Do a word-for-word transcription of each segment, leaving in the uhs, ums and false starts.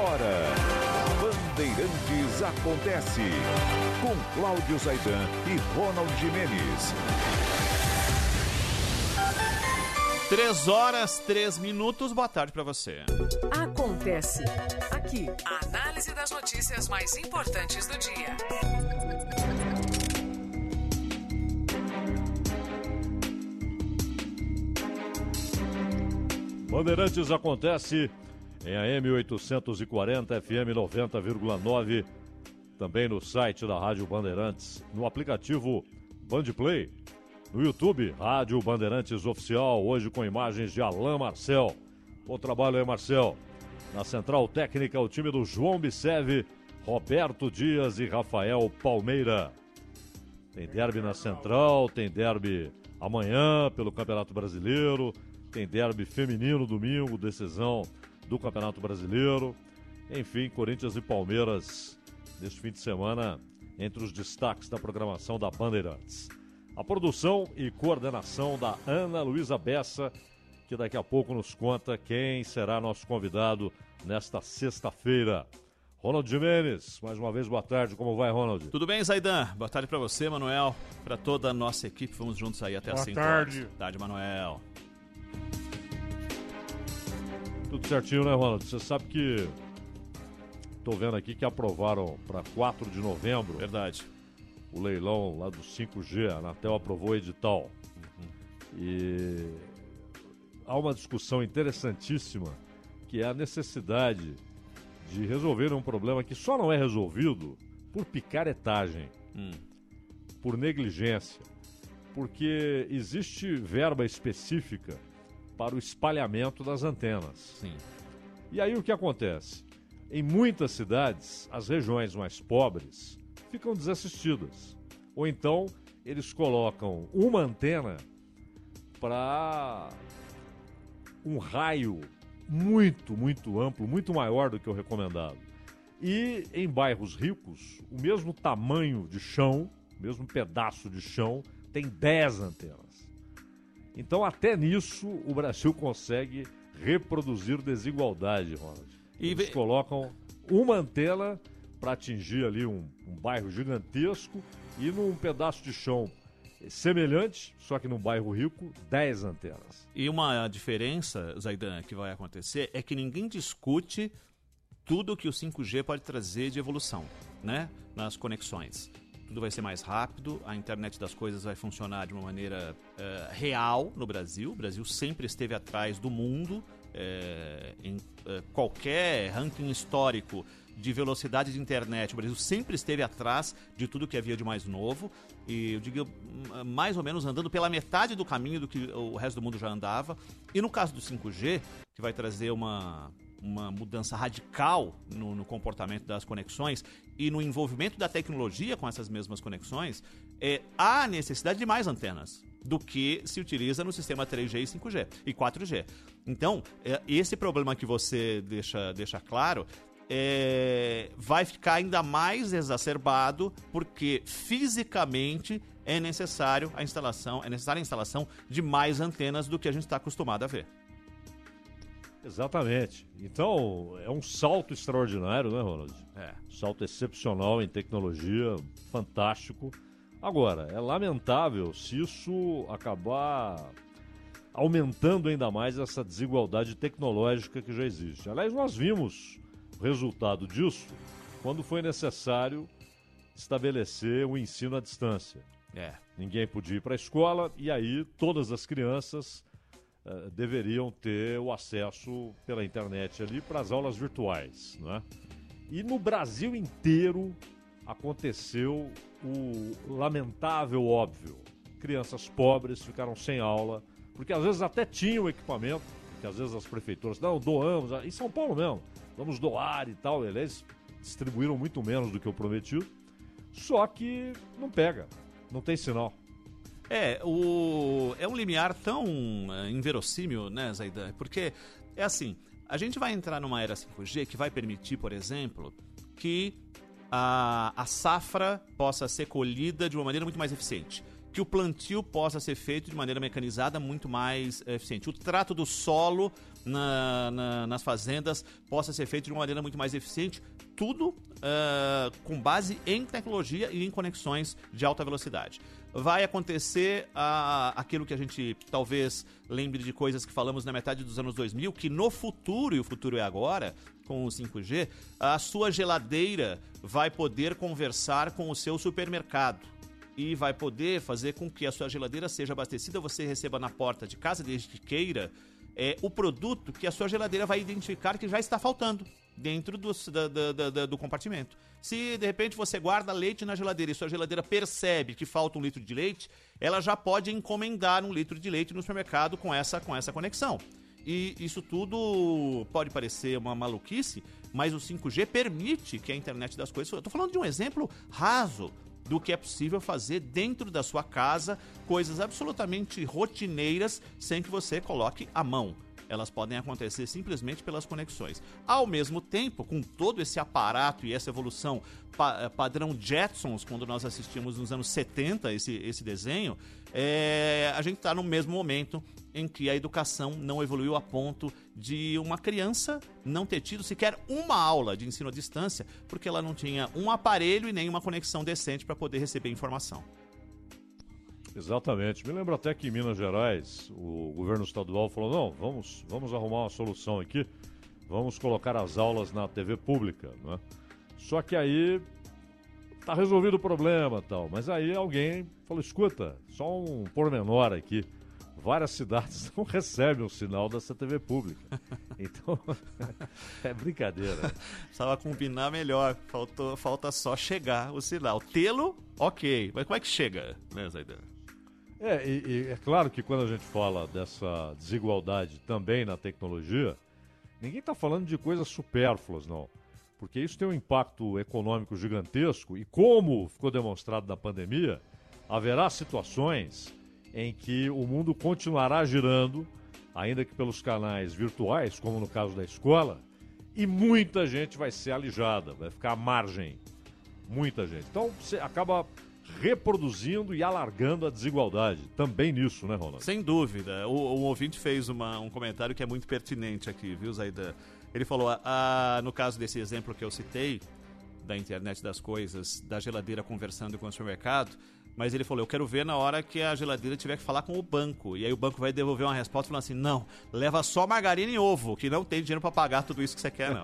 agora, Bandeirantes Acontece, com Cláudio Zaidan e Ronald Gimenez. Três horas, três minutos, boa tarde para você. Acontece aqui. A análise das notícias mais importantes do dia. Bandeirantes Acontece em A M oitocentos e quarenta, F M noventa vírgula nove, também no site da Rádio Bandeirantes, no aplicativo Bandplay, no YouTube, Rádio Bandeirantes Oficial, hoje com imagens de Alain Marcel. Bom trabalho aí, Marcel. Na Central Técnica, o time do João Biceve, Roberto Dias e Rafael Palmeira. Tem derby na Central, tem derby amanhã pelo Campeonato Brasileiro, tem derby feminino domingo, decisão do Campeonato Brasileiro. Enfim, Corinthians e Palmeiras neste fim de semana entre os destaques da programação da Bandeirantes. A produção e coordenação da Ana Luísa Bessa, que daqui a pouco nos conta quem será nosso convidado nesta sexta-feira. Ronald Gimenez, mais uma vez, boa tarde. Como vai, Ronald? Tudo bem, Zaidan? Boa tarde para você, Manuel, para toda a nossa equipe. Vamos juntos aí até às cinco horas. Boa tarde, Manuel. Tudo certinho, né, Ronald? Você sabe que tô vendo aqui que aprovaram para quatro de novembro. Verdade. O leilão lá do cinco G, a Anatel aprovou o edital. Uhum. E há uma discussão interessantíssima, que é a necessidade de resolver um problema que só não é resolvido por picaretagem, hum. por negligência, porque existe verba específica para o espalhamento das antenas. Sim. E aí o que acontece? Em muitas cidades, as regiões mais pobres ficam desassistidas. Ou então, eles colocam uma antena para um raio muito, muito amplo, muito maior do que o recomendado. E em bairros ricos, o mesmo tamanho de chão, o mesmo pedaço de chão, tem dez antenas. Então, até nisso, o Brasil consegue reproduzir desigualdade, Ronald. E eles colocam uma antena para atingir ali um, um bairro gigantesco e num pedaço de chão semelhante, só que num bairro rico, dez antenas. E uma diferença, Zaidan, que vai acontecer é que ninguém discute tudo que o cinco G pode trazer de evolução, né, nas conexões. Tudo vai ser mais rápido, a internet das coisas vai funcionar de uma maneira uh, real no Brasil. O Brasil sempre esteve atrás do mundo, uh, em uh, qualquer ranking histórico de velocidade de internet. O Brasil sempre esteve atrás de tudo que havia de mais novo. E eu digo, mais ou menos andando pela metade do caminho do que o resto do mundo já andava. E no caso do cinco G, que vai trazer uma... uma mudança radical no, no comportamento das conexões e no envolvimento da tecnologia com essas mesmas conexões, é, há necessidade de mais antenas do que se utiliza no sistema três G e cinco G e quatro G. Então, é, esse problema que você deixa, deixa claro é, vai ficar ainda mais exacerbado porque fisicamente é necessário a instalação, é necessária a instalação de mais antenas do que a gente está acostumado a ver. Exatamente. Então, é um salto extraordinário, né, Ronald? É. Um salto excepcional em tecnologia, fantástico. Agora, é lamentável se isso acabar aumentando ainda mais essa desigualdade tecnológica que já existe. Aliás, nós vimos o resultado disso quando foi necessário estabelecer o ensino à distância. É. Ninguém podia ir para a escola e aí todas as crianças uh, deveriam ter o acesso pela internet ali para as aulas virtuais, né? E no Brasil inteiro aconteceu o lamentável óbvio. Crianças pobres ficaram sem aula, porque às vezes até tinham equipamento, que às vezes as prefeituras, não, doamos, em São Paulo mesmo, vamos doar e tal, eles distribuíram muito menos do que o prometido, só que não pega, não tem sinal. É, o... é um limiar tão uh, inverossímil, né, Zaidan? Porque é assim, a gente vai entrar numa era cinco G que vai permitir, por exemplo, que a, a safra possa ser colhida de uma maneira muito mais eficiente, que o plantio possa ser feito de maneira mecanizada muito mais eficiente, o trato do solo na, na, nas fazendas possa ser feito de uma maneira muito mais eficiente, tudo uh, com base em tecnologia e em conexões de alta velocidade. Vai acontecer uh, aquilo que a gente talvez lembre de coisas que falamos na metade dos anos dois mil, que no futuro, e o futuro é agora, com o cinco G, a sua geladeira vai poder conversar com o seu supermercado e vai poder fazer com que a sua geladeira seja abastecida, você receba na porta de casa, desde que queira, é, o produto que a sua geladeira vai identificar que já está faltando dentro do, da, da, da, do compartimento. Se de repente você guarda leite na geladeira e sua geladeira percebe que falta um litro de leite, ela já pode encomendar um litro de leite no supermercado com essa, com essa conexão. E isso tudo pode parecer uma maluquice, mas o cinco G permite que a internet das coisas... Eu estou falando de um exemplo raso do que é possível fazer dentro da sua casa, coisas absolutamente rotineiras sem que você coloque a mão. Elas podem acontecer simplesmente pelas conexões. Ao mesmo tempo, com todo esse aparato e essa evolução pa- padrão Jetsons, quando nós assistimos nos anos setenta esse, esse desenho, é, a gente está no mesmo momento em que a educação não evoluiu a ponto de uma criança não ter tido sequer uma aula de ensino à distância, porque ela não tinha um aparelho e nem uma conexão decente para poder receber informação. Exatamente. Me lembro até que em Minas Gerais o governo estadual falou, não, vamos, vamos arrumar uma solução aqui, vamos colocar as aulas na T V pública, né? Só que aí tá resolvido o problema e tal, mas aí alguém falou, escuta, só um pormenor aqui, várias cidades não recebem o sinal dessa T V pública. Então, é brincadeira. Precisava combinar melhor, Faltou, falta só chegar o sinal. Tê-lo, ok, mas como é que chega, né, Zaidan? É, e, e é claro que quando a gente fala dessa desigualdade também na tecnologia, ninguém está falando de coisas supérfluas, não. Porque isso tem um impacto econômico gigantesco e, como ficou demonstrado na pandemia, haverá situações em que o mundo continuará girando, ainda que pelos canais virtuais, como no caso da escola, e muita gente vai ser alijada, vai ficar à margem. Muita gente. Então, você acaba reproduzindo e alargando a desigualdade. Também nisso, né, Ronaldo? Sem dúvida. O, o ouvinte fez uma, um comentário que é muito pertinente aqui, viu, Zaidan? Ele falou, ah, no caso desse exemplo que eu citei, da internet das coisas, da geladeira conversando com o supermercado, mas ele falou, eu quero ver na hora que a geladeira tiver que falar com o banco. E aí o banco vai devolver uma resposta falando assim, não, leva só margarina e ovo, que não tem dinheiro para pagar tudo isso que você quer, não.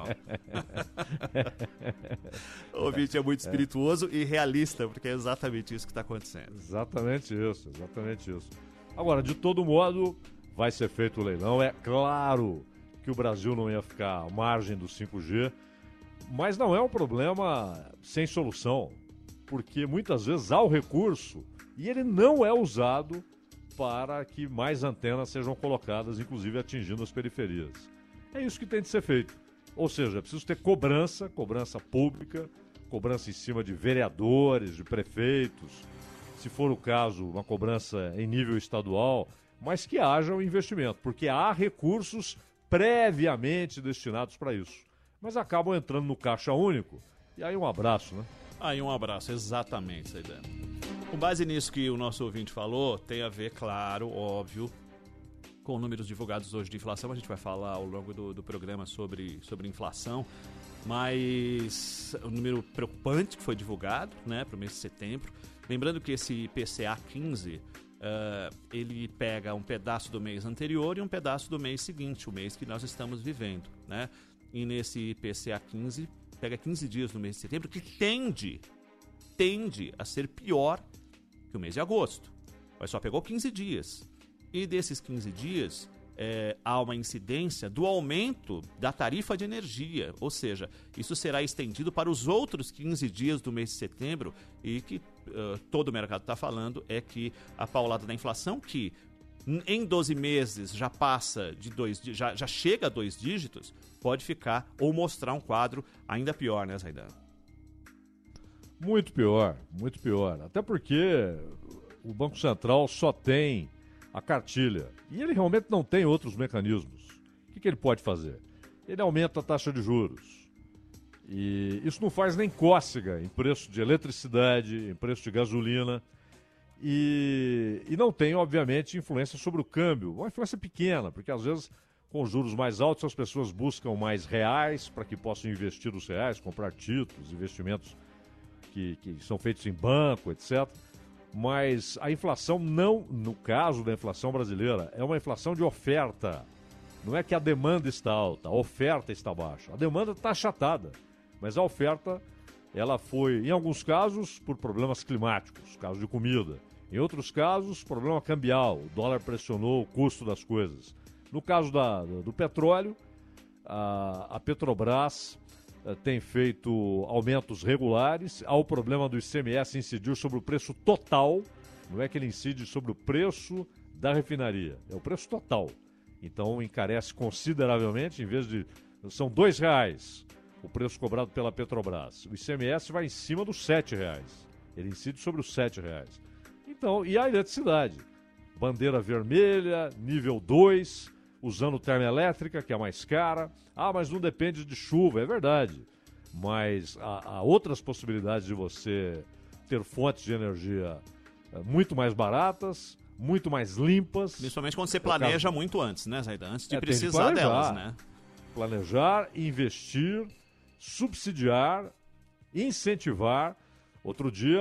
O ouvinte é muito espirituoso e realista, porque é exatamente isso que está acontecendo. Exatamente isso, exatamente isso. Agora, de todo modo, vai ser feito o leilão. É claro que o Brasil não ia ficar à margem do cinco G, mas não é um problema sem solução. Porque muitas vezes há o recurso e ele não é usado para que mais antenas sejam colocadas, inclusive atingindo as periferias. É isso que tem de ser feito. Ou seja, é preciso ter cobrança, cobrança pública, cobrança em cima de vereadores, de prefeitos, se for o caso, uma cobrança em nível estadual, mas que haja um investimento, porque há recursos previamente destinados para isso. Mas acabam entrando no caixa único, e aí um abraço, né? Aí um abraço, exatamente, Zaidan. Com base nisso que o nosso ouvinte falou, tem a ver, claro, óbvio, com números divulgados hoje de inflação. A gente vai falar ao longo do, do programa sobre, sobre inflação, mas o número preocupante que foi divulgado, né, para o mês de setembro. Lembrando que esse I P C A quinze, uh, ele pega um pedaço do mês anterior e um pedaço do mês seguinte, o mês que nós estamos vivendo, né? E nesse I P C A quinze... pega quinze dias no mês de setembro, que tende, tende a ser pior que o mês de agosto. Mas só pegou quinze dias. E desses quinze dias, é, há uma incidência do aumento da tarifa de energia. Ou seja, isso será estendido para os outros quinze dias do mês de setembro. E que uh, todo o mercado está falando é que a paulada da inflação, que em doze meses já passa de dois, já, já chega a dois dígitos, pode ficar ou mostrar um quadro ainda pior, né, Zaidan? Muito pior, muito pior. Até porque o Banco Central só tem a cartilha e ele realmente não tem outros mecanismos. O que, que ele pode fazer? Ele aumenta a taxa de juros. E isso não faz nem cócega em preço de eletricidade, em preço de gasolina. E, e não tem, obviamente, influência sobre o câmbio. Uma influência pequena, porque às vezes Com juros mais altos, as pessoas buscam mais reais para que possam investir os reais, comprar títulos, investimentos que, que são feitos em banco, etcétera. Mas a inflação não, no caso da inflação brasileira, é uma inflação de oferta. Não é que a demanda está alta, a oferta está baixa. A demanda está achatada, mas a oferta, ela foi, em alguns casos, por problemas climáticos, caso de comida. Em outros casos, problema cambial, o dólar pressionou o custo das coisas. No caso da, do petróleo, a, a Petrobras a, tem feito aumentos regulares. Há o problema do I C M S incidir sobre o preço total, não é que ele incide sobre o preço da refinaria, é o preço total. Então encarece consideravelmente, em vez de... São dois reais o preço cobrado pela Petrobras. O I C M S vai em cima dos sete reais. Ele incide sobre os sete reais. Então, e a eletricidade? Bandeira vermelha, nível dois, usando termoelétrica, que é mais cara. Ah, mas não depende de chuva, é verdade. Mas há, há outras possibilidades de você ter fontes de energia é, muito mais baratas, muito mais limpas. Principalmente quando você planeja muito antes, né, Zaidan? Antes de é, precisar de delas, né? Planejar, investir, subsidiar, incentivar. Outro dia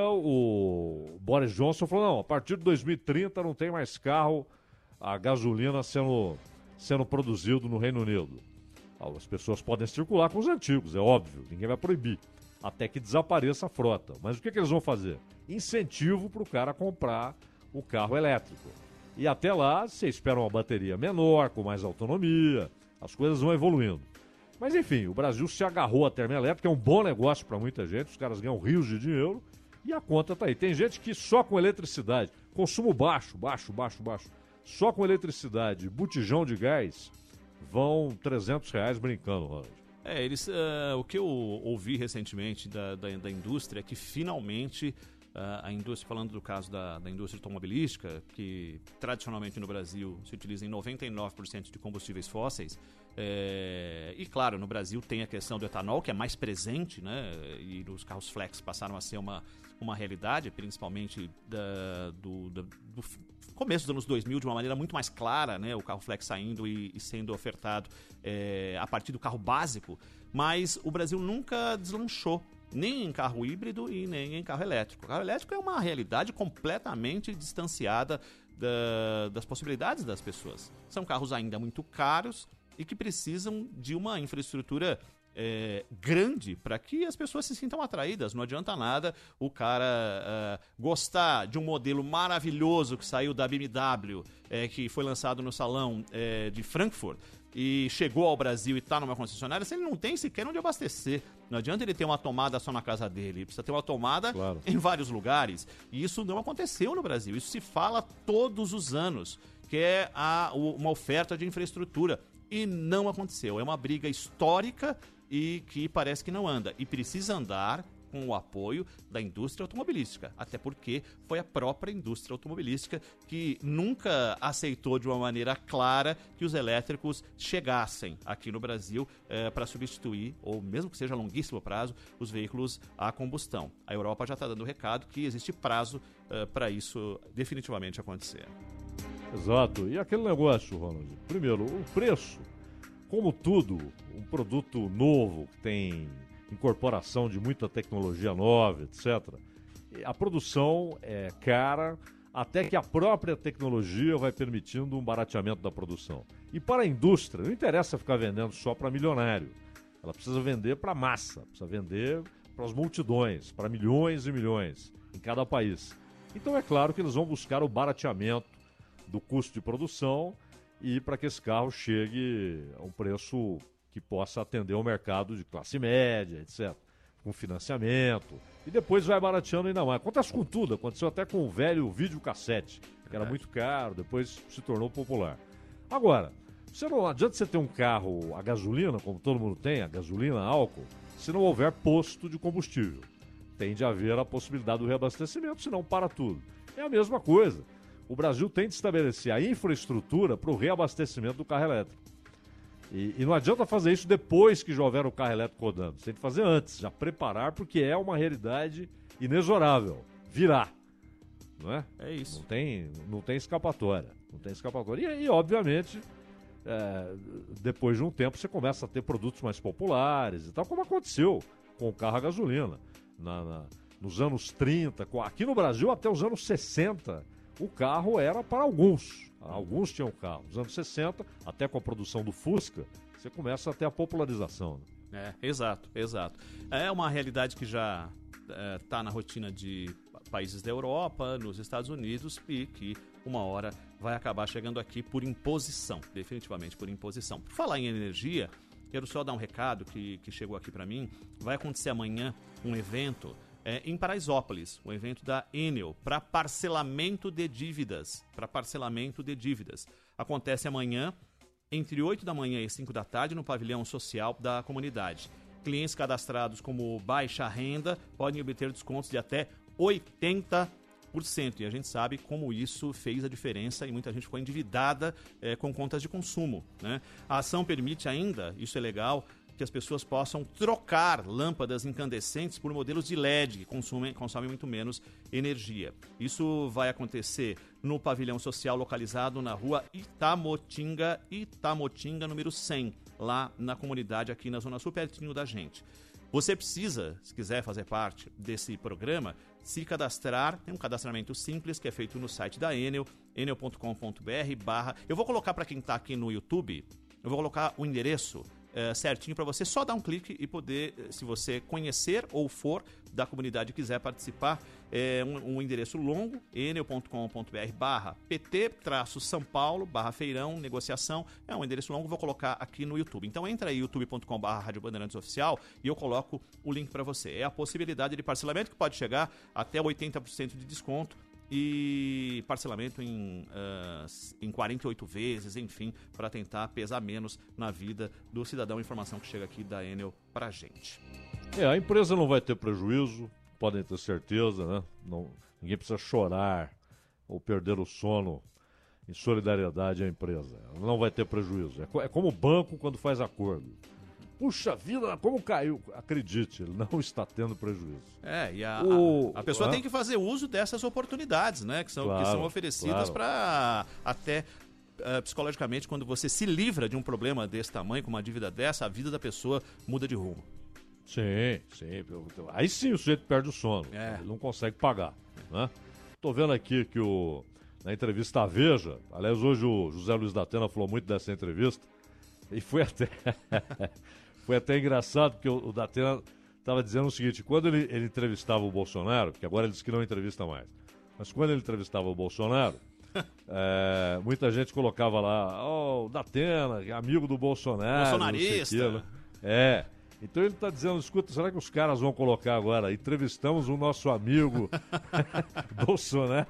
o Boris Johnson falou, não, a partir de dois mil e trinta não tem mais carro a gasolina sendo, sendo produzido no Reino Unido. As pessoas podem circular com os antigos, é óbvio, ninguém vai proibir, até que desapareça a frota. Mas o que, que eles vão fazer? Incentivo para o cara comprar o carro elétrico. E até lá, você espera uma bateria menor, com mais autonomia, as coisas vão evoluindo. Mas enfim, o Brasil se agarrou à termoelétrica, é um bom negócio para muita gente, os caras ganham rios de dinheiro e a conta tá aí. Tem gente que só com eletricidade, consumo baixo, baixo, baixo, baixo, só com eletricidade, botijão de gás, vão trezentos reais brincando, Ronald. É, eles, uh, o que eu ouvi recentemente da, da, da indústria é que finalmente uh, a indústria, falando do caso da, da indústria automobilística, que tradicionalmente no Brasil se utiliza em noventa e nove por cento de combustíveis fósseis, é, e claro, no Brasil tem a questão do etanol, que é mais presente, né, e os carros flex passaram a ser uma, uma realidade, principalmente da, do, da, do começo dos anos dois mil, de uma maneira muito mais clara, né, o carro flex saindo e, e sendo ofertado é, a partir do carro básico, mas o Brasil nunca deslanchou, nem em carro híbrido e nem em carro elétrico. O carro elétrico é uma realidade completamente distanciada da, das possibilidades das pessoas. São carros ainda muito caros e que precisam de uma infraestrutura é, grande para que as pessoas se sintam atraídas. Não adianta nada o cara uh, gostar de um modelo maravilhoso que saiu da B M W, é, que foi lançado no salão é, de Frankfurt e chegou ao Brasil e está numa concessionária, se ele não tem sequer onde abastecer. Não adianta ele ter uma tomada só na casa dele, ele precisa ter uma tomada claro. Em vários lugares. E isso não aconteceu no Brasil, isso se fala todos os anos, que é a, uma oferta de infraestrutura. E não aconteceu. É uma briga histórica e que parece que não anda. E precisa andar com o apoio da indústria automobilística. Até porque foi a própria indústria automobilística que nunca aceitou de uma maneira clara que os elétricos chegassem aqui no Brasil eh, para substituir, ou mesmo que seja a longuíssimo prazo, os veículos a combustão. A Europa já está dando o recado que existe prazo eh, para isso definitivamente acontecer. Exato. E aquele negócio, Ronald? Primeiro, o preço. Como tudo, um produto novo que tem incorporação de muita tecnologia nova, etcétera. A produção é cara, até que a própria tecnologia vai permitindo um barateamento da produção. E para a indústria, não interessa ficar vendendo só para milionário. Ela precisa vender para massa, precisa vender para as multidões, para milhões e milhões em cada país. Então é claro que eles vão buscar o barateamento do custo de produção e para que esse carro chegue a um preço que possa atender o mercado de classe média, etcétera, com financiamento, e depois vai barateando ainda mais. Acontece com tudo, aconteceu até com o velho videocassete, que era muito caro, depois se tornou popular. Agora, você não adianta você ter um carro a gasolina, como todo mundo tem, a gasolina, álcool, se não houver posto de combustível. Tem de haver a possibilidade do reabastecimento, senão para tudo. É a mesma coisa. O Brasil tem de estabelecer a infraestrutura para o reabastecimento do carro elétrico. E, e não adianta fazer isso depois que já houver o carro elétrico rodando. Você tem que fazer antes, já preparar, porque é uma realidade inexorável. Virá. Não é? É isso. Não tem, não tem escapatória. Não tem escapatória. E, e obviamente, é, depois de um tempo você começa a ter produtos mais populares e tal, como aconteceu com o carro a gasolina. Na, na, nos anos trinta, aqui no Brasil até os anos sessenta, o carro era para alguns. Alguns tinham carro. Nos anos sessenta, até com a produção do Fusca, você começa a ter a popularização. Né? É, exato, exato. É uma realidade que já está é, na rotina de países da Europa, nos Estados Unidos, e que uma hora vai acabar chegando aqui por imposição, definitivamente por imposição. Por falar em energia, quero só dar um recado que, que chegou aqui para mim. Vai acontecer amanhã um evento é, em Paraisópolis, um evento da Enel para parcelamento de dívidas. Para parcelamento de dívidas. Acontece amanhã, entre oito da manhã e cinco da tarde, no pavilhão social da comunidade. Clientes cadastrados como baixa renda podem obter descontos de até oitenta por cento. E a gente sabe como isso fez a diferença e muita gente ficou endividada é, com contas de consumo. Né? A ação permite ainda, isso é legal, que as pessoas possam trocar lâmpadas incandescentes por modelos de L E D, que consomem, consomem muito menos energia. Isso vai acontecer no pavilhão social localizado na rua Itamotinga, Itamotinga número cem, lá na comunidade aqui na Zona Sul, pertinho da gente. Você precisa, se quiser fazer parte desse programa, se cadastrar. Tem um cadastramento simples que é feito no site da Enel, enel ponto com ponto b r barra... Eu vou colocar para quem está aqui no YouTube, eu vou colocar o endereço é, certinho para você só dar um clique e poder, se você conhecer ou for da comunidade e quiser participar, é um, um endereço longo, enel ponto com ponto b r barra pt traço São Paulo barra feirão negociação. É um endereço longo, vou colocar aqui no YouTube. Então entra aí youtube ponto com barra Rádio Bandeirantes Oficial e eu coloco o link para você. É a possibilidade de parcelamento que pode chegar até oitenta por cento de desconto e parcelamento em, uh, em quarenta e oito vezes, enfim, para tentar pesar menos na vida do cidadão. Informação que chega aqui da Enel pra gente. É, a empresa não vai ter prejuízo, podem ter certeza, né? Não, ninguém precisa chorar ou perder o sono em solidariedade à empresa. Ela não vai ter prejuízo. É, co- é como o banco quando faz acordo. Puxa vida, como caiu? Acredite, ele não está tendo prejuízo. É, e a, O- a, a pessoa ah. tem que fazer uso dessas oportunidades, né? Que são, Claro, que são oferecidas claro. para até uh, psicologicamente, quando você se livra de um problema desse tamanho, com uma dívida dessa, a vida da pessoa muda de rumo. Sim, sim. Aí sim o sujeito perde o sono. É. Ele não consegue pagar. Né? Tô vendo aqui que o, na entrevista à Veja, aliás, hoje o José Luiz da Atena falou muito dessa entrevista, e foi até, foi até engraçado, porque o, o da Atena estava dizendo o seguinte: quando ele, ele entrevistava o Bolsonaro, que agora ele disse que não entrevista mais, mas quando ele entrevistava o Bolsonaro, é, muita gente colocava lá, ó, oh, o da Atena, amigo do Bolsonaro. Bolsonarista. Não sei o quê, né? É. Então ele está dizendo, escuta, será que os caras vão colocar agora, entrevistamos o nosso amigo Bolsonaro?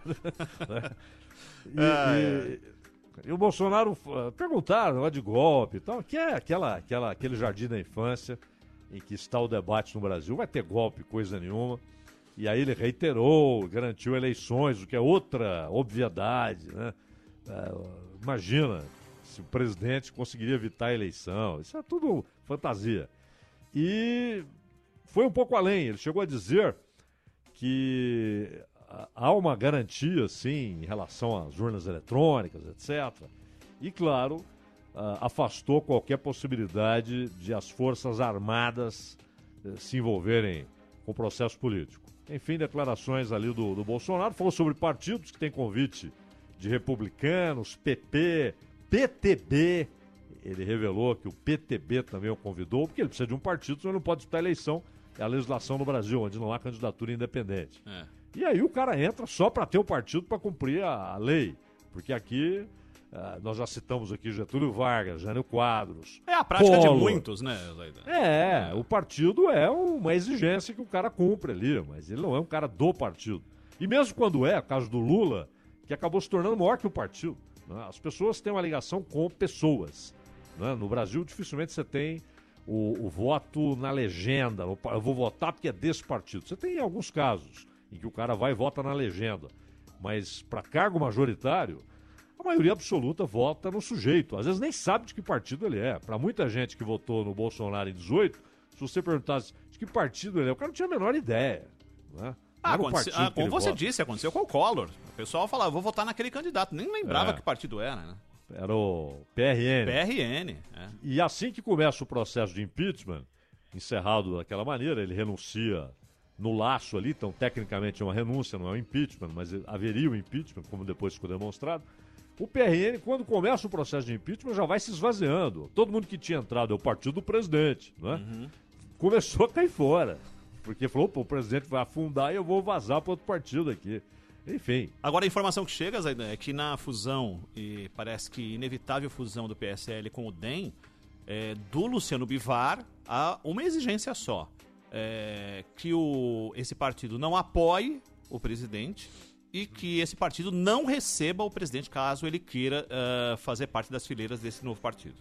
e, Ah, e, e o Bolsonaro uh, perguntaram, ó, de golpe e tal, que é aquela, aquela, aquele jardim da infância em que está o debate no Brasil, vai ter golpe, coisa nenhuma. E aí ele reiterou, garantiu eleições, o que é outra obviedade, né? Uh, imagina se o presidente conseguiria evitar a eleição, isso é tudo fantasia. E foi um pouco além, ele chegou a dizer que há uma garantia, sim, em relação às urnas eletrônicas, etcétera. E, claro, afastou qualquer possibilidade de as Forças Armadas se envolverem com o processo político. Enfim, declarações ali do, do Bolsonaro, falou sobre partidos que têm convite de republicanos, P P, P T B. Ele revelou que o P T B também o convidou, porque ele precisa de um partido, senão ele não pode disputar a eleição. É a legislação no Brasil, onde não há candidatura independente. É. E aí o cara entra só para ter o partido para cumprir a, a lei. Porque aqui, uh, nós já citamos aqui Getúlio Vargas, Jânio Quadros. É a prática Collor. de muitos, né, Zaidan? É, o partido é uma exigência que o cara cumpre ali, mas ele não é um cara do partido. E mesmo quando é, o caso do Lula, que acabou se tornando maior que o partido. Né? As pessoas têm uma ligação com pessoas. Né? No Brasil, dificilmente você tem o, o voto na legenda. Eu vou votar porque é desse partido. Você tem alguns casos em que o cara vai e vota na legenda. Mas para cargo majoritário, a maioria absoluta vota no sujeito. Às vezes nem sabe de que partido ele é. Para muita gente que votou no Bolsonaro em dezoito, se você perguntasse de que partido ele é, o cara não tinha a menor ideia. Né? Ah, aconteceu, ah, como você vota. disse, aconteceu com o Collor. O pessoal falava, vou votar naquele candidato. Nem lembrava é. que partido era, né? Era o P R N. P R N, é. E assim que começa o processo de impeachment, encerrado daquela maneira, ele renuncia no laço ali, então tecnicamente é uma renúncia, não é um impeachment, mas haveria o impeachment, como depois ficou demonstrado. O P R N, quando começa o processo de impeachment, já vai se esvaziando. Todo mundo que tinha entrado é o partido do presidente, né? Uhum. Começou a cair fora, porque falou, pô, o presidente vai afundar e eu vou vazar para outro partido aqui. Enfim. Agora a informação que chega, Zaidan, é que na fusão, e parece que inevitável fusão do P S L com o D E M, é, do Luciano Bivar, há uma exigência só. É, que o, esse partido não apoie o presidente e que esse partido não receba o presidente caso ele queira uh, fazer parte das fileiras desse novo partido.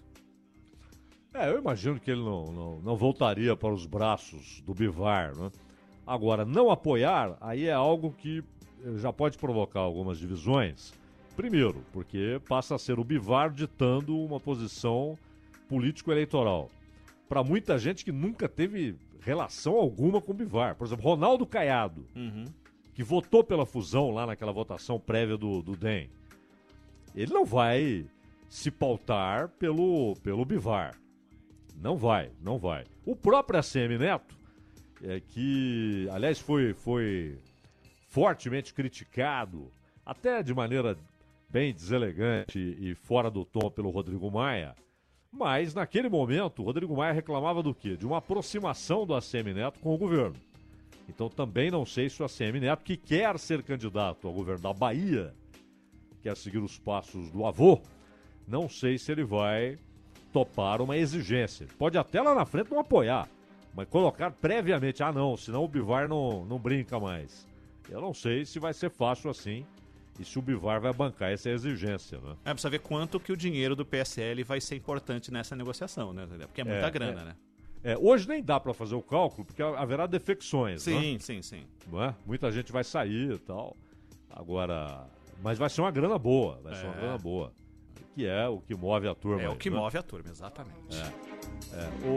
É, eu imagino que ele não, não, não voltaria para os braços do Bivar, né? Agora, não apoiar, aí é algo que já pode provocar algumas divisões. Primeiro, porque passa a ser o Bivar ditando uma posição político-eleitoral. Para muita gente que nunca teve relação alguma com o Bivar. Por exemplo, Ronaldo Caiado, uhum. que votou pela fusão lá naquela votação prévia do, do D E M. Ele não vai se pautar pelo, pelo Bivar. Não vai, não vai. O próprio A C M Neto, é, que, aliás, foi, foi fortemente criticado, até de maneira bem deselegante e fora do tom pelo Rodrigo Maia, mas, naquele momento, o Rodrigo Maia reclamava do quê? De uma aproximação do A C M Neto com o governo. Então, também não sei se o A C M Neto, que quer ser candidato ao governo da Bahia, quer seguir os passos do avô, não sei se ele vai topar uma exigência. Pode até lá na frente não apoiar, mas colocar previamente, ah não, senão o Bivar não, não brinca mais. Eu não sei se vai ser fácil assim. E se o Bivar vai bancar essa exigência, né? É, precisa ver quanto que o dinheiro do P S L vai ser importante nessa negociação, né? Porque é muita é, grana, é, né? É, hoje nem dá para fazer o cálculo, porque haverá defecções, sim, né? Sim, sim, não é? Muita gente vai sair e tal. Agora, mas vai ser uma grana boa, vai é. ser uma grana boa. Que é o que move a turma. É aí, o que né? move a turma, exatamente. É, é.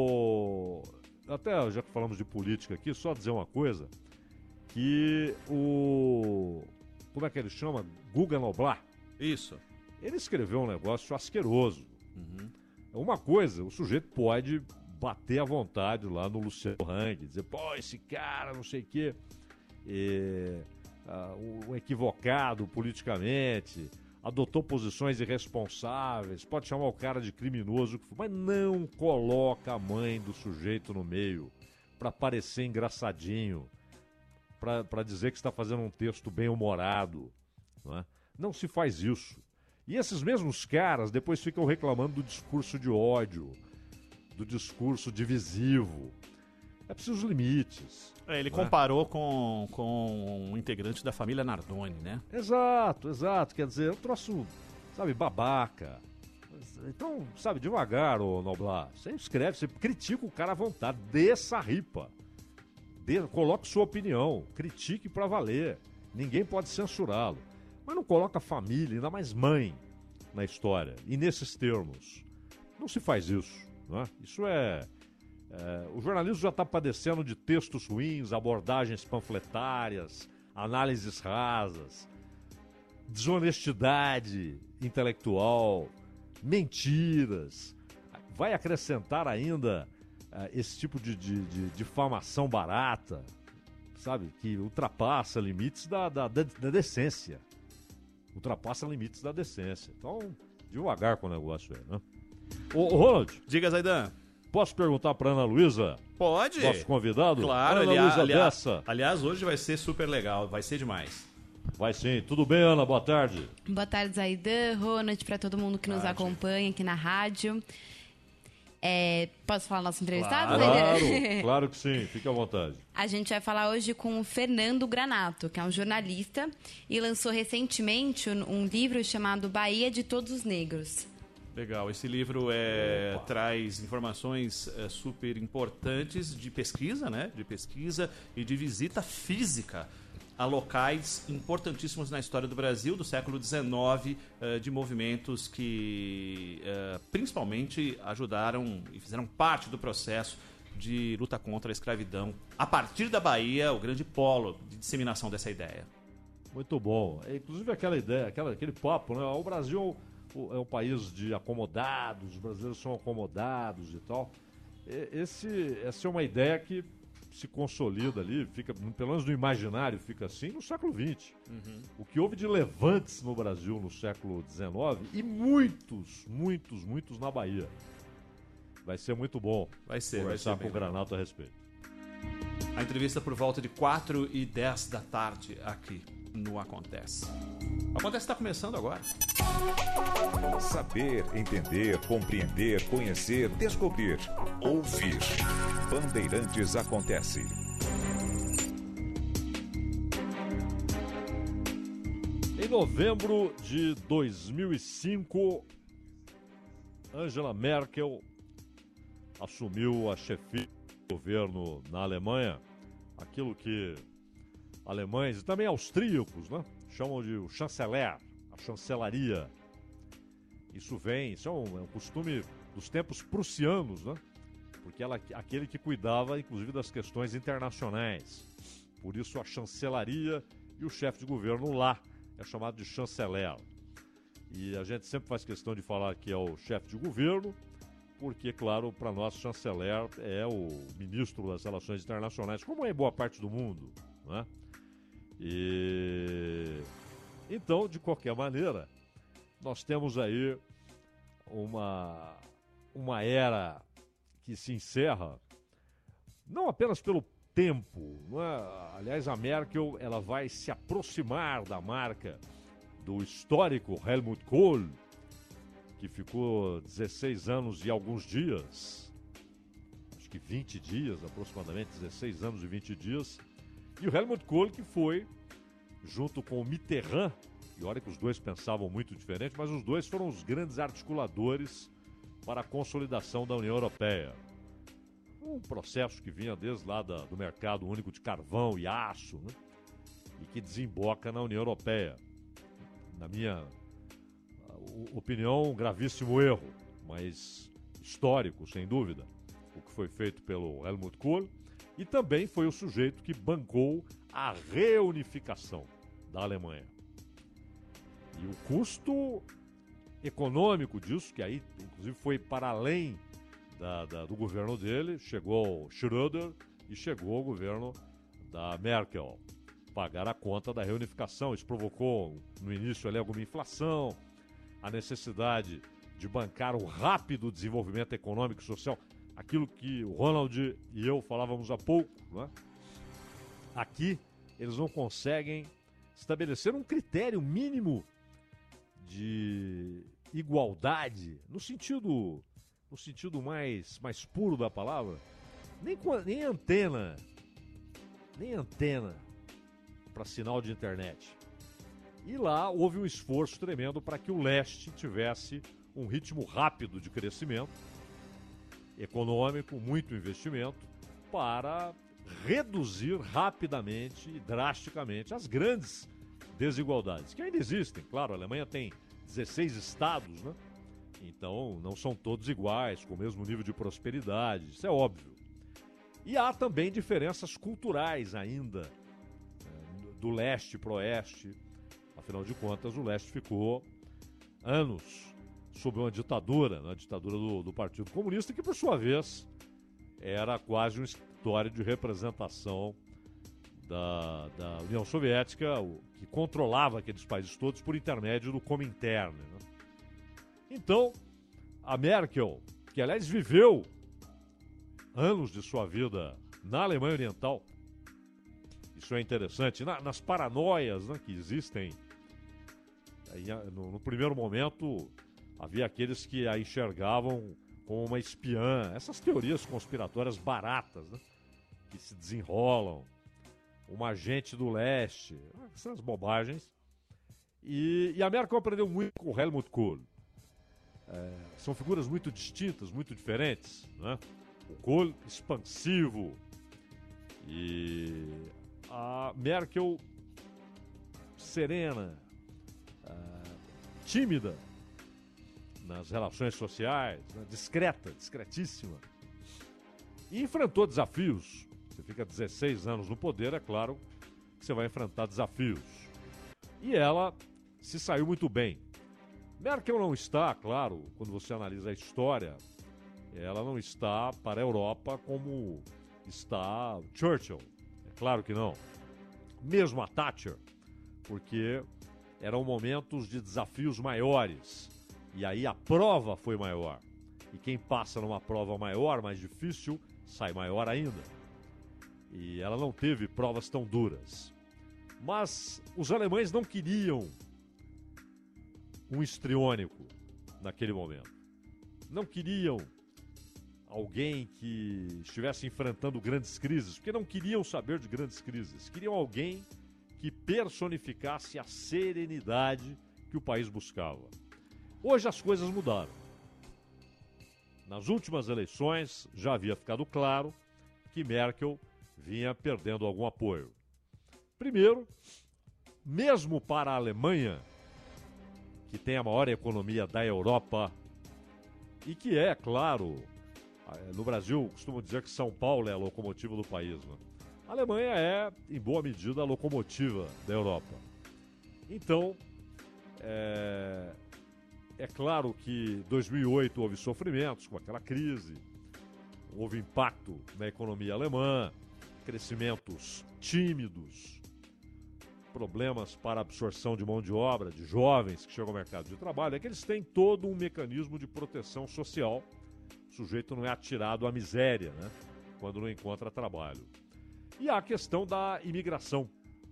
O, o... Até já que falamos de política aqui, só dizer uma coisa, que o... Como é que ele chama? Guga Noblar. Isso. Ele escreveu um negócio asqueroso. Uhum. Uma coisa, o sujeito pode bater à vontade lá no Luciano Hang, dizer, pô, esse cara, não sei o quê, é, uh, um equivocado politicamente, adotou posições irresponsáveis, pode chamar o cara de criminoso, mas não coloca a mãe do sujeito no meio para parecer engraçadinho, para dizer que está fazendo um texto bem-humorado. Não é? Não se faz isso. E esses mesmos caras depois ficam reclamando do discurso de ódio, do discurso divisivo. É preciso limites. É, ele comparou é? com, com um integrante da família Nardoni, né? Exato, exato. Quer dizer, é um troço, sabe, babaca. Então, sabe, devagar, ô Noblar. Você escreve, você critica o cara à vontade, desça a ripa. De, coloque sua opinião, critique pra valer. Ninguém pode censurá-lo. Mas não coloca família, ainda mais mãe, na história. E nesses termos. Não se faz isso. Não é? Isso é, é... O jornalismo já está padecendo de textos ruins, abordagens panfletárias, análises rasas, desonestidade intelectual, mentiras. Vai acrescentar ainda uh, esse tipo de, de, de difamação barata, sabe? Que ultrapassa limites da, da, da, da decência. Ultrapassa limites da decência. Então, devagar com o negócio aí, né? Ô, ô Ronald. Diga, Zaidan. Posso perguntar para Ana Luísa? Pode. Nosso convidado? Claro, Ana aliás, Luísa aliás, Bessa. aliás, hoje vai ser super legal, vai ser demais. Vai sim. Tudo bem, Ana? Boa tarde. Boa tarde, Zaidan, Ronald, para todo mundo que nos tarde. acompanha aqui na rádio. É, posso falar nosso entrevistado? Claro, claro que sim, fique à vontade. A gente vai falar hoje com o Fernando Granato, que é um jornalista e lançou recentemente um livro chamado Bahia de Todos os Negros. Legal, esse livro é, traz informações é, super importantes de pesquisa, né? De pesquisa e de visita física a locais importantíssimos na história do Brasil, do século dezenove, uh, de movimentos que uh, principalmente ajudaram e fizeram parte do processo de luta contra a escravidão. A partir da Bahia, o grande polo de disseminação dessa ideia. Muito bom. É, inclusive aquela ideia, aquela, aquele papo, né? O Brasil é um país de acomodados, os brasileiros são acomodados e tal. Esse, essa é uma ideia que se consolida ali, fica, pelo menos no imaginário fica assim, no século vinte. Uhum. O que houve de levantes no Brasil no século dezenove e muitos, muitos, muitos na Bahia. Vai ser muito bom vai ser, conversar vai ser com o Granato a respeito. A entrevista por volta de quatro e dez da tarde aqui no Acontece. O Acontece está começando agora. Saber, entender, compreender, conhecer, descobrir, ouvir. Bandeirantes Acontece. Em novembro de dois mil e cinco, Angela Merkel assumiu a chefia do governo na Alemanha, aquilo que alemães e também austríacos, né, chamam de o chanceler, a chancelaria. Isso vem, isso é um, é um costume dos tempos prussianos, né? Porque ela, aquele que cuidava, inclusive, das questões internacionais. Por isso, a chancelaria e o chefe de governo lá é chamado de chanceler. E a gente sempre faz questão de falar que é o chefe de governo, porque, claro, para nós, chanceler é o ministro das Relações Internacionais, como é em boa parte do mundo, né? E então, de qualquer maneira, nós temos aí uma, uma era que se encerra, não apenas pelo tempo, não é? Aliás, a Merkel ela vai se aproximar da marca do histórico Helmut Kohl, que ficou dezesseis anos e alguns dias, acho que vinte dias aproximadamente, dezesseis anos e vinte dias, e o Helmut Kohl que foi, junto com o Mitterrand, e olha que os dois pensavam muito diferente, mas os dois foram os grandes articuladores para a consolidação da União Europeia. Um processo que vinha desde lá da, do mercado único de carvão e aço, né? E que desemboca na União Europeia. Na minha opinião, um gravíssimo erro, mas histórico, sem dúvida, o que foi feito pelo Helmut Kohl, e também foi o sujeito que bancou a reunificação da Alemanha. E o custo econômico disso, que aí inclusive foi para além da, da, do governo dele, chegou Schröder e chegou o governo da Merkel. Pagar a conta da reunificação. Isso provocou no início ali alguma inflação, a necessidade de bancar um rápido desenvolvimento econômico e social, aquilo que o Ronald e eu falávamos há pouco, né? Aqui eles não conseguem estabelecer um critério mínimo de igualdade, no sentido, no sentido mais, mais puro da palavra, nem, nem antena, nem antena para sinal de internet. E lá houve um esforço tremendo para que o leste tivesse um ritmo rápido de crescimento econômico, muito investimento, para reduzir rapidamente e drasticamente as grandes desigualdades, que ainda existem. Claro, a Alemanha tem dezesseis estados, né? Então não são todos iguais, com o mesmo nível de prosperidade, isso é óbvio. E há também diferenças culturais ainda, do leste para o oeste. Afinal de contas, o leste ficou anos sob uma ditadura, né? A ditadura do, do Partido Comunista, que por sua vez era quase um escritório de representação da, da União Soviética, o, que controlava aqueles países todos por intermédio do Comintern, né? Então, a Merkel, que aliás viveu anos de sua vida na Alemanha Oriental, isso é interessante, na, nas paranoias, né, que existem, aí, no, no primeiro momento havia aqueles que a enxergavam como uma espiã, essas teorias conspiratórias baratas, né, que se desenrolam, uma agente do leste, essas bobagens. E, e a Merkel aprendeu muito com o Helmut Kohl. É, são figuras muito distintas, muito diferentes, né? O Kohl expansivo e a Merkel serena, uh, tímida nas relações sociais, né? Discreta, discretíssima. E enfrentou desafios. Você fica dezesseis anos no poder, é claro que você vai enfrentar desafios. E ela se saiu muito bem. Merkel não está, claro, quando você analisa a história, ela não está para a Europa como está Churchill. É claro que não. Mesmo a Thatcher, porque eram momentos de desafios maiores. E aí a prova foi maior. E quem passa numa prova maior, mais difícil, sai maior ainda. E ela não teve provas tão duras. Mas os alemães não queriam um histriônico naquele momento. Não queriam alguém que estivesse enfrentando grandes crises, porque não queriam saber de grandes crises. Queriam alguém que personificasse a serenidade que o país buscava. Hoje as coisas mudaram. Nas últimas eleições já havia ficado claro que Merkel vinha perdendo algum apoio. Primeiro, mesmo para a Alemanha, que tem a maior economia da Europa e que é, claro, no Brasil costumam dizer que São Paulo é a locomotiva do país, né? A Alemanha é, em boa medida, a locomotiva da Europa. Então, é, é claro que em dois mil e oito houve sofrimentos com aquela crise, houve impacto na economia alemã, crescimentos tímidos, problemas para absorção de mão de obra, de jovens que chegam ao mercado de trabalho. É que eles têm todo um mecanismo de proteção social. O sujeito não é atirado à miséria, né, quando não encontra trabalho. E há a questão da imigração.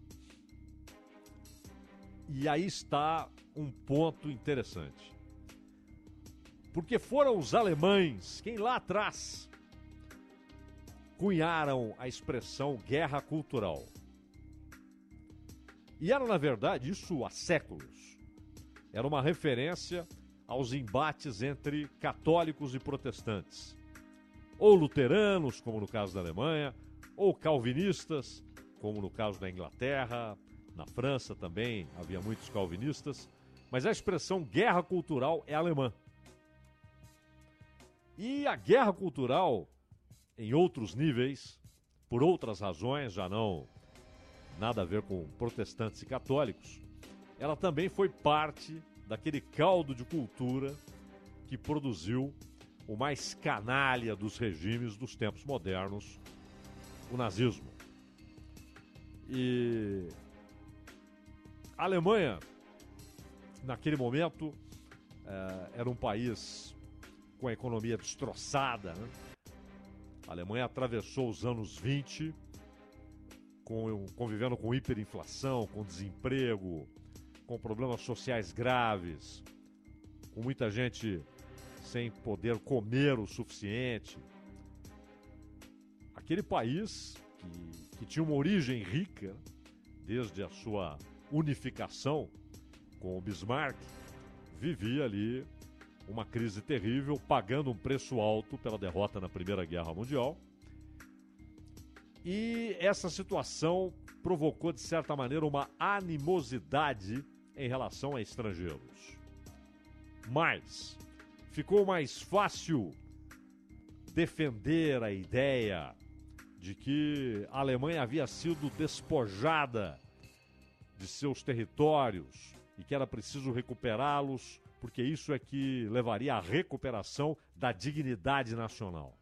E aí está um ponto interessante. Porque foram os alemães quem lá atrás cunharam a expressão guerra cultural. E era, na verdade, isso há séculos. Era uma referência aos embates entre católicos e protestantes. Ou luteranos, como no caso da Alemanha, ou calvinistas, como no caso da Inglaterra, na França também havia muitos calvinistas. Mas a expressão guerra cultural é alemã. E a guerra cultural, em outros níveis, por outras razões, já não nada a ver com protestantes e católicos, ela também foi parte daquele caldo de cultura que produziu o mais canalha dos regimes dos tempos modernos, o nazismo. E a Alemanha, naquele momento, eh, era um país com a economia destroçada, né? A Alemanha atravessou os anos vinte com, convivendo com hiperinflação, com desemprego, com problemas sociais graves, com muita gente sem poder comer o suficiente. Aquele país que, que tinha uma origem rica, desde a sua unificação com o Bismarck, vivia ali uma crise terrível, pagando um preço alto pela derrota na Primeira Guerra Mundial. E essa situação provocou, de certa maneira, uma animosidade em relação a estrangeiros. Mas ficou mais fácil defender a ideia de que a Alemanha havia sido despojada de seus territórios e que era preciso recuperá-los, porque isso é que levaria à recuperação da dignidade nacional.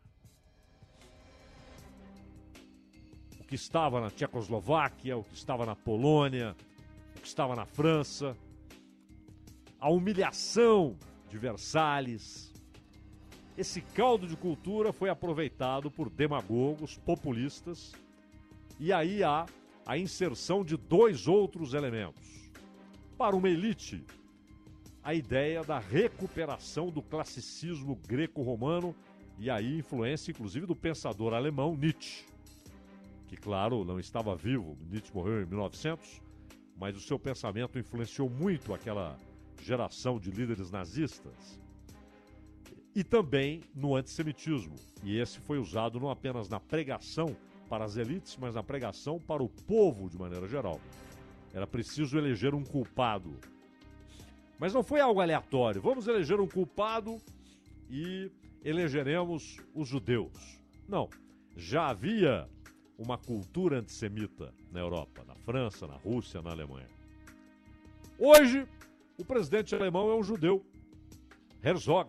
O que estava na Tchecoslováquia, o que estava na Polônia, o que estava na França, a humilhação de Versalhes. Esse caldo de cultura foi aproveitado por demagogos, populistas, e aí há a inserção de dois outros elementos. Para uma elite, a ideia da recuperação do classicismo greco-romano e aí influência, inclusive, do pensador alemão Nietzsche, que, claro, não estava vivo. Nietzsche morreu em mil e novecentos, mas o seu pensamento influenciou muito aquela geração de líderes nazistas. E também no antissemitismo. E esse foi usado não apenas na pregação para as elites, mas na pregação para o povo de maneira geral. Era preciso eleger um culpado. Mas não foi algo aleatório. Vamos eleger um culpado e elegeremos os judeus. Não. Já havia uma cultura antissemita na Europa, na França, na Rússia, na Alemanha. Hoje, O presidente alemão é um judeu, Herzog.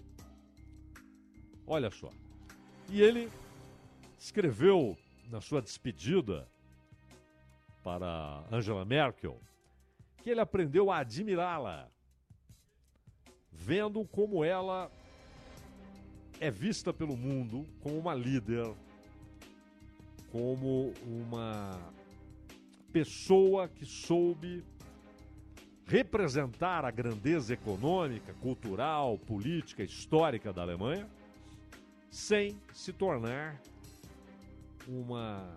Olha só. E ele escreveu na sua despedida para Angela Merkel que ele aprendeu a admirá-la, vendo como ela é vista pelo mundo como uma líder, como uma pessoa que soube representar a grandeza econômica, cultural, política, histórica da Alemanha, sem se tornar uma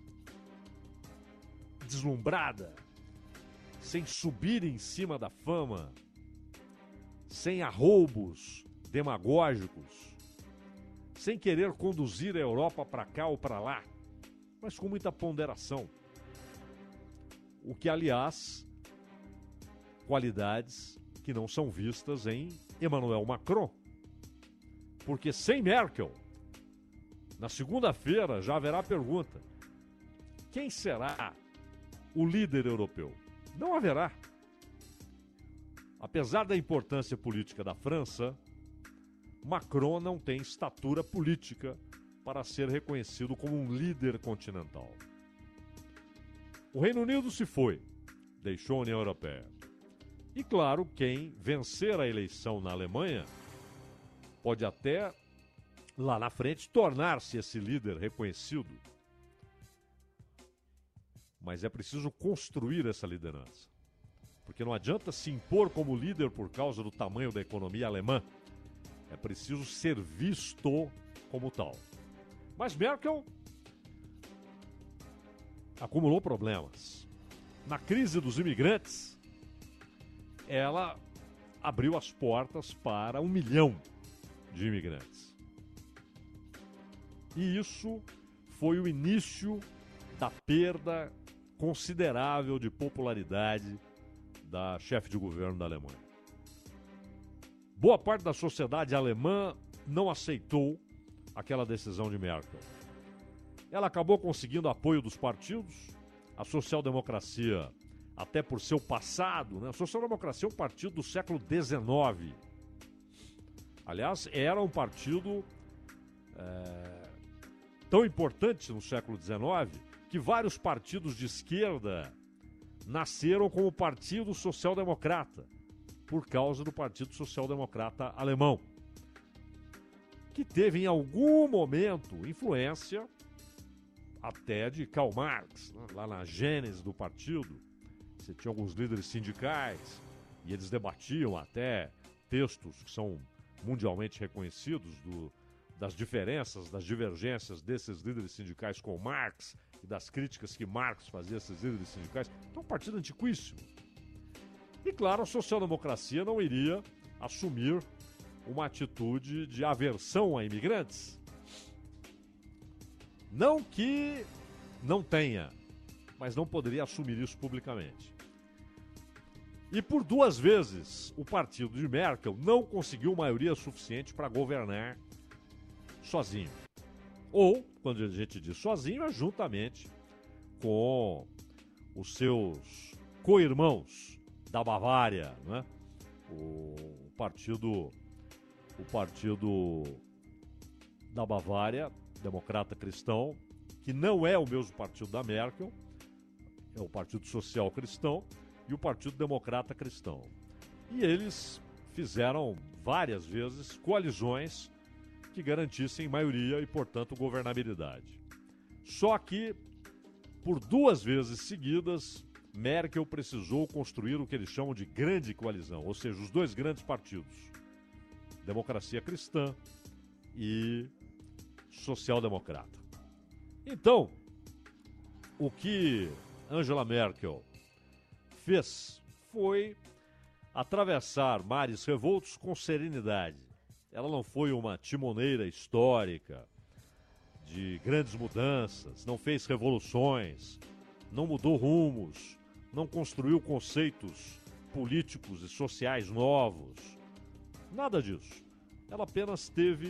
deslumbrada, sem subir em cima da fama, sem arroubos demagógicos, sem querer conduzir a Europa para cá ou para lá, mas com muita ponderação. O que, aliás, qualidades que não são vistas em Emmanuel Macron. Porque sem Merkel, na segunda-feira já haverá pergunta: quem será o líder europeu? Não haverá. Apesar da importância política da França, Macron não tem estatura política para ser reconhecido como um líder continental. O Reino Unido se foi, deixou a União Europeia. E claro, quem vencer a eleição na Alemanha pode até, lá na frente, tornar-se esse líder reconhecido. Mas é preciso construir essa liderança. Porque não adianta se impor como líder por causa do tamanho da economia alemã. É preciso ser visto como tal. Mas Merkel acumulou problemas. Na crise dos imigrantes, ela abriu as portas para um milhão de imigrantes. E isso foi o início da perda considerável de popularidade da chefe de governo da Alemanha. Boa parte da sociedade alemã não aceitou aquela decisão de Merkel. Ela acabou conseguindo apoio dos partidos, a social-democracia, até por seu passado, né? A social-democracia é um partido do século dezenove. Aliás, era um partido é, tão importante no século dezenove que vários partidos de esquerda nasceram como Partido Social-Democrata, por causa do Partido Social-Democrata Alemão, que teve em algum momento influência até de Karl Marx, né? Lá na gênese do partido. Você tinha alguns líderes sindicais e eles debatiam até textos que são mundialmente reconhecidos do, das diferenças, das divergências desses líderes sindicais com Marx e das críticas que Marx fazia a esses líderes sindicais. Então, um partido antiquíssimo. E, claro, a social-democracia não iria assumir uma atitude de aversão a imigrantes. Não que não tenha, mas não poderia assumir isso publicamente. E por duas vezes o partido de Merkel não conseguiu maioria suficiente para governar sozinho. Ou, quando a gente diz sozinho, é juntamente com os seus co-irmãos da Bavária, né? O partido, o partido da Bavária, democrata cristão, que não é o mesmo partido da Merkel, é o Partido Social Cristão e o Partido Democrata Cristão. E eles fizeram várias vezes coalizões que garantissem maioria e, portanto, governabilidade. Só que, por duas vezes seguidas, Merkel precisou construir o que eles chamam de grande coalizão, ou seja, os dois grandes partidos, Democracia Cristã e Social-Democrata. Então, o que Angela Merkel fez foi atravessar mares revoltos com serenidade. Ela não foi uma timoneira histórica de grandes mudanças, não fez revoluções, não mudou rumos, não construiu conceitos políticos e sociais novos. Nada disso. Ela apenas teve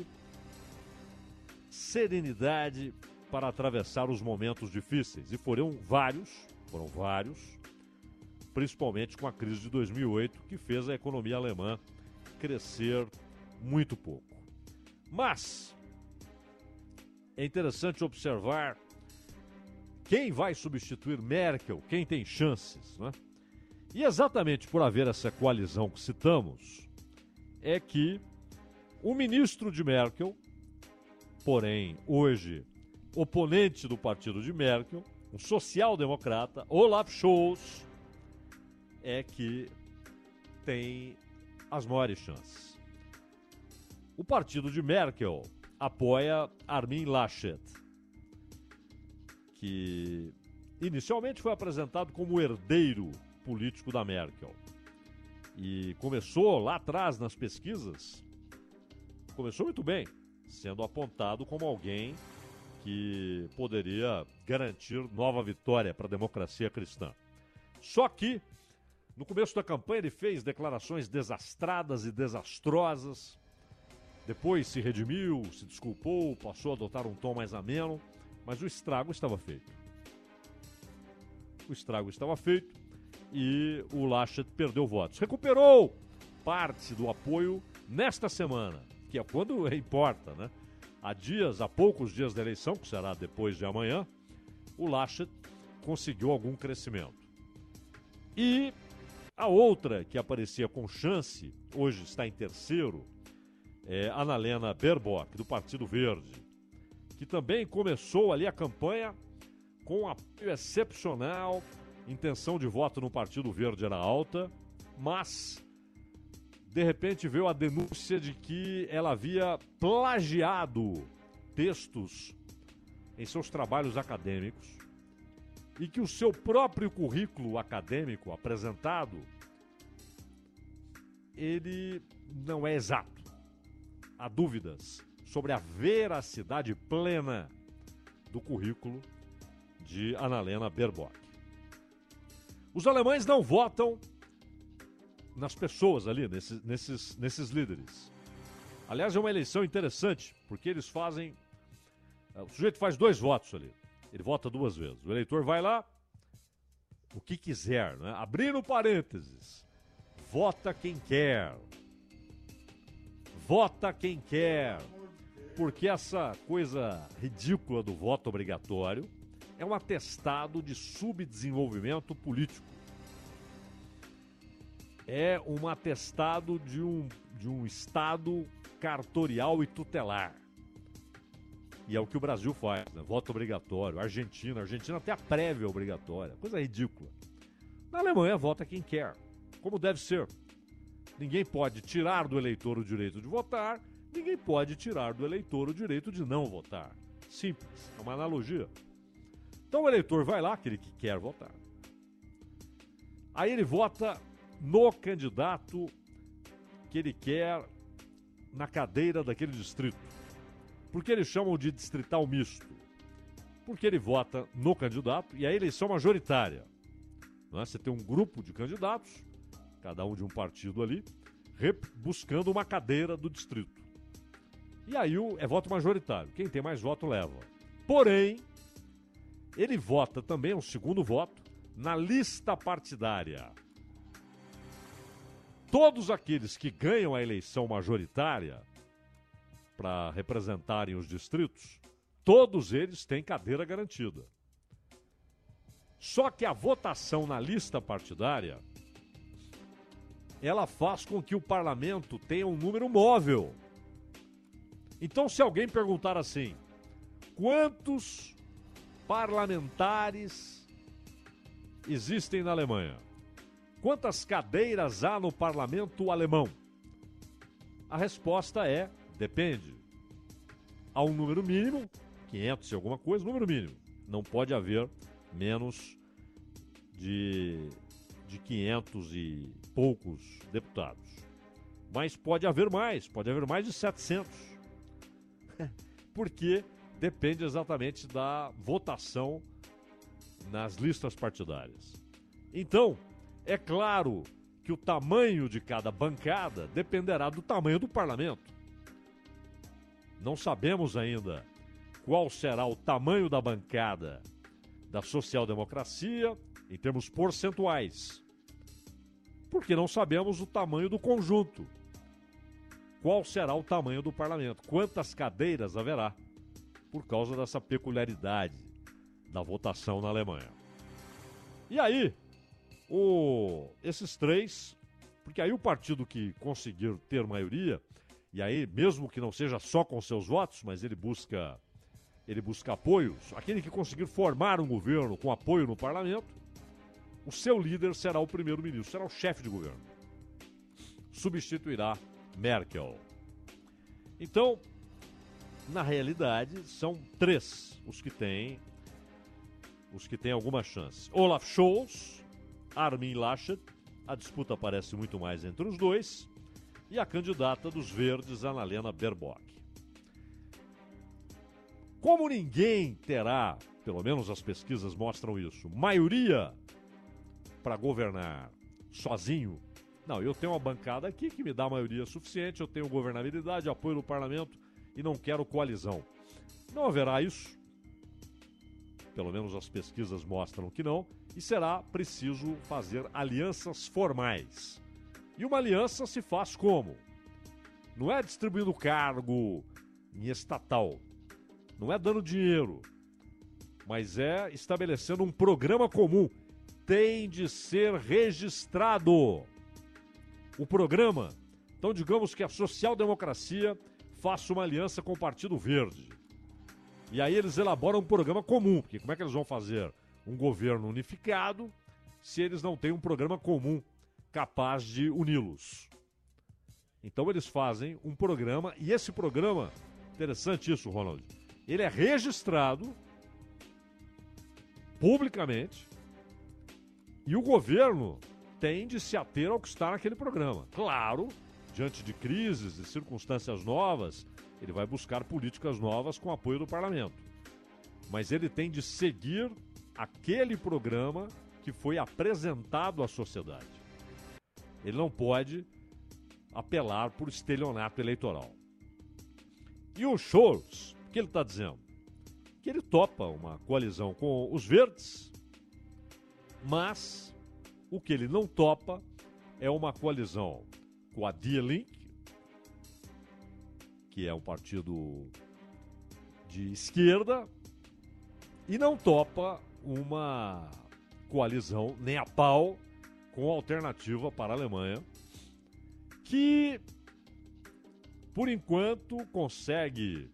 serenidade para atravessar os momentos difíceis. E foram vários, foram vários, principalmente com a crise de dois mil e oito, que fez a economia alemã crescer muito pouco. Mas é interessante observar quem vai substituir Merkel, quem tem chances, né? E exatamente por haver essa coalizão que citamos, é que o ministro de Merkel, porém hoje oponente do partido de Merkel, um social-democrata, Olaf Scholz, é que tem as maiores chances. O partido de Merkel apoia Armin Laschet, que inicialmente foi apresentado como herdeiro político da Merkel. E começou lá atrás nas pesquisas, começou muito bem, sendo apontado como alguém que poderia garantir nova vitória para a democracia cristã. Só que, no começo da campanha, ele fez declarações desastradas e desastrosas. Depois se redimiu, se desculpou, passou a adotar um tom mais ameno, mas o estrago estava feito. O estrago estava feito e o Laschet perdeu votos. Recuperou parte do apoio nesta semana, que é quando importa, né? Há dias, há poucos dias da eleição, que será depois de amanhã, o Laschet conseguiu algum crescimento. E a outra que aparecia com chance, hoje está em terceiro, é Annalena Baerbock, do Partido Verde, que também começou ali a campanha com um apoio excepcional, intenção de voto no Partido Verde era alta, mas de repente veio a denúncia de que ela havia plagiado textos em seus trabalhos acadêmicos e que o seu próprio currículo acadêmico apresentado, ele não é exato. Há dúvidas sobre a veracidade plena do currículo de Annalena Baerbock. Os alemães não votam nas pessoas ali, nesses, nesses, nesses líderes. Aliás, é uma eleição interessante, porque eles fazem... O sujeito faz dois votos ali. Ele vota duas vezes. O eleitor vai lá, o que quiser, né? Abrindo parênteses. Vota quem quer. Vota quem quer. Porque essa coisa ridícula do voto obrigatório é um atestado de subdesenvolvimento político. É um atestado de um, de um Estado cartorial e tutelar. E é o que o Brasil faz, né? Voto obrigatório. Argentina, Argentina até a prévia obrigatória. Coisa ridícula. Na Alemanha, vota quem quer. Como deve ser. Ninguém pode tirar do eleitor o direito de votar, ninguém pode tirar do eleitor o direito de não votar. Simples. É uma analogia. Então o eleitor vai lá, aquele que quer votar. Aí ele vota no candidato que ele quer na cadeira daquele distrito. Por que eles chamam de distrital misto? Porque ele vota no candidato e a eleição majoritária. Não é? Você tem um grupo de candidatos, cada um de um partido ali, buscando uma cadeira do distrito. E aí o, é voto majoritário. Quem tem mais voto leva. Porém, ele vota também, um segundo voto, na lista partidária. Todos aqueles que ganham a eleição majoritária para representarem os distritos, todos eles têm cadeira garantida. Só que a votação na lista partidária, ela faz com que o parlamento tenha um número móvel. Então, se alguém perguntar assim, quantos parlamentares existem na Alemanha? Quantas cadeiras há no parlamento alemão? A resposta é, depende. Há um número mínimo, quinhentos e alguma coisa, número mínimo. Não pode haver menos de, de quinhentos e poucos deputados. Mas pode haver mais, pode haver mais de setecentos. Porque depende exatamente da votação nas listas partidárias. Então, é claro que o tamanho de cada bancada dependerá do tamanho do parlamento. Não sabemos ainda qual será o tamanho da bancada da social-democracia em termos percentuais. porque não sabemos o tamanho do conjunto. Qual será o tamanho do parlamento? Quantas cadeiras haverá? Por causa dessa peculiaridade da votação na Alemanha. E aí, o, esses três, porque aí o partido que conseguir ter maioria, e aí mesmo que não seja só com seus votos, mas ele busca, ele busca apoios, aquele que conseguir formar um governo com apoio no parlamento, o seu líder será o primeiro-ministro, será o chefe de governo. Substituirá Merkel. Então, na realidade, são três os que têm os que têm alguma chance. Olaf Scholz, Armin Laschet, a disputa parece muito mais entre os dois, e a candidata dos Verdes, Annalena Baerbock. Como ninguém terá, pelo menos as pesquisas mostram isso, maioria para governar sozinho. Não, eu tenho uma bancada aqui que me dá a maioria suficiente, eu tenho governabilidade, apoio no parlamento e não quero coalizão. Não haverá isso, pelo menos as pesquisas mostram que não, e será preciso fazer alianças formais. E uma aliança se faz como? Não é distribuindo cargo em estatal, não é dando dinheiro, mas é estabelecendo um programa comum. Tem de ser registrado o programa. Então, digamos que a social-democracia faça uma aliança com o Partido Verde. E aí eles elaboram um programa comum, porque como é que eles vão fazer um governo unificado se eles não têm um programa comum capaz de uni-los? Então eles fazem um programa, e esse programa, interessante isso, Ronald, ele é registrado publicamente e o governo tem de se ater ao que está naquele programa. Claro, diante de crises e circunstâncias novas, ele vai buscar políticas novas com apoio do parlamento. Mas ele tem de seguir aquele programa que foi apresentado à sociedade. Ele não pode apelar por estelionato eleitoral. E o Scholz, o que ele está dizendo? Que ele topa uma coalizão com os Verdes, mas o que ele não topa é uma coalizão com a Die Linke, que é um partido de esquerda, e não topa uma coalizão nem a pau com a Alternativa para a Alemanha, que, por enquanto, consegue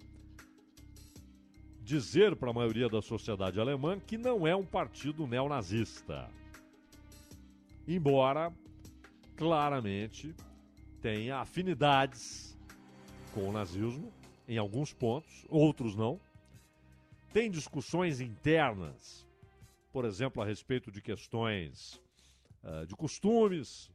dizer para a maioria da sociedade alemã que não é um partido neonazista. Embora, claramente, tenha afinidades com o nazismo, em alguns pontos, outros não. Tem discussões internas, por exemplo, a respeito de questões uh, de costumes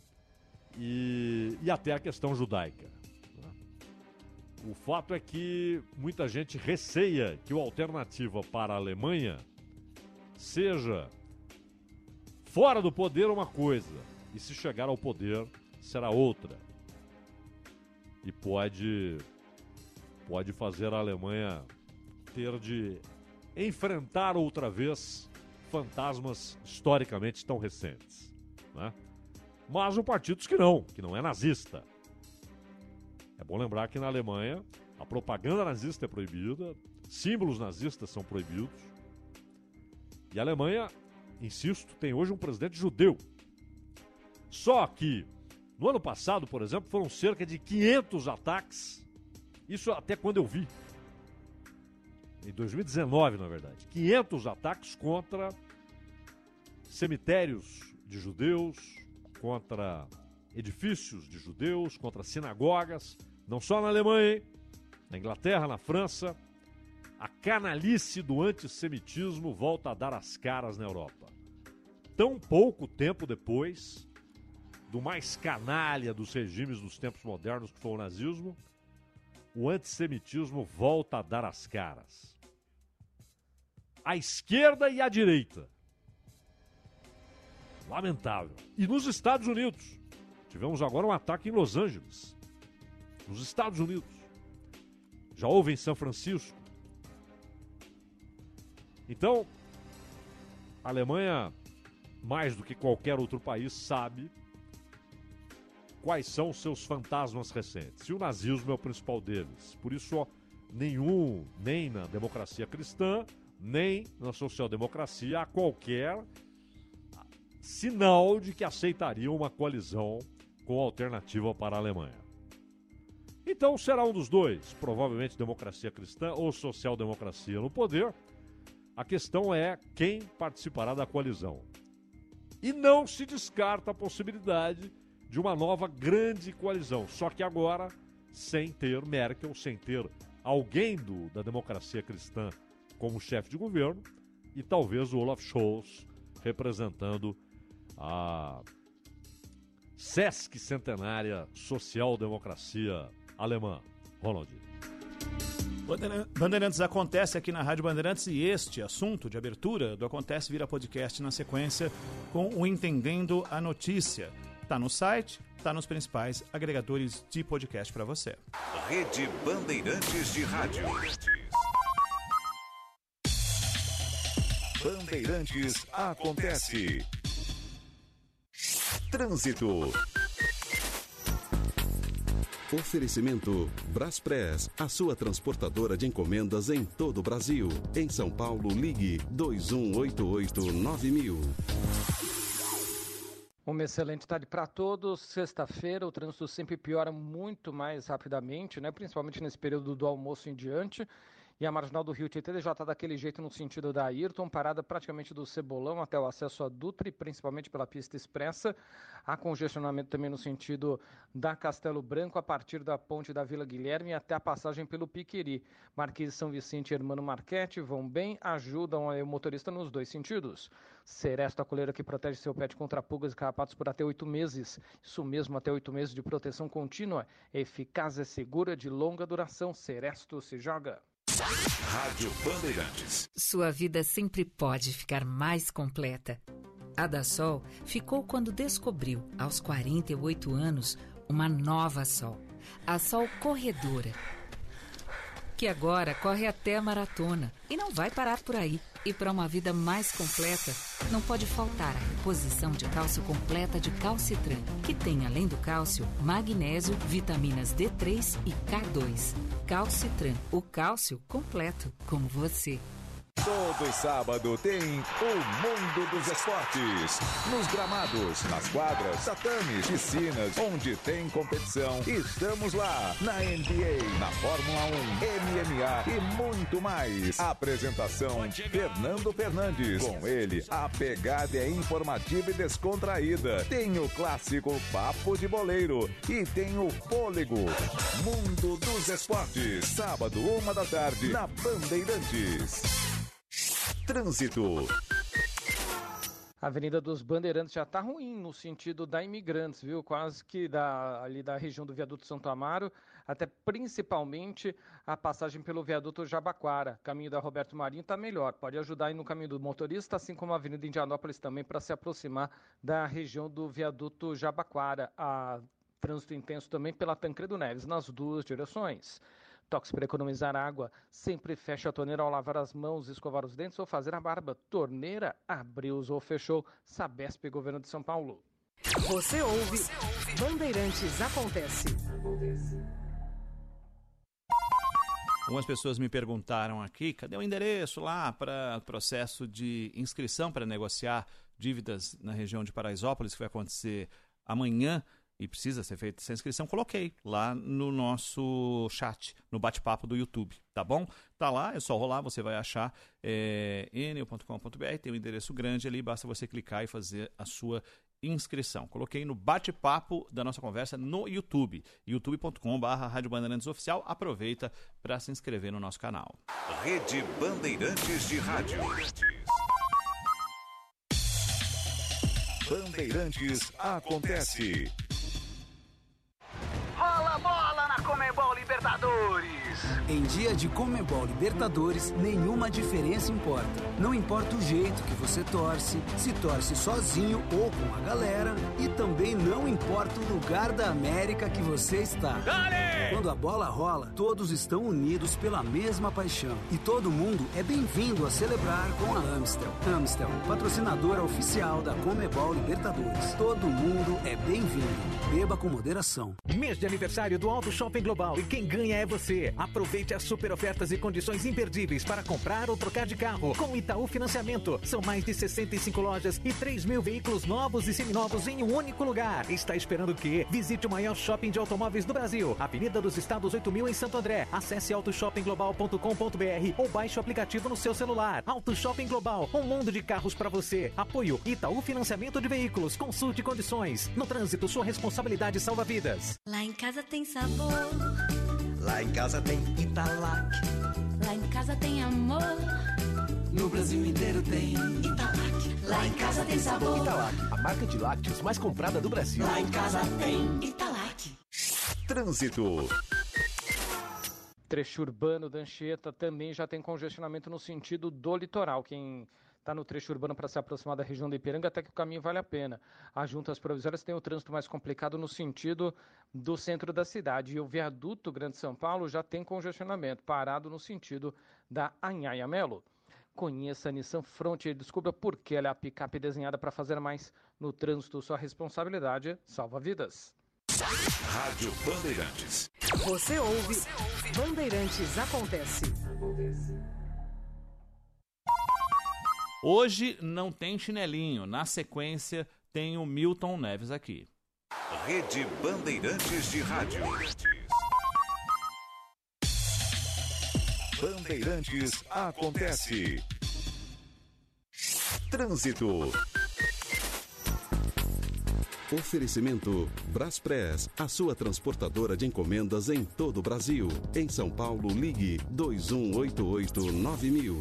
e, e até a questão judaica. O fato é que muita gente receia que a Alternativa para a Alemanha seja fora do poder uma coisa, e se chegar ao poder será outra. E pode, pode fazer a Alemanha ter de enfrentar outra vez fantasmas historicamente tão recentes, né? Mas o partido diz que não, que não é nazista. É bom lembrar que na Alemanha a propaganda nazista é proibida, símbolos nazistas são proibidos. E a Alemanha, insisto, tem hoje um presidente judeu. Só que no ano passado, por exemplo, foram cerca de quinhentos ataques. Isso até quando eu vi. Em dois mil e dezenove, na verdade. quinhentos ataques contra cemitérios de judeus, contra edifícios de judeus, contra sinagogas, não só na Alemanha, hein? Na Inglaterra, na França. A canalice do antissemitismo volta a dar as caras na Europa. Tão pouco tempo depois do mais canalha dos regimes dos tempos modernos, que foi o nazismo, o antissemitismo volta a dar as caras. A esquerda e a direita. Lamentável. E nos Estados Unidos, tivemos agora um ataque em Los Angeles. Nos Estados Unidos. Já houve em São Francisco. Então, a Alemanha, mais do que qualquer outro país, sabe quais são os seus fantasmas recentes. E o nazismo é o principal deles. Por isso, ó, nenhum, nem na democracia cristã, nem na social-democracia, há qualquer sinal de que aceitariam uma coalizão com alternativa para a Alemanha. Então será um dos dois, provavelmente democracia cristã ou social-democracia no poder. A questão é quem participará da coalizão. E não se descarta a possibilidade de uma nova grande coalizão, só que agora sem ter Merkel, sem ter alguém do, da democracia cristã como chefe de governo e talvez o Olaf Scholz representando a Sesc centenária social-democracia alemã. Ronald. Bandeirantes acontece aqui na Rádio Bandeirantes e este assunto de abertura do Acontece vira podcast na sequência com o Entendendo a Notícia. Tá no site, tá nos principais agregadores de podcast para você. Rede Bandeirantes de Rádio. Bandeirantes acontece. Trânsito. Oferecimento Braspress, a sua transportadora de encomendas em todo o Brasil. Em São Paulo, ligue dois um oito oito nove mil. Uma excelente tarde para todos. Sexta-feira, o trânsito sempre piora muito mais rapidamente, né? Principalmente nesse período do almoço em diante. E a marginal do Rio Tietê já está daquele jeito no sentido da Ayrton, parada praticamente do Cebolão até o acesso à Dutra, principalmente pela pista expressa. Há congestionamento também no sentido da Castelo Branco, a partir da ponte da Vila Guilherme até a passagem pelo Piqueri. Marquês de São Vicente e Hermano Marchetti vão bem, ajudam o motorista nos dois sentidos. Seresto, a coleira que protege seu pet contra pulgas e carrapatos por até oito meses. Isso mesmo, até oito meses de proteção contínua. Eficaz, é segura, de longa duração. Seresto se joga. Rádio Bandeirantes. Sua vida sempre pode ficar mais completa. A Dasol ficou quando descobriu, aos quarenta e oito anos, uma nova Sol. A Sol Corredora, que agora corre até a maratona e não vai parar por aí. E para uma vida mais completa, não pode faltar a reposição de cálcio completa de Calcitran, que tem, além do cálcio, magnésio, vitaminas D três e K dois. Calcitran, o cálcio completo, como você. Todo sábado tem o Mundo dos Esportes. Nos gramados, nas quadras, tatames, piscinas, onde tem competição, estamos lá. Na N B A, na Fórmula um, M M A e muito mais. Apresentação, Fernando Fernandes. Com ele, a pegada é informativa e descontraída. Tem o clássico Papo de Boleiro e tem o Fôlego. Mundo dos Esportes. Sábado, uma da tarde, na Bandeirantes. Trânsito. A Avenida dos Bandeirantes já está ruim no sentido da Imigrantes, viu? Quase que da, ali da região do Viaduto Santo Amaro, até principalmente a passagem pelo Viaduto Jabaquara. Caminho da Roberto Marinho está melhor, pode ajudar aí no caminho do motorista, assim como a Avenida Indianópolis também, para se aproximar da região do Viaduto Jabaquara. A trânsito intenso também pela Tancredo Neves, nas duas direções. Toques para economizar água. Sempre feche a torneira ao lavar as mãos, escovar os dentes ou fazer a barba. Torneira abriu ou fechou. Sabesp, Governo de São Paulo. Você ouve, Você ouve. Bandeirantes acontece. Algumas pessoas me perguntaram aqui, cadê o endereço lá para o processo de inscrição para negociar dívidas na região de Paraisópolis, que vai acontecer amanhã. E precisa ser feita essa inscrição, coloquei lá no nosso chat, no bate-papo do YouTube, tá bom? Tá lá, é só rolar, você vai achar é, enel ponto com ponto br, tem um endereço grande ali, basta você clicar e fazer a sua inscrição. Coloquei no bate-papo da nossa conversa no YouTube, youtube ponto com barra Rádio Bandeirantes Oficial. Aproveita para se inscrever no nosso canal. Rede Bandeirantes de Rádio. Bandeirantes acontece. Rola bola na Conmebol Libertadores. Em dia de Conmebol Libertadores, nenhuma diferença importa. Não importa o jeito que você torce, se torce sozinho ou com a galera, e também não importa o lugar da América que você está. Dale! Quando a bola rola, todos estão unidos pela mesma paixão. E todo mundo é bem-vindo a celebrar com a Amstel. Amstel, patrocinadora oficial da Conmebol Libertadores. Todo mundo é bem-vindo. Beba com moderação. Mês de aniversário do Auto Shopping Global e quem ganha é você. Aproveite as super ofertas e condições imperdíveis para comprar ou trocar de carro com Itaú Financiamento. São mais de sessenta e cinco lojas e três mil veículos novos e seminovos em um único lugar. Está esperando o quê? Visite o maior shopping de automóveis do Brasil. Avenida dos Estados oito mil em Santo André. Acesse auto shopping global ponto com ponto b r ou baixe o aplicativo no seu celular. Auto Shopping Global, um mundo de carros para você. Apoio Itaú Financiamento de Veículos. Consulte condições. No trânsito, sua responsabilidade salva vidas. Lá em casa tem sabor. Lá em casa tem Italac. Lá em casa tem amor. No Brasil inteiro tem Italac. Lá em casa tem sabor. Italac, a marca de lácteos mais comprada do Brasil. Lá em casa tem Italac. Trânsito. Trecho urbano da Anchieta também já tem congestionamento no sentido do litoral. Quem está no trecho urbano para se aproximar da região do Ipiranga, até que o caminho vale a pena. As juntas provisórias têm o trânsito mais complicado no sentido do centro da cidade. E o viaduto Grande São Paulo já tem congestionamento, parado no sentido da Anhaia Melo. Conheça a Nissan Frontier e descubra por que ela é a picape desenhada para fazer mais no trânsito. Sua responsabilidade salva vidas. Rádio Bandeirantes. Você ouve, Você ouve. Bandeirantes Acontece. Hoje não tem chinelinho. Na sequência, tem o Milton Neves aqui. Rede Bandeirantes de Rádio. Bandeirantes Acontece. Trânsito. Oferecimento Braspress, a sua transportadora de encomendas em todo o Brasil. Em São Paulo, ligue dois um oito oito nove mil.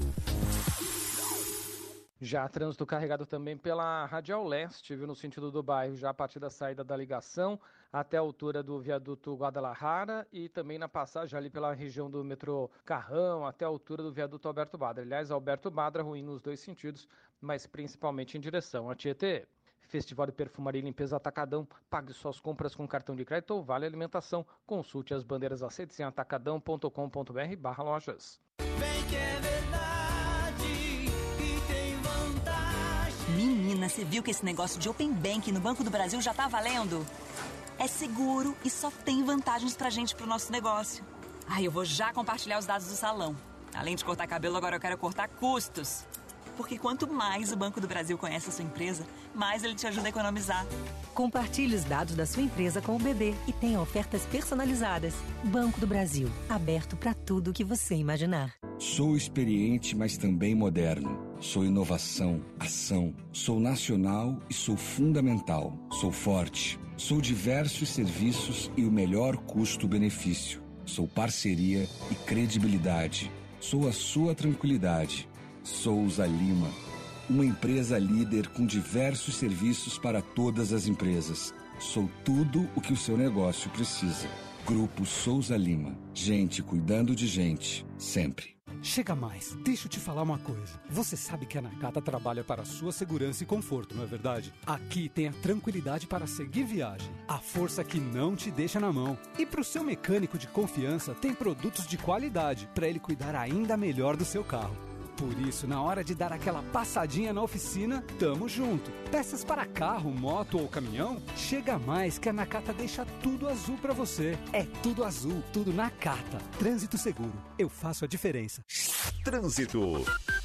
Já trânsito carregado também pela Radial Leste, viu, no sentido do bairro, já a partir da saída da ligação até a altura do viaduto Guadalajara e também na passagem ali pela região do metrô Carrão até a altura do viaduto Alberto Badra. Aliás, Alberto Badra ruim nos dois sentidos, mas principalmente em direção a Tietê. Festival de Perfumaria e Limpeza Atacadão. Pague suas compras com cartão de crédito ou vale alimentação. Consulte as bandeiras aceitas em atacadão ponto com ponto b r barra lojas. Vem que é verdade e tem vantagem. Menina, você viu que esse negócio de Open Bank no Banco do Brasil já tá valendo? É seguro e só tem vantagens pra gente pro nosso negócio. Ai, eu vou já compartilhar os dados do salão. Além de cortar cabelo, agora eu quero cortar custos. Porque quanto mais o Banco do Brasil conhece a sua empresa, mais ele te ajuda a economizar. Compartilhe os dados da sua empresa com o B B e tenha ofertas personalizadas. Banco do Brasil, aberto para tudo o que você imaginar. Sou experiente, mas também moderno. Sou inovação, ação. Sou nacional e sou fundamental. Sou forte. Sou diversos serviços e o melhor custo-benefício. Sou parceria e credibilidade. Sou a sua tranquilidade. Souza Lima, uma empresa líder com diversos serviços para todas as empresas. Sou tudo o que o seu negócio precisa. Grupo Souza Lima. Gente cuidando de gente, sempre. Chega mais, deixa eu te falar uma coisa. Você sabe que a Nakata trabalha para a sua segurança e conforto, não é verdade? Aqui tem a tranquilidade para seguir viagem, a força que não te deixa na mão. E para o seu mecânico de confiança, tem produtos de qualidade para ele cuidar ainda melhor do seu carro. Por isso, na hora de dar aquela passadinha na oficina, tamo junto. Peças para carro, moto ou caminhão? Chega mais que a Nakata deixa tudo azul para você. É tudo azul, tudo Nakata. Trânsito seguro. Eu faço a diferença. Trânsito.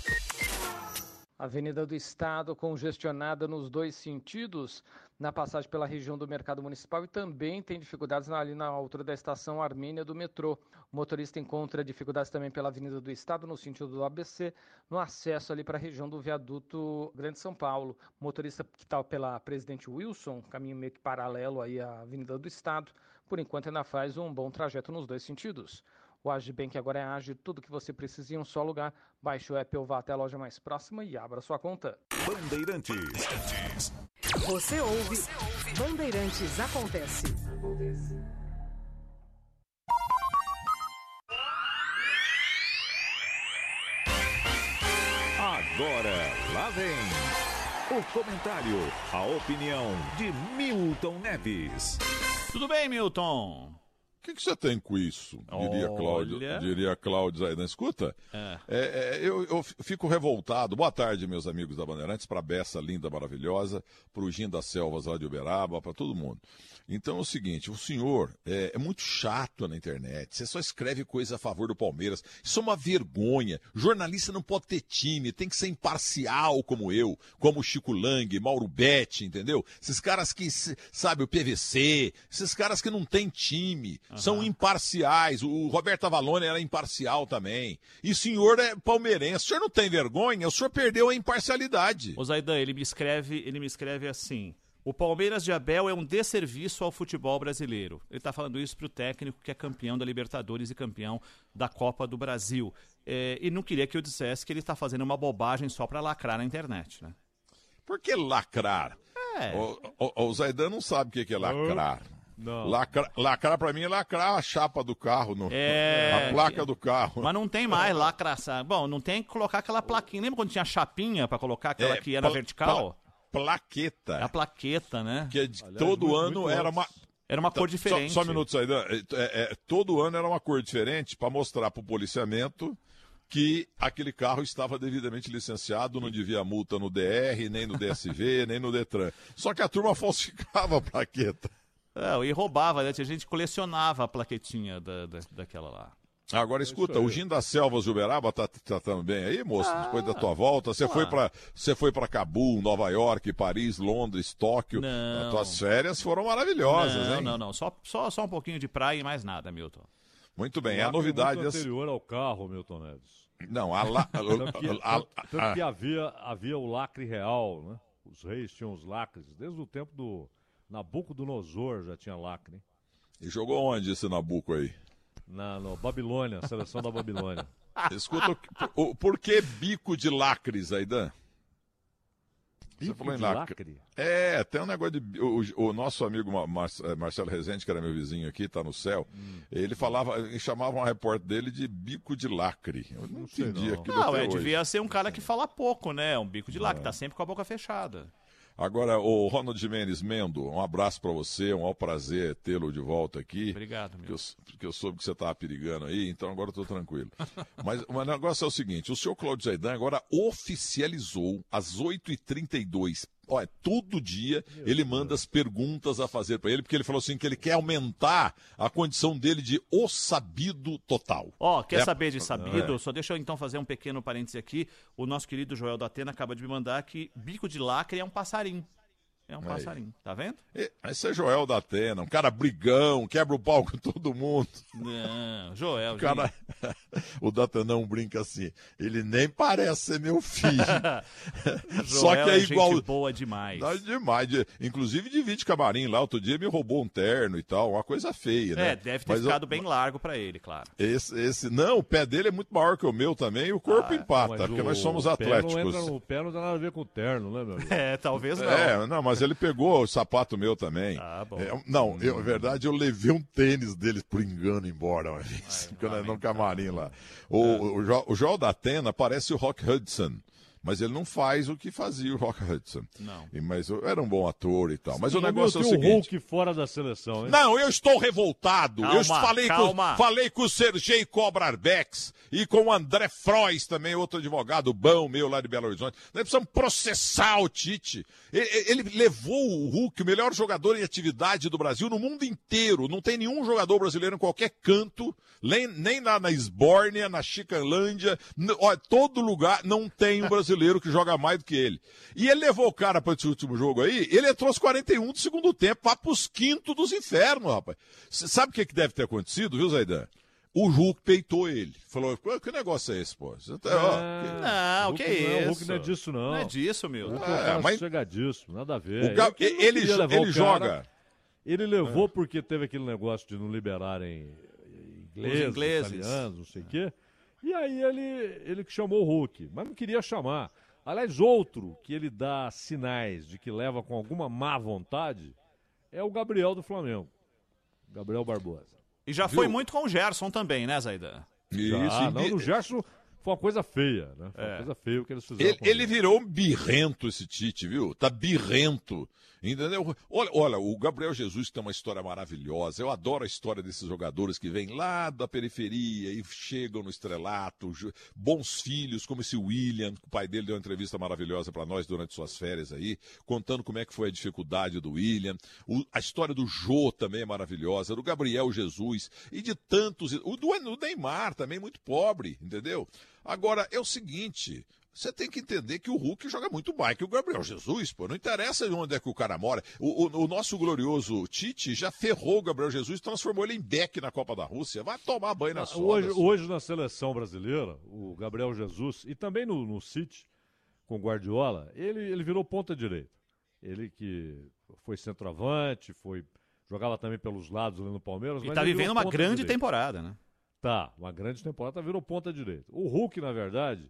Avenida do Estado congestionada nos dois sentidos, na passagem pela região do Mercado Municipal e também tem dificuldades ali na altura da estação Armênia do metrô. O motorista encontra dificuldades também pela Avenida do Estado, no sentido do A B C, no acesso ali para a região do viaduto Grande São Paulo. O motorista que está pela Presidente Wilson, caminho meio que paralelo aí à Avenida do Estado, por enquanto ainda faz um bom trajeto nos dois sentidos. O Agibank agora é Agi, tudo que você precisa em um só lugar. Baixe o app ou vá até a loja mais próxima e abra sua conta. Bandeirantes. Você ouve, você ouve. Bandeirantes Acontece. Agora, lá vem o comentário, a opinião de Milton Neves. Tudo bem, Milton? O que, que você tem com isso? Diria Cláudio. Diria Cláudio Zaidan. Escuta, É. é, é, eu, eu fico revoltado. Boa tarde, meus amigos da Bandeirantes, para a Bessa linda, maravilhosa, para o Gin das Selvas lá de Uberaba, para todo mundo. Então é o seguinte, o senhor é, é muito chato na internet, você só escreve coisa a favor do Palmeiras, isso é uma vergonha, jornalista não pode ter time, tem que ser imparcial como eu, como o Chico Lang, Mauro Betti, entendeu? Esses caras que, sabe, o P V C, esses caras que não têm time, uhum. são imparciais, o Roberto Avalone era imparcial também, e o senhor é palmeirense, o senhor não tem vergonha, o senhor perdeu a imparcialidade. O Zaidan, ele me escreve, ele me escreve assim... O Palmeiras de Abel é um desserviço ao futebol brasileiro. Ele está falando isso para o técnico que é campeão da Libertadores e campeão da Copa do Brasil. É, e não queria que eu dissesse que ele está fazendo uma bobagem só para lacrar na internet, né? Por que lacrar? É. O, o, o Zaidan não sabe o que é lacrar. Não. Lacra, lacrar para mim é lacrar a chapa do carro, no, É, a placa do carro. Mas não tem mais lacração. Bom, não tem que colocar aquela plaquinha. Lembra quando tinha chapinha para colocar aquela É, que era pla- vertical? pla- plaqueta. É a plaqueta, né? Que de- todo muito- ano muito era antes. uma... Era uma cor Só- diferente. Só, só um minuto, Zaidan. É, é, é, todo ano era uma cor diferente para mostrar para o policiamento que aquele carro estava devidamente licenciado, não devia multa no D R, nem no D S V, nem no Detran. Só que a turma falsificava a plaqueta. É, e roubava, né? Tinha gente que colecionava a plaquetinha da, da, daquela lá. Agora escuta, o Gin das Selvas de Uberaba tá te tratando bem aí, moço? Ah, Depois da tua volta, você foi para você foi para Cabul, Nova York, Paris, Londres, Tóquio. Não. As tuas férias foram maravilhosas, não, hein? Não, não, só, só, só um pouquinho de praia e mais nada, Milton. Muito bem, O a lacre novidade muito é... anterior ao carro, Milton Neves. Não, a la... Tanto que, a- a- tanto que havia, havia o lacre real, né? Os reis tinham os lacres, desde o tempo do Nabucodonosor já tinha lacre. Hein? E jogou onde esse Nabuco aí? Na no Babilônia, a seleção da Babilônia. Escuta, o- o- por que bico de lacre, Zaidan? Você Bico falou em de lacre. lacre? É, tem um negócio de... O, o nosso amigo Mar- Mar- Marcelo Rezende, que era meu vizinho aqui, tá no céu, Hum. ele falava, ele chamava um repórter dele de bico de lacre. Eu não, sei entendi não. aquilo Não, até é, hoje. devia ser um cara que fala pouco, né? Um bico de lacre, tá sempre com a boca fechada. Agora, o Ronald Jimenez Mendo, um abraço pra você, um maior prazer tê-lo de volta aqui. Obrigado, meu. Porque eu, porque eu soube que você estava perigando aí, então agora eu tô tranquilo. Mas o negócio é o seguinte, o senhor Cláudio Zaidan agora oficializou às oito e trinta e dois. Olha, todo dia ele manda as perguntas a fazer para ele, porque ele falou assim que ele quer aumentar a condição dele de o sabido total. Ó, quer É- saber de sabido? É. Só deixa eu então fazer um pequeno parêntese aqui. O nosso querido Joel da Atena acaba de me mandar que bico de lacre é um passarinho. É um Aí. passarinho, tá vendo? E- Esse é Joel da Atena, um cara brigão, quebra o pau com todo mundo. Não, Joel, O cara, o Datanão brinca assim, ele nem parece ser meu filho. Só Joel que é é igual. gente boa demais. Não, demais. De- Inclusive divide camarim lá. Outro dia me roubou um terno e tal, uma coisa feia, né? É, deve ter Mas eu- ficado bem largo pra ele, claro. Esse, esse, não, o pé dele é muito maior que o meu também e o corpo empata, Mas porque o nós somos pé atléticos. Não entra no- o pé não tem nada a ver com o terno, né, meu amigo? É, talvez não. É, não, mas ele pegou o sapato meu também. Ah, bom. É, não, eu, na verdade, eu levei um tênis dele por engano embora uma vez, porque nós no camarim lá. O, o, Jo- o Joel da Atena parece o Rock Hudson, mas ele não faz o que fazia o Rock Hudson. Não. E, mas eu- era um bom ator e tal. Mas o Meu negócio é o Deus, tem seguinte... Hulk fora da seleção, hein? Não, eu estou revoltado. Calma, eu falei, calma. Com, falei com o Sergei Cobra Arbex e com o André Frois também, outro advogado bom meu lá de Belo Horizonte. Nós precisamos processar o Tite. Ele, ele levou o Hulk, o melhor jogador em atividade do Brasil, no mundo inteiro. Não tem nenhum jogador brasileiro em qualquer canto, nem, nem na, na Esbórnia, na Chicalândia, n- ó, todo lugar não tem um brasileiro que joga mais do que ele. E ele levou o cara para esse último jogo aí, ele entrou aos quarenta e um do segundo tempo, vá pros quintos dos infernos, rapaz. Cê sabe o que, que deve ter acontecido, viu, Zaidan? O Hulk peitou ele. Falou, "Pô, que negócio é esse, pô? Você tá, ó, que- Não, o Hulk que não é é- isso? O Hulk não é disso, não. Não é disso, meu. O Hulk É, é um cara mas- sossegadíssimo, nada a ver. O Ga- que não ele queria jo- levar ele o cara. joga. Ele levou porque teve aquele negócio de não liberarem ingleses, ingleses. italianos, não sei o quê. E aí ele, ele que chamou o Hulk, mas não queria chamar. Aliás, outro que ele dá sinais de que leva com alguma má vontade é o Gabriel do Flamengo. Gabriel Barbosa. E já Viu? foi muito com o Gerson também, né, Zaidan? Isso, Já, e não, me- no Gerson, Foi uma coisa feia, né? Foi uma É. coisa feia o que eles fizeram. Ele, com ele virou um birrento, esse Tite, viu? Tá birrento. Entendeu? Olha, olha, o Gabriel Jesus tem uma história maravilhosa. Eu adoro a história desses jogadores que vêm lá da periferia e chegam no estrelato. ju- Bons filhos, como esse William, o pai dele deu uma entrevista maravilhosa para nós durante suas férias aí, contando como é que foi a dificuldade do William. O- a história do Jô também é maravilhosa, do Gabriel Jesus e de tantos. O do o Neymar também, muito pobre, entendeu? Agora, é o seguinte. Você tem que entender que o Hulk joga muito mais que o Gabriel Jesus, pô. Não interessa de onde é que o cara mora. O, o- o nosso glorioso Tite já ferrou o Gabriel Jesus e transformou ele em Beck na Copa da Rússia. Vai tomar banho na soda. Hoje, hoje na seleção brasileira, o Gabriel Jesus, e também no, no City, com o Guardiola, ele, ele virou ponta direita. Ele que foi centroavante, foi, jogava também pelos lados ali no Palmeiras. E mas tá ele vivendo virou uma ponta grande direita. temporada, né? Tá, uma grande temporada, virou ponta direita. O Hulk, na verdade,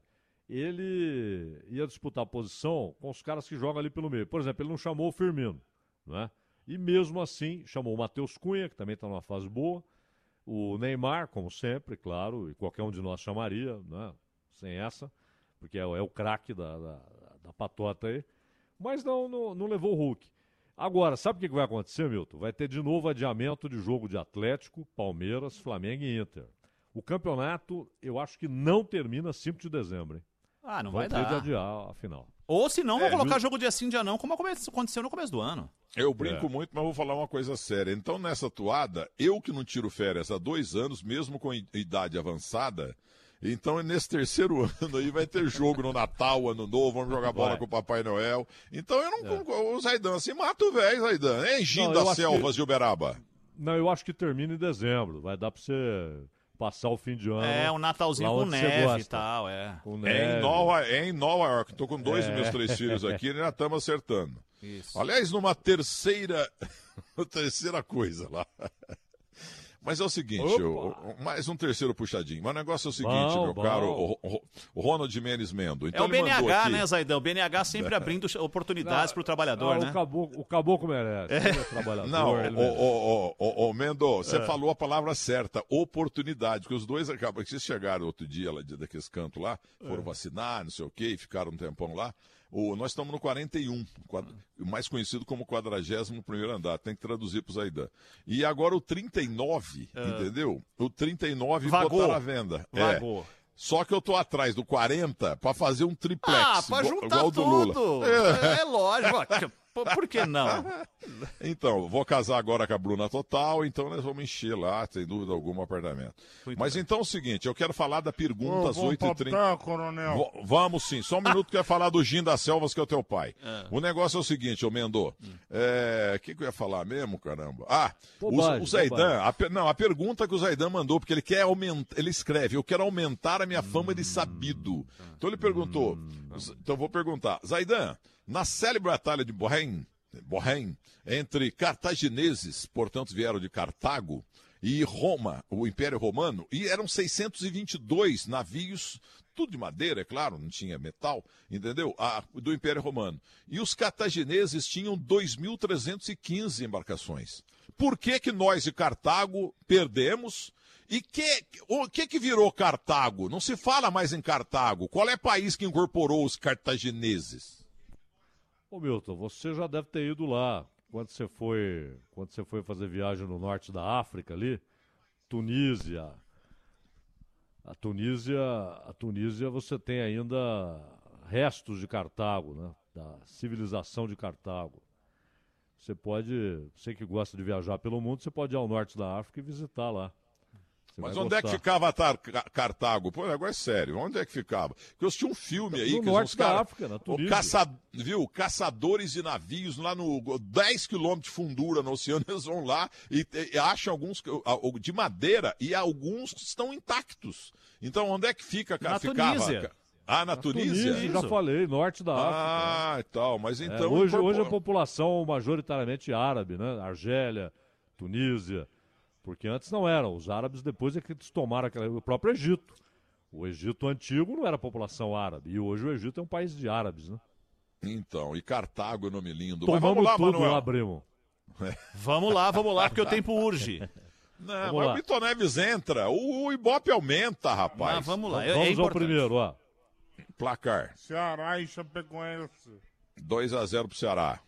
ele ia disputar a posição com os caras que jogam ali pelo meio. Por exemplo, ele não chamou o Firmino, né? E mesmo assim, chamou o Matheus Cunha, que também está numa fase boa, o Neymar, como sempre, claro, e qualquer um de nós chamaria, né? Sem essa, porque é, é o craque da, da, da patota aí. Mas não, não, não levou o Hulk. Agora, sabe o que que vai acontecer, Milton? Vai ter de novo adiamento de jogo de Atlético, Palmeiras, Flamengo e Inter. O campeonato, eu acho que não termina cinco de dezembro, hein? Ah, não Vão vai ter dar. de adiar a final. Ou se não, É, vão colocar no- jogo dia sim, dia não, como aconteceu no começo do ano. Eu brinco É. muito, mas vou falar uma coisa séria. Então, nessa toada, eu que não tiro férias há dois anos, mesmo com i- idade avançada, então nesse terceiro ano aí vai ter jogo no Natal, Ano Novo, vamos jogar bola Vai. com o Papai Noel. Então eu não. O Zaidan, assim, mata o velho, Zaidan. Hein, Gin Não, eu das acho Selvas que- de Uberaba. Não, eu acho que termina em dezembro. Vai dar pra você passar o fim de ano. É, um Natalzinho lá com onde você neve e gosta. tal, é. Com É neve. em, Nova, é em Nova York. Tô com dois É. dos meus três filhos aqui e já estamos acertando. Isso. Aliás, numa terceira. terceira coisa lá. Mas é o seguinte, o- o- mais um terceiro puxadinho. Mas o negócio é o seguinte, Bom, meu bom. caro o, o, o Ronald Mendes Mendo. Então É o ele mandou B N H, aqui- né, Zaidão? O B N H sempre abrindo oportunidades para o trabalhador, Ah, né? o, caboclo, o caboclo merece. Ele é trabalhador. Não, ele ô, merece. ô, ô, ô, ô, Mendo, você É. falou a palavra certa, oportunidade, porque os dois acabam, que vocês chegaram outro dia lá de- daqueles cantos lá, foram É. vacinar, não sei o quê, e ficaram um tempão lá. O, nós estamos no quarenta e um, quad- o mais conhecido como quadragésimo primeiro andar, tem que traduzir para o Zaidan. E agora o trinta e nove, É. entendeu? O trinta e nove Vagou. botaram à venda. Vagou. É. Só que eu tô atrás do quarenta para fazer um triplex, Ah, pra igual- juntar igual do tudo. Lula. É, é lógico. Por, por que não? Então, vou casar agora com a Bruna Total, então nós vamos encher lá, sem dúvida alguma, o apartamento. Muito Mas bem. então é o seguinte, eu quero falar da pergunta às Ô, vamos oito e trinta. patar, coronel. Vo- Vamos sim, só um minuto que eu ia falar do Gin das Selvas, que é o teu pai. É. O negócio é o seguinte, ô Mendô. O que, que eu ia falar mesmo, caramba? Ah, o, Bobagem, o Zaidan, bobagem. a per- não, a pergunta que o Zaidan mandou, porque ele quer aumentar, ele escreve, eu quero aumentar a minha fama de sabido. Então ele perguntou, então eu vou perguntar, Zaidan, na célebre batalha de Bohem, Bohem, entre cartagineses, portanto vieram de Cartago, e Roma, o Império Romano, e eram seiscentos e vinte e dois navios, tudo de madeira, é claro, não tinha metal, entendeu? Ah, do Império Romano. E os cartagineses tinham dois mil trezentos e quinze embarcações. Por que que nós de Cartago perdemos? E que, o que que virou Cartago? Não se fala mais em Cartago. Qual é o país que incorporou os cartagineses? Ô Milton, você já deve ter ido lá quando você foi, quando você foi fazer viagem no norte da África ali, Tunísia. A Tunísia, a Tunísia você tem ainda restos de Cartago, né? Da civilização de Cartago. Você pode, você que gosta de viajar pelo mundo, você pode ir ao norte da África e visitar lá. Você Mas vai onde é que gostar. ficava Tar- Ca- Cartago? Pô, agora é sério, onde é que ficava? Porque eu assisti um filme aí No que norte uns da caras- África, na o Tunísia. caça, viu? Caçadores de navios lá no dez quilômetros de fundura no oceano, eles vão lá e, e acham alguns ah, de madeira e alguns estão intactos. Então onde é que fica? Na ficava? Tunísia. Ah, na, Tunísia? Tunísia, já falei, norte da África. Ah, e tal, mas É, então... hoje, incorpora- hoje a população majoritariamente árabe, né? Argélia, Tunísia, porque antes não eram. Os árabes depois é que eles tomaram aquela, o próprio Egito. O Egito antigo não era população árabe, e hoje o Egito é um país de árabes, né? Então, e Cartago é nome lindo. Mas Tomamos vamos lá, tudo Manuel. lá, primo. Vamos lá, vamos lá, porque o tempo urge. Não, Vamos mas lá. o Milton Neves entra. O, o Ibope aumenta, rapaz. Mas vamos lá. Vamos é ao importante. primeiro, ó. Placar. Ceará e Chapecoense. dois a zero pro Ceará.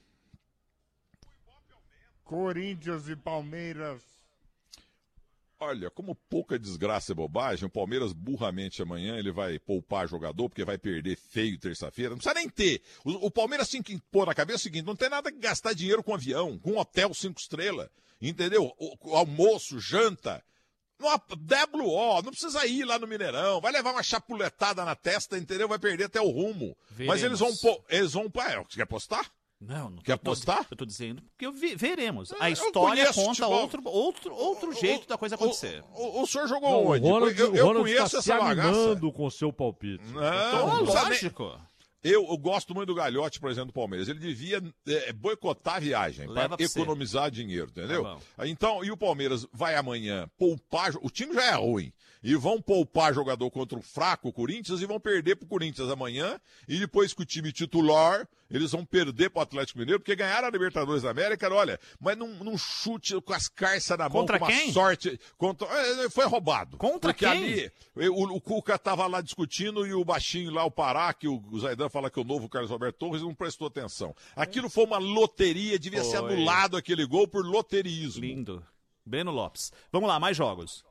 Corinthians e Palmeiras. Olha, como pouca desgraça é bobagem, o Palmeiras burramente amanhã ele vai poupar jogador, porque vai perder feio terça-feira. Não precisa nem ter. O, o Palmeiras tem que pôr na cabeça o seguinte, não tem nada que gastar dinheiro com avião, com hotel cinco estrelas, entendeu? O, o almoço, janta. Não, W O, não precisa ir lá no Mineirão, vai levar uma chapuletada na testa, entendeu? Vai perder até o rumo. Veremos. Mas eles vão pôr, eles vão, é, você quer apostar? Não, não. Quer apostar? Eu tô dizendo que eu vi, veremos. A Eu história conheço conta futebol. outro, outro, outro jeito da coisa acontecer. O, o, o senhor jogou Não, onde? o Ronald, eu eu o Ronald conheço está se essa bagaça. animando com o seu palpite. Não, Então, não precisa nem- lógico. Eu, eu gosto muito do Galhote, por exemplo, do Palmeiras. Ele devia é, boicotar a viagem Leva para pra você. economizar dinheiro, entendeu? Tá bom. Então, e o Palmeiras vai amanhã poupar. O time já é ruim. E vão poupar jogador contra o fraco o Corinthians e vão perder pro Corinthians amanhã. E depois que o time titular, eles vão perder pro Atlético Mineiro, porque ganharam a Libertadores da América, olha, mas num, num chute com as carças na mão, Contra com uma quem? sorte. Contra, é, foi roubado. Contra porque quem? ali o, o Cuca tava lá discutindo e o baixinho lá, o Pará, que o, o Zaidan fala que o novo Carlos Alberto Torres não prestou atenção. Aquilo foi uma loteria, devia ser Foi. anulado aquele gol por loterismo. Lindo. Breno Lopes. Vamos lá, mais jogos.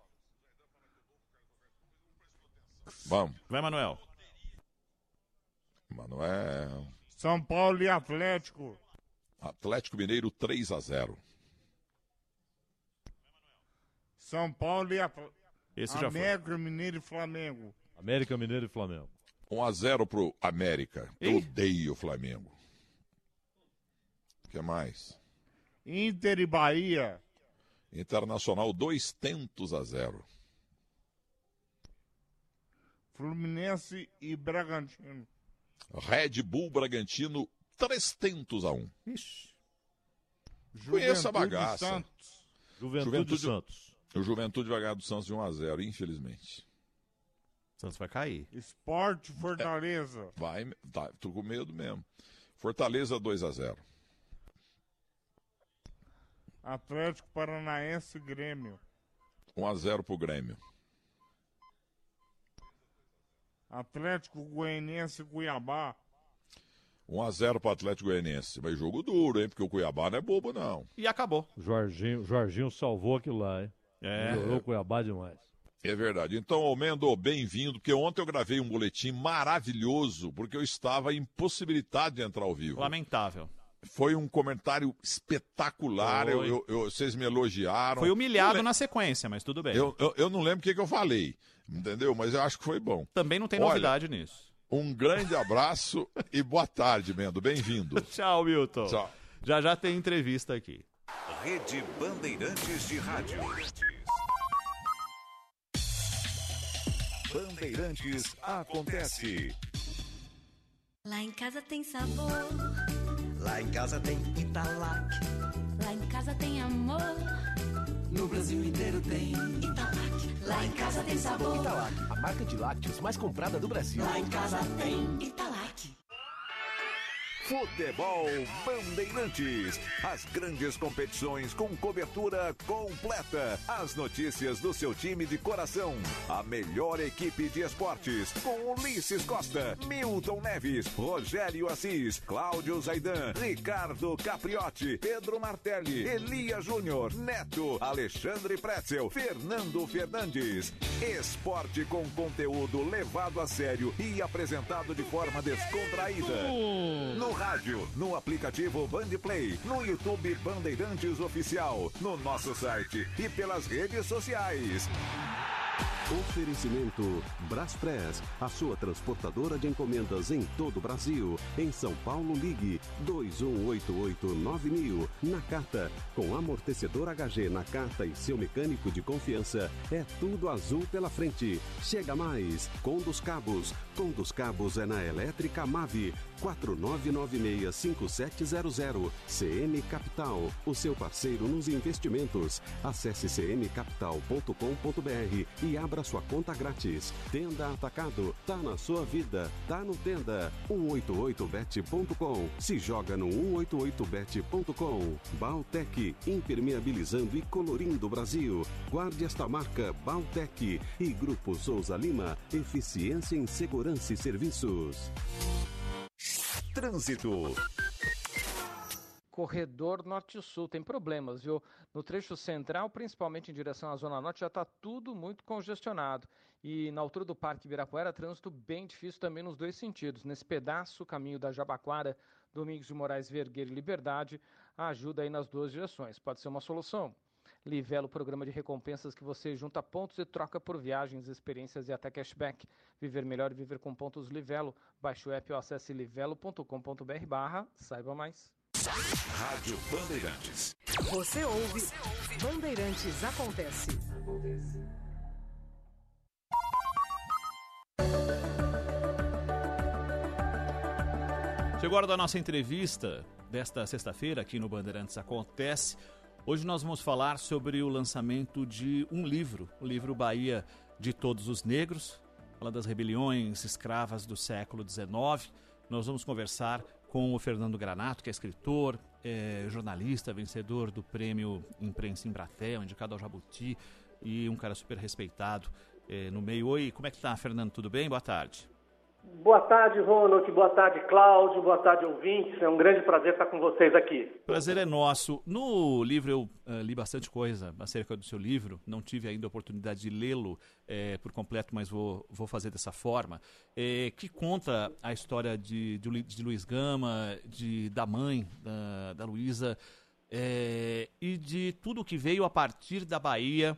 Vamos. Vai, Manuel. Manuel. São Paulo e Atlético. Atlético Mineiro três a zero. São Paulo e Atlético. Esse já foi. América, Mineiro e Flamengo. América, Mineiro e Flamengo. um a zero pro América. Eu Ih. odeio o Flamengo. O que mais? Inter e Bahia. Internacional dois tentos a zero. Fluminense e Bragantino. Red Bull Bragantino três tentos a um. Ixi. Conheço a Juventude bagaça. e Santos. Juventude, Juventude- Santos. O Juventude vai ganhar do Santos de um a zero, infelizmente. Santos vai cair. Esporte Fortaleza. Vai, tá, tô com medo mesmo. Fortaleza dois a zero. Atlético Paranaense e Grêmio. um a zero pro Grêmio. Atlético Goianiense e Cuiabá. um a zero pro Atlético Goianiense. Mas jogo duro, hein? Porque o Cuiabá não é bobo, não. E acabou. O Jorginho, Jorginho salvou aquilo lá, hein? É. Melhorou o Cuiabá demais. É verdade. Então, Almendo, bem-vindo, porque ontem eu gravei um boletim maravilhoso, porque eu estava impossibilitado de entrar ao vivo. Lamentável. Foi um comentário espetacular, eu, Foi. eu- eu- vocês me elogiaram. Foi humilhado Eu na sequência, mas tudo bem. Eu, eu, eu não lembro o que, que eu falei, entendeu? Mas eu acho que foi bom. Também não tem Olha, novidade nisso. Um grande abraço e boa tarde, Mendo. Bem-vindo. Tchau, Milton. Tchau. Já já tem entrevista aqui. Rede Bandeirantes de Rádio. Bandeirantes acontece. Lá em casa tem sabor. Lá em casa tem Italac. Lá em casa tem amor. No Brasil inteiro tem Italac. Lá em casa tem sabor. Italac, a marca de lácteos mais comprada do Brasil. Lá em casa tem Italac. Futebol Bandeirantes. As grandes competições com cobertura completa. As notícias do seu time de coração. A melhor equipe de esportes. Com Ulisses Costa, Milton Neves, Rogério Assis, Cláudio Zaidan, Ricardo Capriotti, Pedro Martelli, Elia Júnior, Neto, Alexandre Pretzel, Fernando Fernandes. Esporte com conteúdo levado a sério e apresentado de forma descontraída. No rádio, no aplicativo Bandplay, no YouTube Bandeirantes Oficial, no nosso site e pelas redes sociais. Oferecimento Braspress, a sua transportadora de encomendas em todo o Brasil. Em São Paulo, ligue dois um oito oito nove mil. Na Carta, com amortecedor H G na Carta e seu mecânico de confiança, é tudo azul pela frente. Chega mais, Condus Cabos. Condus Cabos é na Elétrica Mave, quatro nove nove seis cinco sete zero zero. C M Capital, o seu parceiro nos investimentos. Acesse c m capital ponto com ponto b r e abra abra sua conta grátis. Tenda Atacado, tá na sua vida, tá no Tenda. cento e oitenta e oito bet ponto com. Se joga no cento e oitenta e oito bet ponto com. Baltec, impermeabilizando e colorindo o Brasil. Guarde esta marca Baltec. E Grupo Souza Lima, eficiência em segurança e serviços. Trânsito. Corredor Norte-Sul tem problemas, viu? No trecho central, principalmente em direção à Zona Norte, já está tudo muito congestionado. E na altura do Parque Ibirapuera, trânsito bem difícil também nos dois sentidos. Nesse pedaço, o caminho da Jabaquara, Domingos de Moraes, Vergueiro e Liberdade, ajuda aí nas duas direções. Pode ser uma solução. Livelo, programa de recompensas que você junta pontos e troca por viagens, experiências e até cashback. Viver melhor e viver com pontos Livelo. Baixe o app ou acesse livelo ponto com ponto br barra saiba mais. Rádio Bandeirantes. Você ouve, Bandeirantes Acontece. Chegou a hora da nossa entrevista desta sexta-feira aqui no Bandeirantes Acontece. Hoje nós vamos falar sobre o lançamento de um livro, o livro Bahia de Todos os Negros, fala das rebeliões escravas do século dezenove. Nós vamos conversar com o Fernando Granato, que é escritor, é jornalista, vencedor do prêmio Imprensa Embratel, indicado ao Jabuti, e um cara super respeitado é, no meio. Oi, como é que tá, Fernando? Tudo bem? Boa tarde. Boa tarde, Ronald. Boa tarde, Cláudio. Boa tarde, ouvintes. É um grande prazer estar com vocês aqui. Prazer é nosso. No livro eu uh, li bastante coisa acerca do seu livro. Não tive ainda a oportunidade de lê-lo eh, por completo, mas vou, vou fazer dessa forma. Eh, que conta a história de, de, de Luiz Gama, de, da mãe da, da Luísa, eh, e de tudo que veio a partir da Bahia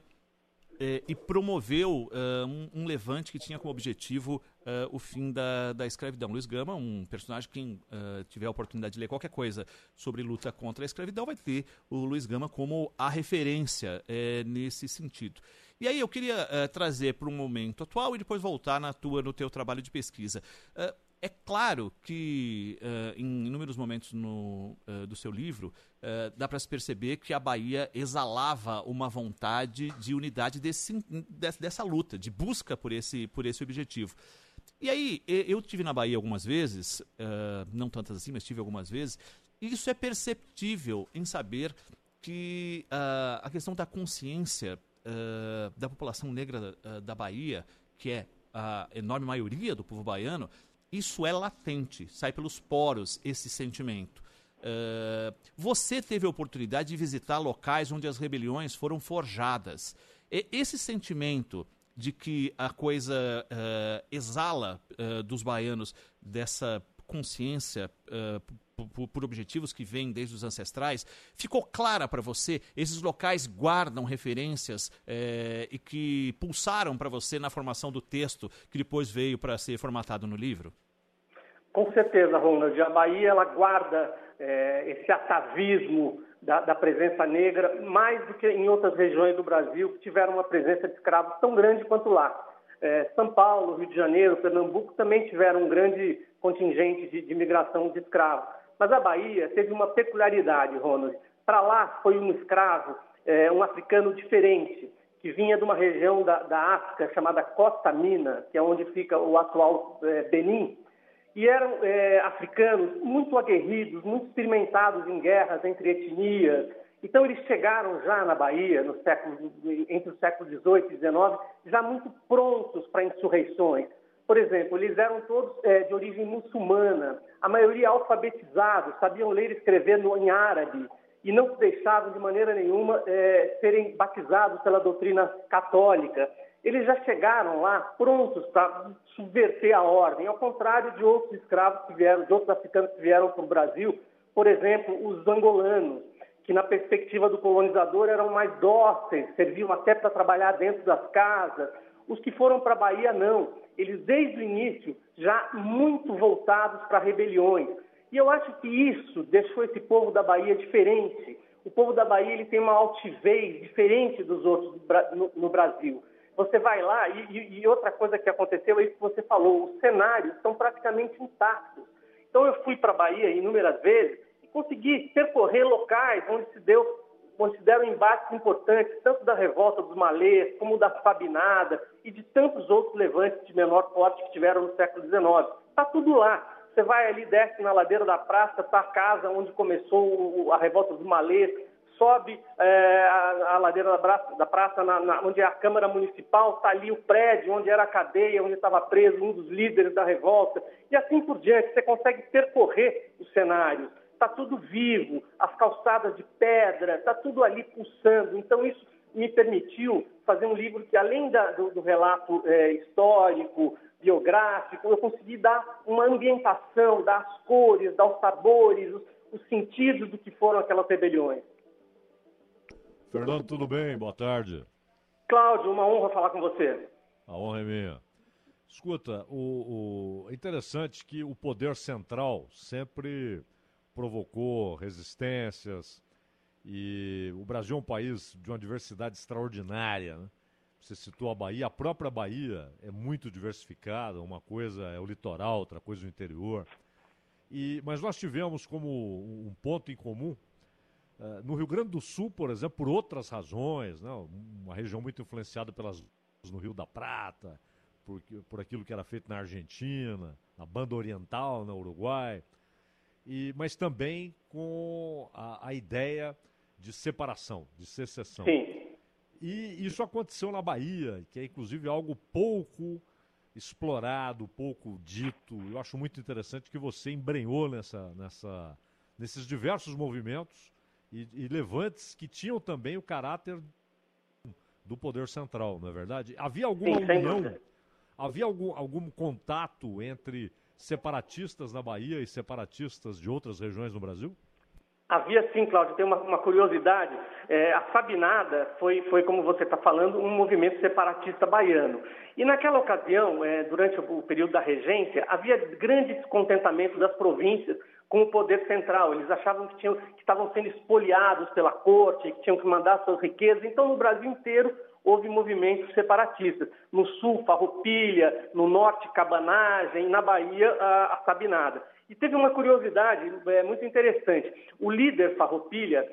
eh, e promoveu uh, um, um levante que tinha como objetivo Uh, o fim da, da escravidão. Luiz Gama, um personagem que quem uh, tiver a oportunidade de ler qualquer coisa sobre luta contra a escravidão vai ter o Luiz Gama como a referência uh, nesse sentido. E aí eu queria uh, trazer para um momento atual e depois voltar na tua, no teu trabalho de pesquisa. Uh, é claro que uh, em inúmeros momentos no, uh, do seu livro uh, dá para se perceber que a Bahia exalava uma vontade de unidade desse, dessa luta, de busca por esse, por esse objetivo. E aí, eu tive na Bahia algumas vezes, uh, não tantas assim, mas tive algumas vezes, e isso é perceptível em saber que uh, a questão da consciência uh, da população negra uh, da Bahia, que é a enorme maioria do povo baiano, isso é latente, sai pelos poros esse sentimento. Uh, você teve a oportunidade de visitar locais onde as rebeliões foram forjadas. E esse sentimento de que a coisa uh, exala uh, dos baianos dessa consciência uh, por, por objetivos que vêm desde os ancestrais, ficou clara para você? Esses locais guardam referências uh, e que pulsaram para você na formação do texto que depois veio para ser formatado no livro? Com certeza, Ronald. A Bahia ela guarda é, esse atavismo da, da presença negra, mais do que em outras regiões do Brasil que tiveram uma presença de escravos tão grande quanto lá. É, São Paulo, Rio de Janeiro, Pernambuco também tiveram um grande contingente de, de migração de escravos. Mas a Bahia teve uma peculiaridade, Ronald. Para lá foi um escravo, é, um africano diferente, que vinha de uma região da, da África chamada Costa Mina, que é onde fica o atual é, Benin. E eram é, africanos muito aguerridos, muito experimentados em guerras entre etnias. Então eles chegaram já na Bahia, no século, entre os séculos dezoito e dezenove, já muito prontos para insurreições. Por exemplo, eles eram todos é, de origem muçulmana, a maioria alfabetizados, sabiam ler e escrever no, em árabe, e não se deixavam de maneira nenhuma é, serem batizados pela doutrina católica. Eles já chegaram lá prontos para subverter a ordem, ao contrário de outros escravos que vieram, de outros africanos que vieram para o Brasil, por exemplo, os angolanos, que na perspectiva do colonizador eram mais dóceis, serviam até para trabalhar dentro das casas. Os que foram para a Bahia, não. Eles, desde o início, já muito voltados para rebeliões. E eu acho que isso deixou esse povo da Bahia diferente. O povo da Bahia ele tem uma altivez diferente dos outros no, no Brasil. Você vai lá e, e outra coisa que aconteceu é isso que você falou, os cenários estão praticamente intactos. Então eu fui para a Bahia inúmeras vezes e consegui percorrer locais onde se deu consideram embates importantes, tanto da revolta dos malês, como da Sabinada e de tantos outros levantes de menor porte que tiveram no século dezenove. Está tudo lá. Você vai ali, desce na ladeira da praça, está a casa onde começou a revolta dos malês, sobe é, a, a ladeira da praça, da praça na, na, onde é a Câmara Municipal, está ali o prédio onde era a cadeia, onde estava preso um dos líderes da revolta, e assim por diante. Você consegue percorrer os cenários. Está tudo vivo, as calçadas de pedra, está tudo ali pulsando. Então isso me permitiu fazer um livro que, além da, do, do relato é, histórico, biográfico, eu consegui dar uma ambientação, dar as cores, dar os sabores, os, os sentidos do que foram aquelas rebeliões. Fernando, tudo bem? Boa tarde. Cláudio, uma honra falar com você. A honra é minha. Escuta, o, o... é interessante que o poder central sempre provocou resistências e o Brasil é um país de uma diversidade extraordinária, né? Você citou a Bahia, a própria Bahia é muito diversificada, uma coisa é o litoral, outra coisa o interior. E, mas nós tivemos como um ponto em comum, uh, no Rio Grande do Sul, por exemplo, por outras razões, né? Uma região muito influenciada pelas no Rio da Prata, por, por aquilo que era feito na Argentina, na Banda Oriental, no Uruguai, e, mas também com a, a ideia de separação, de secessão. Sim. E isso aconteceu na Bahia, que é inclusive algo pouco explorado, pouco dito. Eu acho muito interessante que você embrenhou nessa, nessa, nesses diversos movimentos e, e levantes que tinham também o caráter do poder central, não é verdade? Havia alguma Sim, união, havia algum, algum contato entre separatistas na Bahia e separatistas de outras regiões no Brasil? Havia sim, Cláudio, tem uma, uma curiosidade. É, a Sabinada foi, foi, como você está falando, um movimento separatista baiano. E naquela ocasião, é, durante o período da regência, havia grande descontentamento das províncias com o poder central. Eles achavam que, tinham, que estavam sendo espoliados pela corte, que tinham que mandar suas riquezas. Então, no Brasil inteiro, houve movimentos separatistas. No sul, Farroupilha, no norte, Cabanagem, na Bahia, a, a Sabinada. E teve uma curiosidade é, muito interessante. O líder Farroupilha,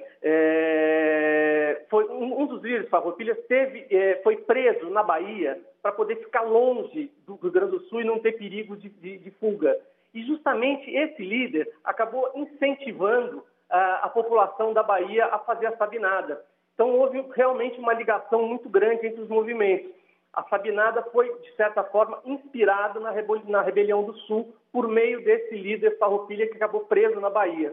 é, foi, um, um dos líderes Farroupilha teve, é, foi preso na Bahia para poder ficar longe do Rio Grande do Sul e não ter perigo de, de, de fuga. E justamente esse líder acabou incentivando a, a população da Bahia a fazer a Sabinada. Então houve realmente uma ligação muito grande entre os movimentos. A Sabinada foi, de certa forma, inspirada na, rebel... na Rebelião do Sul por meio desse líder Farroupilha que acabou preso na Bahia.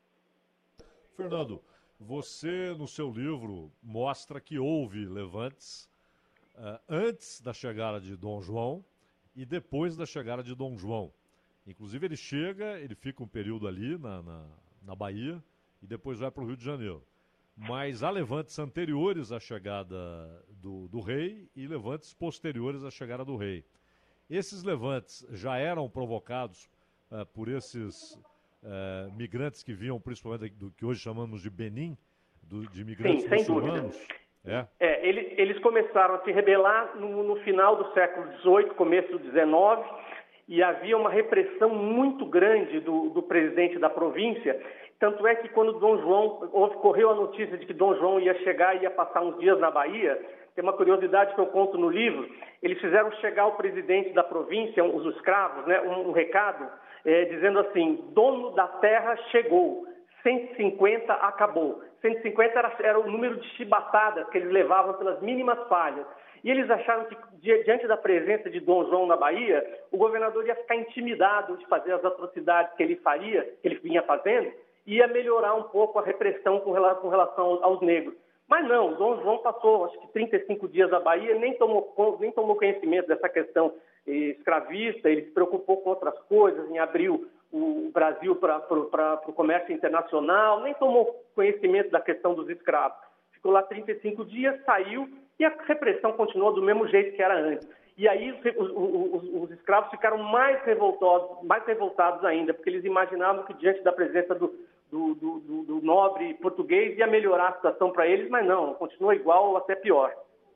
Fernando, você no seu livro mostra que houve levantes uh, antes da chegada de Dom João e depois da chegada de Dom João. Inclusive ele chega, ele fica um período ali na, na, na Bahia e depois vai para o Rio de Janeiro. Mas há levantes anteriores à chegada do, do rei e levantes posteriores à chegada do rei. Esses levantes já eram provocados uh, por esses uh, migrantes que vinham principalmente do que hoje chamamos de Benin, do, de migrantes Sim, sem muçulmanos? dúvida. É? É, eles, eles começaram a se rebelar no, no final do século dezoito, começo do dezenove, e havia uma repressão muito grande do, do presidente da província. Tanto é que quando Dom João, houve, correu a notícia de que Dom João ia chegar e ia passar uns dias na Bahia, tem uma curiosidade que eu conto no livro, eles fizeram chegar ao presidente da província, os escravos, né, um, um recado, é, dizendo assim, dono da terra chegou, cento e cinquenta acabou. cento e cinquenta era, era o número de chibatadas que eles levavam pelas mínimas falhas. E eles acharam que, diante da presença de Dom João na Bahia, o governador ia ficar intimidado de fazer as atrocidades que ele faria, que ele vinha fazendo, ia melhorar um pouco a repressão com relação aos negros. Mas não, Dom João passou, acho que trinta e cinco dias na Bahia, nem tomou, nem tomou conhecimento dessa questão escravista, ele se preocupou com outras coisas, em abrir o Brasil para o comércio internacional, nem tomou conhecimento da questão dos escravos. Ficou lá trinta e cinco dias, saiu e a repressão continuou do mesmo jeito que era antes. E aí os, os, os escravos ficaram mais revoltados, mais revoltados ainda, porque eles imaginavam que diante da presença do, do, do, do, do nobre português ia melhorar a situação para eles, mas não, continua igual ou até pior.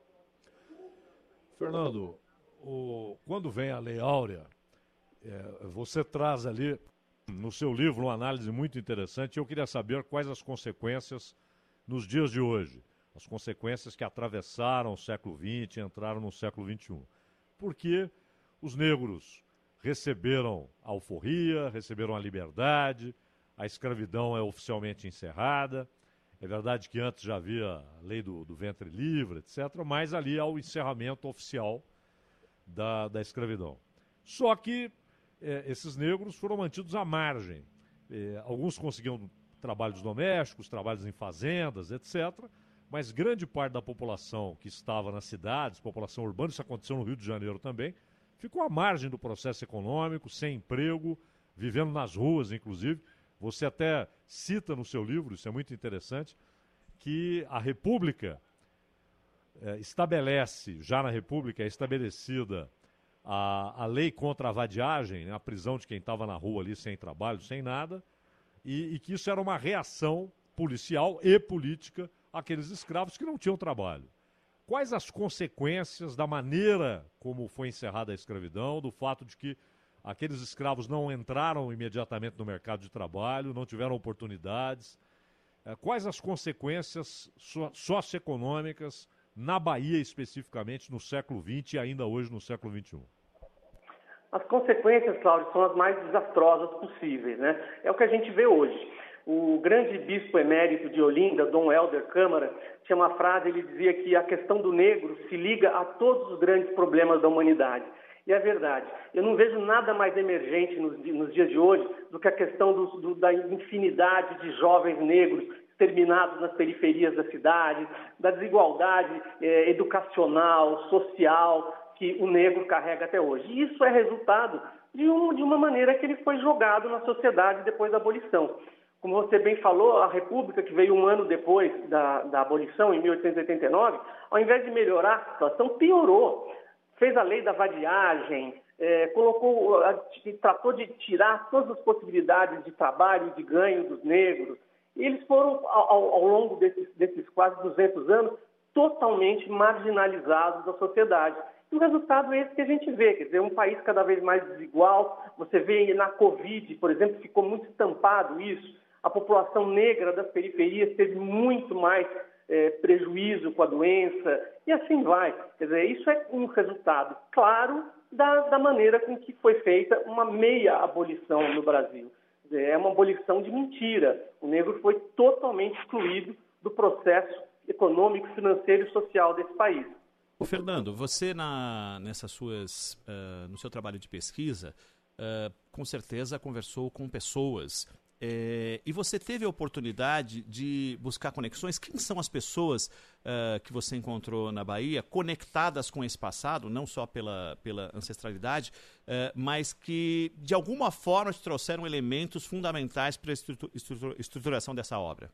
Fernando, o, quando vem a Lei Áurea, é, você traz ali no seu livro uma análise muito interessante. Eu queria saber quais as consequências nos dias de hoje. As consequências que atravessaram o século vinte e entraram no século vinte e um. Porque os negros receberam a alforria, receberam a liberdade, a escravidão é oficialmente encerrada. É verdade que antes já havia a lei do, do ventre livre, etcétera, mas ali há o encerramento oficial da, da escravidão. Só que eh, esses negros foram mantidos à margem. Eh, alguns conseguiam trabalhos domésticos, trabalhos em fazendas, etcétera, mas grande parte da população que estava nas cidades, população urbana, isso aconteceu no Rio de Janeiro também, ficou à margem do processo econômico, sem emprego, vivendo nas ruas, inclusive. Você até cita no seu livro, isso é muito interessante, que a República eh, estabelece, já na República é estabelecida a, a lei contra a vadiagem, né, a prisão de quem estava na rua ali sem trabalho, sem nada, e, e que isso era uma reação policial e política àqueles escravos que não tinham trabalho. Quais as consequências da maneira como foi encerrada a escravidão, do fato de que aqueles escravos não entraram imediatamente no mercado de trabalho, não tiveram oportunidades? Quais as consequências so- socioeconômicas na Bahia, especificamente, no século vinte e ainda hoje no século vinte e um? As consequências, Cláudio, são as mais desastrosas possíveis, né? É o que a gente vê hoje. O grande bispo emérito de Olinda, Dom Helder Câmara, tinha uma frase, ele dizia que a questão do negro se liga a todos os grandes problemas da humanidade. E é verdade. Eu não vejo nada mais emergente nos, nos dias de hoje do que a questão do, do, da infinidade de jovens negros exterminados nas periferias da cidade, da desigualdade eh, educacional, social, que o negro carrega até hoje. E isso é resultado de, um, de uma maneira que ele foi jogado na sociedade depois da abolição. Como você bem falou, a República, que veio um ano depois da, da abolição, em mil oitocentos e oitenta e nove, ao invés de melhorar a situação, piorou. Fez a lei da vadiagem, eh, colocou, tratou de tirar todas as possibilidades de trabalho e de ganho dos negros. E eles foram, ao, ao longo desses, desses quase duzentos anos, totalmente marginalizados da sociedade. E o resultado é esse que a gente vê, quer dizer, um país cada vez mais desigual. Você vê na Covid, por exemplo, ficou muito estampado isso. A população negra das periferias teve muito mais É, prejuízo com a doença, e assim vai. Quer dizer, isso é um resultado claro da, da maneira com que foi feita uma meia abolição no Brasil. Quer dizer, é uma abolição de mentira. O negro foi totalmente excluído do processo econômico, financeiro e social desse país. Ô Fernando, você na, nessas suas, uh, no seu trabalho de pesquisa, uh, com certeza conversou com pessoas. É, e você teve a oportunidade de buscar conexões? Quem são as pessoas uh, que você encontrou na Bahia conectadas com esse passado, não só pela, pela ancestralidade, uh, mas que de alguma forma te trouxeram elementos fundamentais para a estrutura, estrutura, estruturação dessa obra?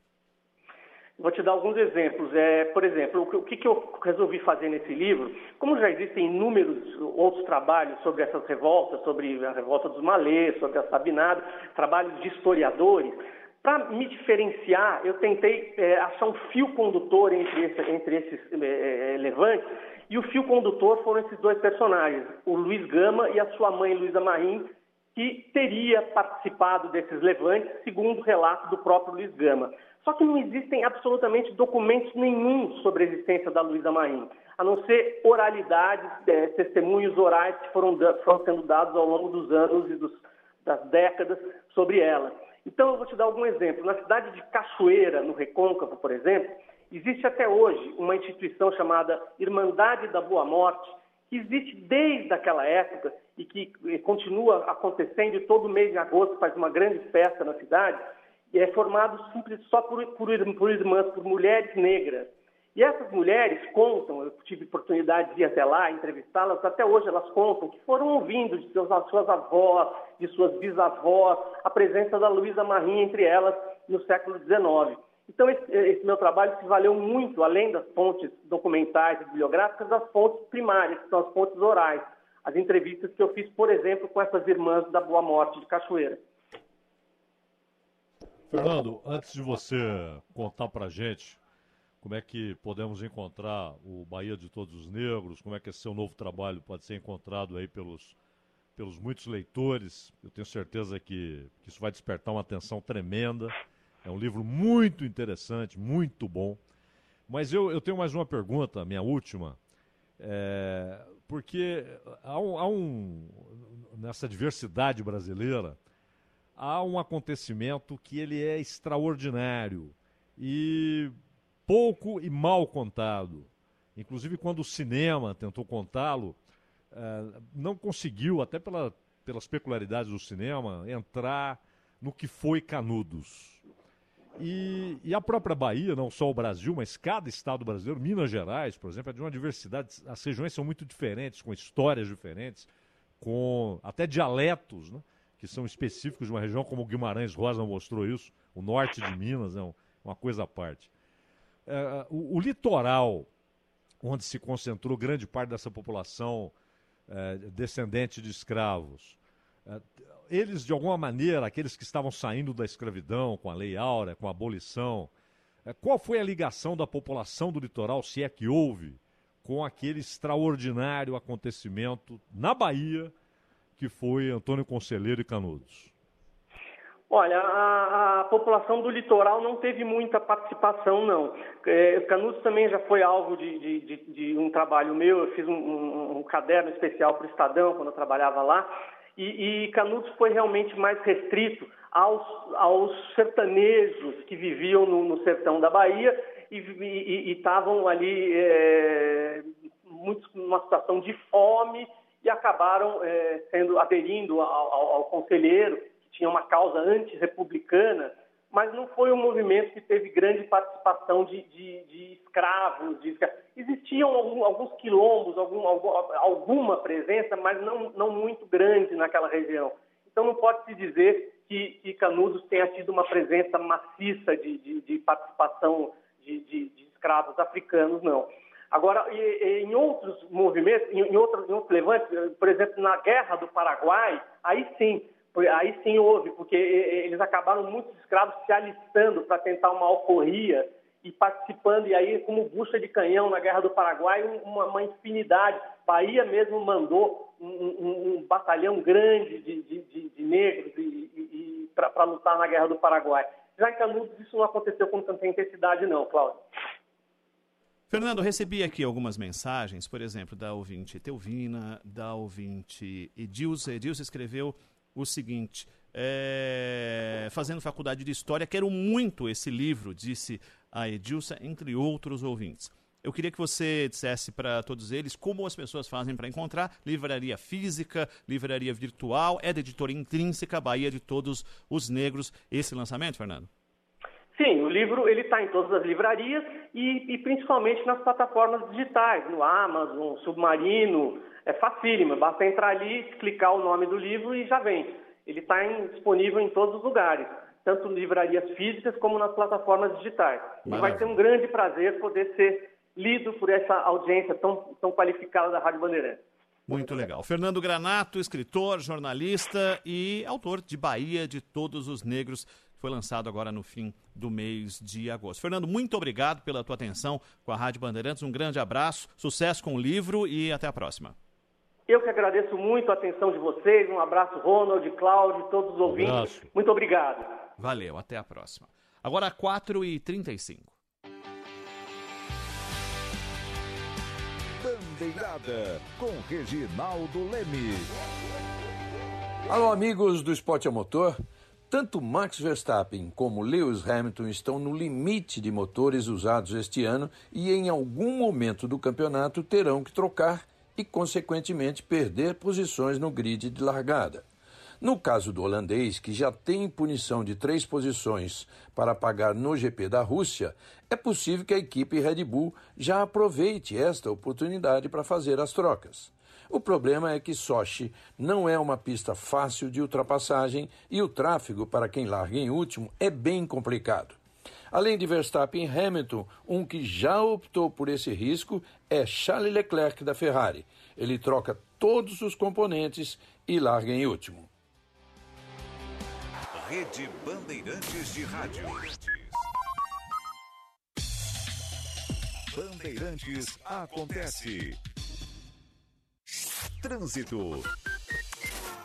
Vou te dar alguns exemplos. É, por exemplo, o que, que eu resolvi fazer nesse livro, como já existem inúmeros outros trabalhos sobre essas revoltas, sobre a revolta dos malês, sobre a Sabinada, trabalhos de historiadores, para me diferenciar, eu tentei é, achar um fio condutor entre, esse, entre esses é, levantes, e o fio condutor foram esses dois personagens, o Luiz Gama e a sua mãe, Luísa Marim, que teria participado desses levantes, segundo o relato do próprio Luiz Gama. Só que não existem absolutamente documentos nenhum sobre a existência da Luísa Marim, a não ser oralidades, é, testemunhos orais que foram, foram sendo dados ao longo dos anos e dos, das décadas sobre ela. Então, eu vou te dar algum exemplo. Na cidade de Cachoeira, no Recôncavo, por exemplo, existe até hoje uma instituição chamada Irmandade da Boa Morte, que existe desde aquela época e que continua acontecendo, e todo mês de agosto faz uma grande festa na cidade, e é formado simples, só por, por, por irmãs, por mulheres negras. E essas mulheres contam, eu tive oportunidade de ir até lá, entrevistá-las, até hoje elas contam que foram ouvindo de seus, suas avós, de suas bisavós, a presença da Luísa Marim entre elas no século dezenove. Então, esse, esse meu trabalho se valeu muito, além das fontes documentais e bibliográficas, das fontes primárias, que são as fontes orais. As entrevistas que eu fiz, por exemplo, com essas irmãs da Boa Morte de Cachoeira. Fernando, antes de você contar pra gente como é que podemos encontrar o Bahia de Todos os Negros, como é que esse seu novo trabalho pode ser encontrado aí pelos, pelos muitos leitores, eu tenho certeza que, que isso vai despertar uma atenção tremenda É um livro muito interessante, muito bom. Mas eu, eu tenho mais uma pergunta, minha última. É, porque há um, há um, nessa diversidade brasileira, há um acontecimento que ele é extraordinário e pouco e mal contado. Inclusive, quando o cinema tentou contá-lo, é, não conseguiu, até pela, pelas peculiaridades do cinema, entrar no que foi Canudos. E, e a própria Bahia, não só o Brasil, mas cada estado brasileiro, Minas Gerais, por exemplo, é de uma diversidade, as regiões são muito diferentes, com histórias diferentes, com até dialetos, né, que são específicos de uma região, como o Guimarães Rosa mostrou isso, o norte de Minas é um, uma coisa à parte. É, o, o litoral, onde se concentrou grande parte dessa população é, descendente de escravos, é, eles, de alguma maneira, aqueles que estavam saindo da escravidão, com a Lei Áurea, com a abolição, é, qual foi a ligação da população do litoral, se é que houve, com aquele extraordinário acontecimento na Bahia, que foi Antônio Conselheiro e Canudos? Olha, a, a população do litoral não teve muita participação, não. É, Canudos também já foi alvo de, de, de, de um trabalho meu, eu fiz um, um, um caderno especial para o Estadão, quando eu trabalhava lá, e, e Canudos foi realmente mais restrito aos, aos sertanejos que viviam no, no sertão da Bahia e estavam ali é, muitos numa situação de fome e acabaram é, sendo aderindo ao, ao, ao conselheiro, que tinha uma causa antirrepublicana, mas não foi um movimento que teve grande participação de, de, de escravos. De... Existiam algum, alguns quilombos, algum, algum, alguma presença, mas não, não muito grande naquela região. Então não pode-se dizer que, que Canudos tenha tido uma presença maciça de, de, de participação de, de, de escravos africanos, não. Agora, em outros movimentos, em outros, em outros levantes, por exemplo, na Guerra do Paraguai, aí sim, aí sim houve, porque eles acabaram muitos escravos se alistando para tentar uma alforria e participando, e aí como bucha de canhão na Guerra do Paraguai, uma, uma infinidade. Bahia mesmo mandou um, um, um batalhão grande de, de, de, de negros e, e, e para lutar na Guerra do Paraguai. Já em Canudos isso não aconteceu com tanta intensidade não, Cláudio. Fernando, recebi aqui algumas mensagens, por exemplo, da ouvinte Teuvina, da ouvinte Edilza. Edilza escreveu o seguinte: é, fazendo faculdade de História, quero muito esse livro, disse a Edilza, entre outros ouvintes. Eu queria que você dissesse para todos eles como as pessoas fazem para encontrar. Livraria física, livraria virtual, é da editora Intrínseca, Bahia de Todos os Negros, esse lançamento, Fernando? Sim, o livro ele está em todas as livrarias e, e principalmente nas plataformas digitais, no Amazon, Submarino, é facílimo, basta entrar ali, clicar o nome do livro e já vem. Ele está disponível em todos os lugares, tanto em livrarias físicas como nas plataformas digitais. Maravilha. E vai ter um grande prazer poder ser lido por essa audiência tão, tão qualificada da Rádio Bandeirantes. Muito legal. Fernando Granato, escritor, jornalista e autor de Bahia de Todos os Negros, foi lançado agora no fim do mês de agosto. Fernando, muito obrigado pela tua atenção com a Rádio Bandeirantes. Um grande abraço, sucesso com o livro e até a próxima. Eu que agradeço muito a atenção de vocês. Um abraço, Ronald, Cláudio, todos os ouvintes. Abraço. Muito obrigado. Valeu, até a próxima. Agora, quatro e trinta e cinco. Bandeirada, com Reginaldo Leme. Alô, amigos do Esporte a Motor. Tanto Max Verstappen como Lewis Hamilton estão no limite de motores usados este ano e em algum momento do campeonato terão que trocar e, consequentemente, perder posições no grid de largada. No caso do holandês, que já tem punição de três posições para pagar no G P da Rússia, é possível que a equipe Red Bull já aproveite esta oportunidade para fazer as trocas. O problema é que Sochi não é uma pista fácil de ultrapassagem e o tráfego para quem larga em último é bem complicado. Além de Verstappen e Hamilton, um que já optou por esse risco é Charles Leclerc da Ferrari. Ele troca todos os componentes e larga em último. Rede Bandeirantes de Rádio. Bandeirantes acontece. Trânsito.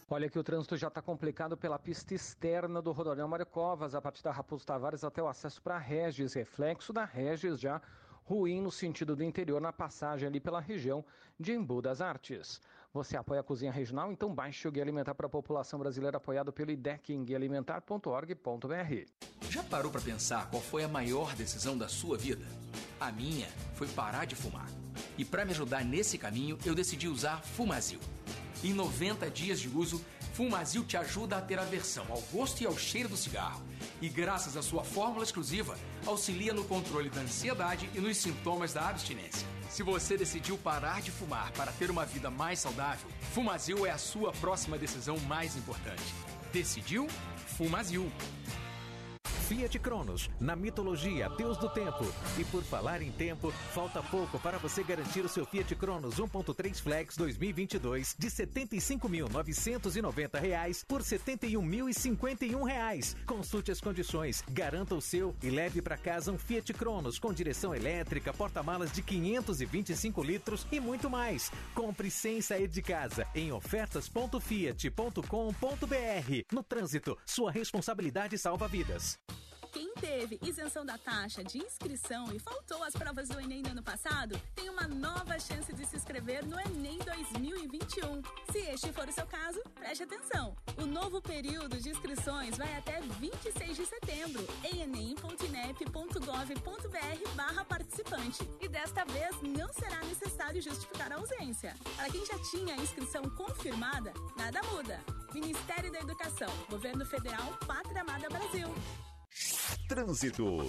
Olha que o trânsito já está complicado pela pista externa do Rodoanel Mário Covas, a partir da Raposo Tavares até o acesso para Regis, reflexo da Regis já ruim no sentido do interior na passagem ali pela região de Embu das Artes. Você apoia a Cozinha Regional? Então baixe o Guia Alimentar para a População Brasileira apoiado pelo I D E C em guia alimentar ponto org ponto br. Já parou para pensar qual foi a maior decisão da sua vida? A minha foi parar de fumar. E para me ajudar nesse caminho, eu decidi usar Fumazil. Em noventa dias de uso, Fumazil te ajuda a ter aversão ao gosto e ao cheiro do cigarro. E graças à sua fórmula exclusiva, auxilia no controle da ansiedade e nos sintomas da abstinência. Se você decidiu parar de fumar para ter uma vida mais saudável, Fumazil é a sua próxima decisão mais importante. Decidiu? Fumazil. Fiat Cronos, na mitologia, Deus do Tempo. E por falar em tempo, falta pouco para você garantir o seu Fiat Cronos um ponto três Flex dois mil e vinte e dois de setenta e cinco mil novecentos e noventa reais por setenta e um mil e cinquenta e um reais. Consulte as condições, garanta o seu e leve para casa um Fiat Cronos com direção elétrica, porta-malas de quinhentos e vinte e cinco litros e muito mais. Compre sem sair de casa em ofertas ponto fiat ponto com ponto br. No trânsito, sua responsabilidade salva vidas. Quem teve isenção da taxa de inscrição e faltou às provas do Enem no ano passado, tem uma nova chance de se inscrever no Enem dois mil e vinte e um. Se este for o seu caso, preste atenção. O novo período de inscrições vai até vinte e seis de setembro em enem ponto inep ponto gov ponto br barra participante. E desta vez não será necessário justificar a ausência. Para quem já tinha a inscrição confirmada, nada muda. Ministério da Educação, Governo Federal, Pátria Amada Brasil. Trânsito.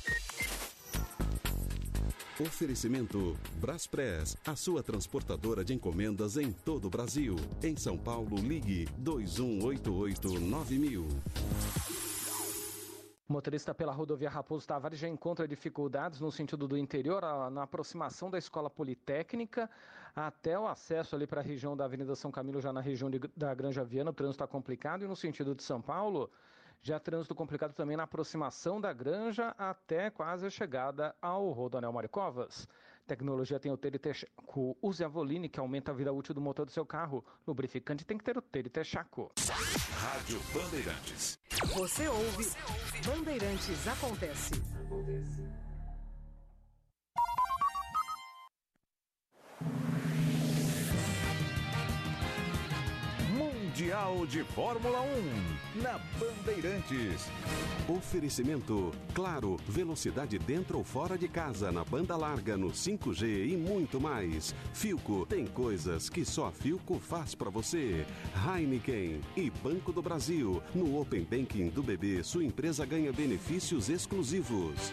Oferecimento Braspress, a sua transportadora de encomendas em todo o Brasil. Em São Paulo, ligue dois um oito oito nove mil. O motorista pela rodovia Raposo Tavares já encontra dificuldades no sentido do interior, na aproximação da Escola Politécnica, até o acesso ali para a região da Avenida São Camilo, já na região de, da Granja Viana, o trânsito está complicado. E no sentido de São Paulo, já trânsito complicado também na aproximação da Granja até quase a chegada ao Rodoanel Mário Covas. Tecnologia tem o T L T Chaco. Use a Voline, que aumenta a vida útil do motor do seu carro. Lubrificante tem que ter o T L T Chaco. Rádio Bandeirantes. Você ouve, Você ouve. Bandeirantes Acontece. Mundial de Fórmula um, na Bandeirantes. Oferecimento Claro, velocidade dentro ou fora de casa, na banda larga, no cinco G e muito mais. Philco, tem coisas que só a Philco faz pra você. Heineken e Banco do Brasil. No Open Banking do B B, sua empresa ganha benefícios exclusivos.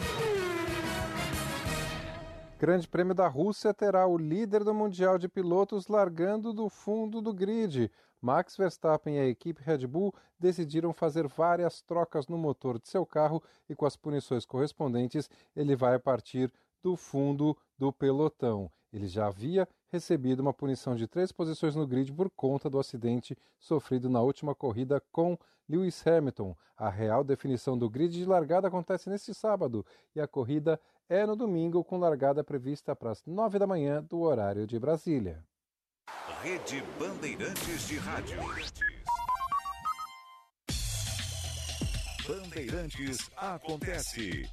Grande Prêmio da Rússia terá o líder do Mundial de Pilotos largando do fundo do grid. Max Verstappen e a equipe Red Bull decidiram fazer várias trocas no motor de seu carro e, com as punições correspondentes, ele vai partir do fundo do pelotão. Ele já havia recebido uma punição de três posições no grid por conta do acidente sofrido na última corrida com Lewis Hamilton. A real definição do grid de largada acontece neste sábado e a corrida é no domingo, com largada prevista para as nove da manhã do horário de Brasília. Rede Bandeirantes de Rádio. Bandeirantes Acontece.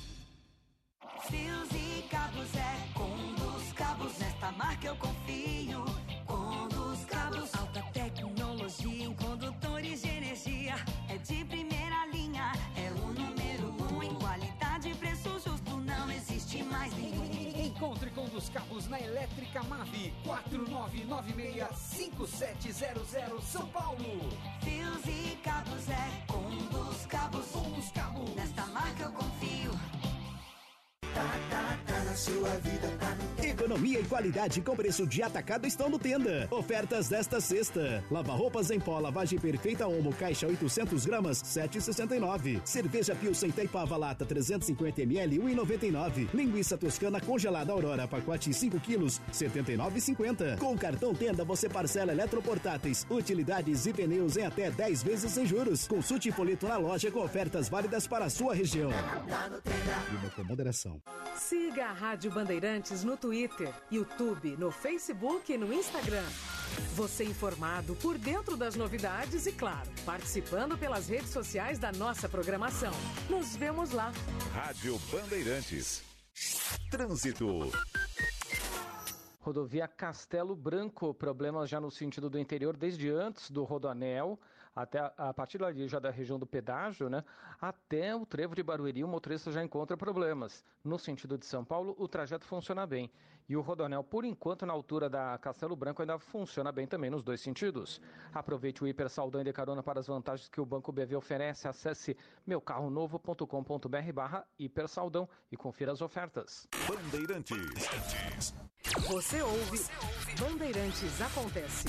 Fios e cabos é Conduz Cabos, nesta marca eu confio. Conduz Cabos, alta tecnologia em condutores de energia. É de primeira linha, é o número um em qualidade e preço justo, não existe mais ninguém. Encontre Conduz Cabos na Elétrica Mave, quatro nove nove seis cinco sete zero zero, São Paulo. Fios e cabos é Conduz Cabos, Conduz Cabos, nesta marca eu confio. Tá, tá, tá na sua vida, tá no Tenda. Economia e qualidade com preço de atacado estão no Tenda. Ofertas desta sexta. Lava-roupas em pó, lavagem perfeita Omo, caixa oitocentos gramas, sete reais e sessenta e nove centavos. Cerveja Pilsen Taipava Lata trezentos e cinquenta mililitros, um real e noventa e nove centavos. Linguiça toscana congelada Aurora, pacote cinco quilos, setenta e nove reais e cinquenta centavos. Com cartão Tenda você parcela eletroportáteis, utilidades e pneus em até dez vezes sem juros. Consulte folheto na loja com ofertas válidas para a sua região. E com moderação. Siga a Rádio Bandeirantes no Twitter, YouTube, no Facebook e no Instagram. Você informado por dentro das novidades e, claro, participando pelas redes sociais da nossa programação. Nos vemos lá. Rádio Bandeirantes. Trânsito. Rodovia Castelo Branco, problemas já no sentido do interior desde antes do Rodoanel, até a, a partir ali já da região do pedágio, né? Até o trevo de Barueri, o motorista já encontra problemas. No sentido de São Paulo, o trajeto funciona bem. E o Rodoanel, por enquanto, na altura da Castelo Branco, ainda funciona bem também nos dois sentidos. Aproveite o Hiper Saldão e dê carona para as vantagens que o Banco B V oferece. Acesse meu carro novo ponto com ponto br barra Hiper Saldão e confira as ofertas. Bandeirantes. Você ouve, Bandeirantes Acontece.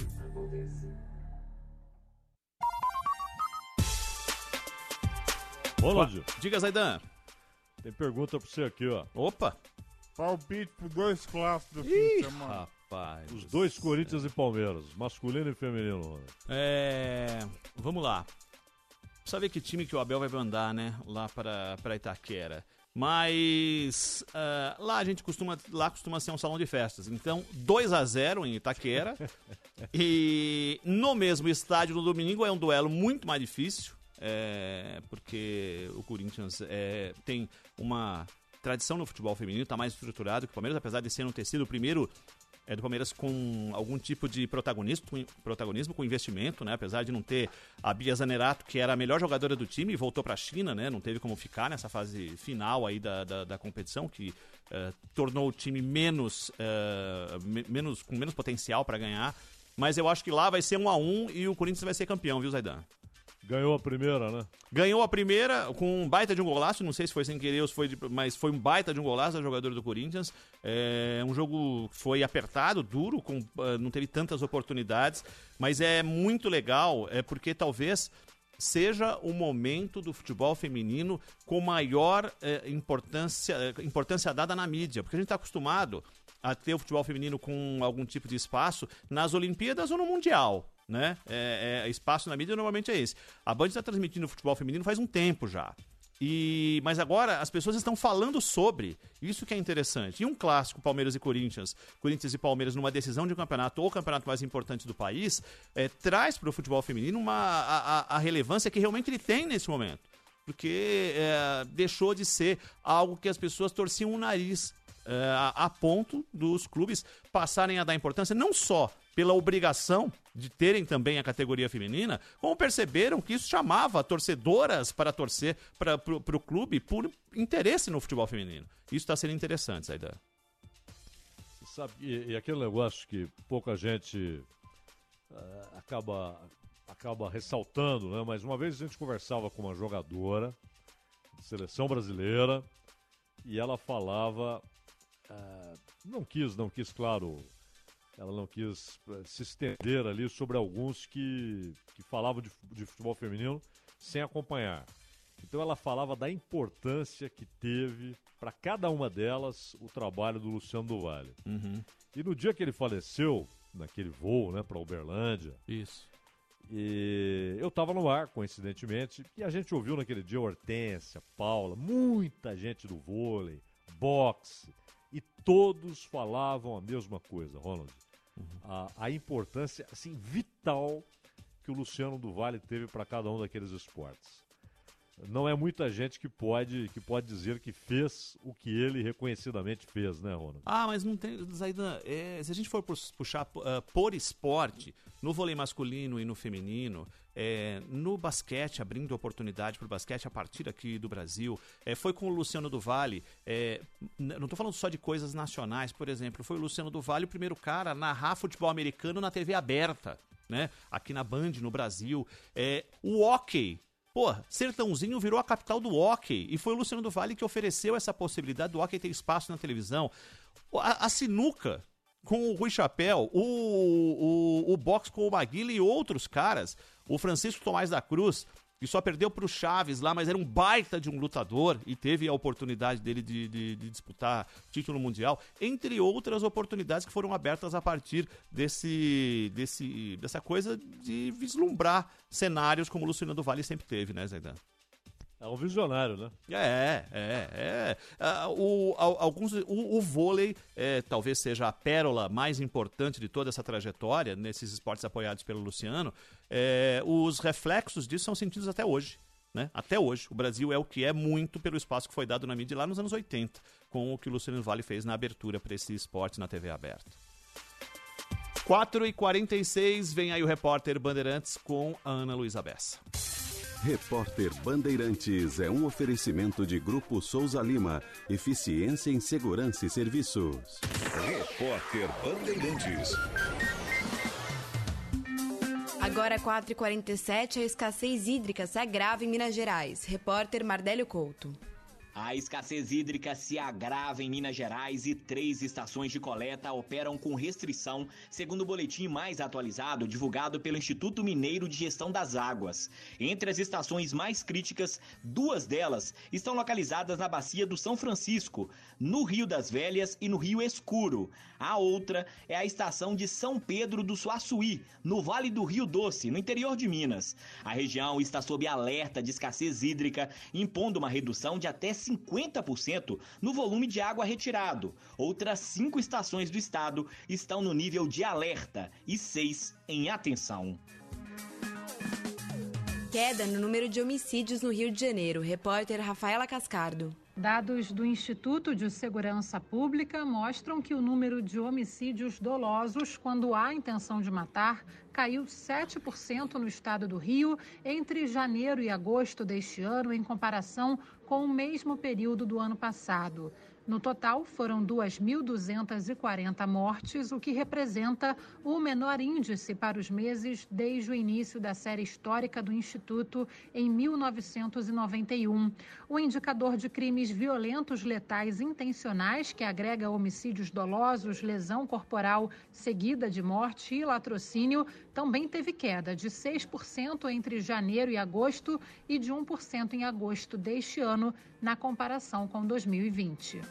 Ô, Lódio. Diga, Zaidan. Tem pergunta pra você aqui, ó. Opa. Palpite por dois clássicos do Ih, fim de semana. Rapaz. Os dois Corinthians e Palmeiras, masculino e feminino. Ronald. É... Vamos lá. Precisa ver que time que o Abel vai mandar, né? Lá para, para Itaquera. Mas uh, lá a gente costuma, lá costuma ser um salão de festas. Então, dois a zero em Itaquera. E no mesmo estádio no domingo é um duelo muito mais difícil. É, porque o Corinthians é, tem uma tradição no futebol feminino, está mais estruturado que o Palmeiras, apesar de ser não ter sido o primeiro é, do Palmeiras com algum tipo de protagonismo, com, protagonismo, com investimento, né? Apesar de não ter a Bia Zanerato, que era a melhor jogadora do time e voltou para a China, né? Não teve como ficar nessa fase final aí da, da, da competição, que uh, tornou o time menos, uh, me, menos com menos potencial para ganhar. Mas eu acho que lá vai ser um a um e o Corinthians vai ser campeão, viu, Zaidan? Ganhou a primeira, né? Ganhou a primeira com um baita de um golaço, não sei se foi sem querer ou se foi de, mas foi um baita de um golaço da jogadora do Corinthians. É um jogo que foi apertado, duro, com, uh, não teve tantas oportunidades, mas é muito legal, é porque talvez seja o momento do futebol feminino com maior eh, importância, eh, importância dada na mídia, porque a gente está acostumado a ter o futebol feminino com algum tipo de espaço nas Olimpíadas ou no Mundial. Né? É, é, espaço na mídia normalmente é esse. A Band está transmitindo o futebol feminino faz um tempo já. E, mas agora as pessoas estão falando sobre. Isso que é interessante. E um clássico, Palmeiras e Corinthians, Corinthians e Palmeiras numa decisão de um campeonato ou o campeonato mais importante do país, é, traz para o futebol feminino uma, a, a, a relevância que realmente ele tem nesse momento. Porque é, deixou de ser algo que as pessoas torciam o nariz. É, a, a ponto dos clubes passarem a dar importância não só pela obrigação de terem também a categoria feminina, como perceberam que isso chamava torcedoras para torcer para o clube por interesse no futebol feminino. Isso está sendo interessante, Zaidan. Sabe, e, e aquele negócio que pouca gente uh, acaba, acaba ressaltando, né? Mas uma vez a gente conversava com uma jogadora de seleção brasileira e ela falava, uh, não quis, não quis, claro, ela não quis se estender ali sobre alguns que, que falavam de, de futebol feminino sem acompanhar. Então ela falava da importância que teve para cada uma delas o trabalho do Luciano do Vale. Uhum. E no dia que ele faleceu, naquele voo, né, para Uberlândia, isso. E eu estava no ar, coincidentemente, e a gente ouviu naquele dia Hortência, Paula, muita gente do vôlei, boxe, e todos falavam a mesma coisa, Ronald. Uhum. A, a importância assim, vital que o Luciano do Vale teve para cada um daqueles esportes. Não é muita gente que pode, que pode dizer que fez o que ele reconhecidamente fez, né, Ronald? Ah, mas não tem, Zaidan, é, se a gente for puxar uh, por esporte, no vôlei masculino e no feminino, é, no basquete, abrindo oportunidade para o basquete a partir aqui do Brasil, é, foi com o Luciano do Vale, é, não estou falando só de coisas nacionais, por exemplo, foi o Luciano do Vale o primeiro cara a narrar futebol americano na T V aberta, né, aqui na Band, no Brasil. É, o hóquei, pô, Sertãozinho virou a capital do hóquei e foi o Luciano do Vale que ofereceu essa possibilidade do hóquei ter espaço na televisão. A, a sinuca com o Rui Chapéu, o, o, o boxe com o Maguila e outros caras, o Francisco Tomás da Cruz, que só perdeu pro Chaves lá, mas era um baita de um lutador e teve a oportunidade dele de, de, de disputar título mundial, entre outras oportunidades que foram abertas a partir desse, desse, dessa coisa de vislumbrar cenários como o Luciano do Vale sempre teve, né, Zaidan? É um visionário, né? É, é, é. Ah, o, alguns, o, o vôlei é, talvez seja a pérola mais importante de toda essa trajetória, nesses esportes apoiados pelo Luciano. É, os reflexos disso são sentidos até hoje. Né? Até hoje. O Brasil é o que é muito pelo espaço que foi dado na mídia lá nos anos oitenta, com o que o Luciano Vale fez na abertura para esse esporte na T V aberta. quatro e quarenta e seis, vem aí o repórter Bandeirantes com a Ana Luísa Bessa. Repórter Bandeirantes é um oferecimento de Grupo Souza Lima. Eficiência em Segurança e Serviços. Repórter Bandeirantes. Agora, quatro e quarenta e sete, a escassez hídrica se agrava em Minas Gerais. Repórter Mardélio Couto. A escassez hídrica se agrava em Minas Gerais e três estações de coleta operam com restrição, segundo o boletim mais atualizado divulgado pelo Instituto Mineiro de Gestão das Águas. Entre as estações mais críticas, duas delas estão localizadas na bacia do São Francisco, no Rio das Velhas e no Rio Escuro. A outra é a estação de São Pedro do Suaçuí, no Vale do Rio Doce, no interior de Minas. A região está sob alerta de escassez hídrica, impondo uma redução de até cinquenta por cento no volume de água retirado. Outras cinco estações do estado estão no nível de alerta e seis em atenção. Queda no número de homicídios no Rio de Janeiro. Repórter Rafaela Cascardo. Dados do Instituto de Segurança Pública mostram que o número de homicídios dolosos, quando há intenção de matar, caiu sete por cento no estado do Rio entre janeiro e agosto deste ano, em comparação com o mesmo período do ano passado. No total, foram duas mil duzentas e quarenta mortes, o que representa o menor índice para os meses desde o início da série histórica do Instituto em mil novecentos e noventa e um. O indicador de crimes violentos letais intencionais, que agrega homicídios dolosos, lesão corporal seguida de morte e latrocínio, também teve queda de seis por cento entre janeiro e agosto e de um por cento em agosto deste ano, na comparação com dois mil e vinte.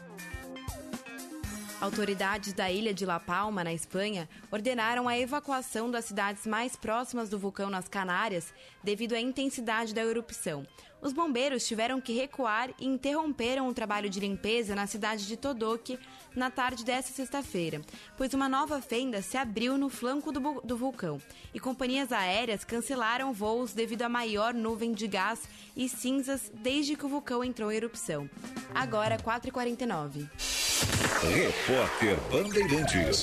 Autoridades da ilha de La Palma, na Espanha, ordenaram a evacuação das cidades mais próximas do vulcão nas Canárias devido à intensidade da erupção. Os bombeiros tiveram que recuar e interromperam o trabalho de limpeza na cidade de Todoque na tarde desta sexta-feira, pois uma nova fenda se abriu no flanco do, do vulcão e companhias aéreas cancelaram voos devido à maior nuvem de gás e cinzas desde que o vulcão entrou em erupção. Agora, quatro e quarenta e nove. Repórter Bandeirantes.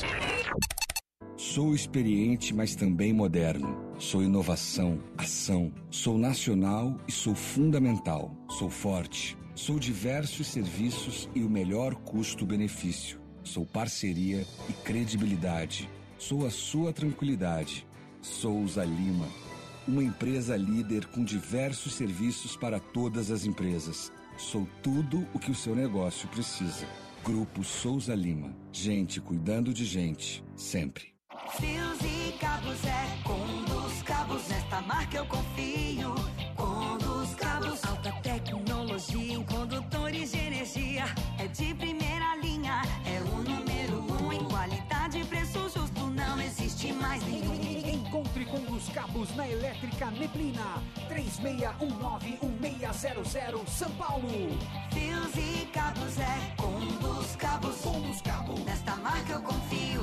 Sou experiente, mas também moderno. Sou inovação, ação. Sou nacional e sou fundamental. Sou forte. Sou diversos serviços e o melhor custo-benefício. Sou parceria e credibilidade. Sou a sua tranquilidade. Souza Lima. Uma empresa líder com diversos serviços para todas as empresas. Sou tudo o que o seu negócio precisa. Grupo Souza Lima. Gente cuidando de gente, sempre. Fios e cabos é Conduz Cabos, nesta marca eu confio. Conduz Cabos, alta tecnologia em condutores de energia. É de primeira linha, é o número um em qualidade e preço justo, não existe mais nenhum. Encontre Conduz Cabos na Elétrica Neblina, três seis um nove um seis zero zero, São Paulo. Fios e cabos é Conduz Cabos, Conduz Cabos, nesta marca eu confio.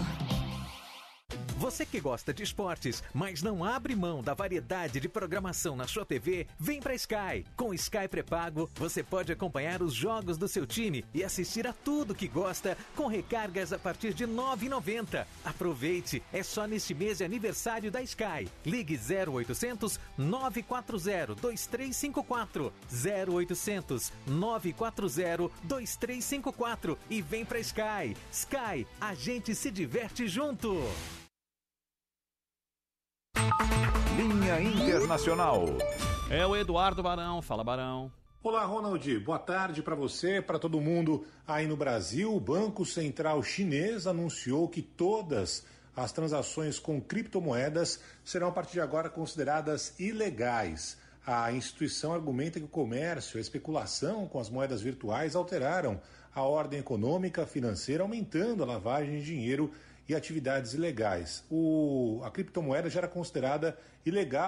Você que gosta de esportes, mas não abre mão da variedade de programação na sua T V, vem pra Sky. Com Sky pré-pago, você pode acompanhar os jogos do seu time e assistir a tudo que gosta com recargas a partir de nove reais e noventa centavos. Aproveite, é só neste mês de aniversário da Sky. Ligue zero oitocentos, nove quatro zero, dois três cinco quatro, zero oitocentos, nove quatro zero, dois três cinco quatro e vem pra Sky. Sky, a gente se diverte junto. Linha Internacional. É o Eduardo Barão. Fala, Barão. Olá, Ronald. Boa tarde para você, para todo mundo aí no Brasil. O Banco Central Chinês anunciou que todas as transações com criptomoedas serão a partir de agora consideradas ilegais. A instituição argumenta que o comércio e a especulação com as moedas virtuais alteraram a ordem econômica, financeira, aumentando a lavagem de dinheiro e atividades ilegais. O, a criptomoeda já era considerada ilegal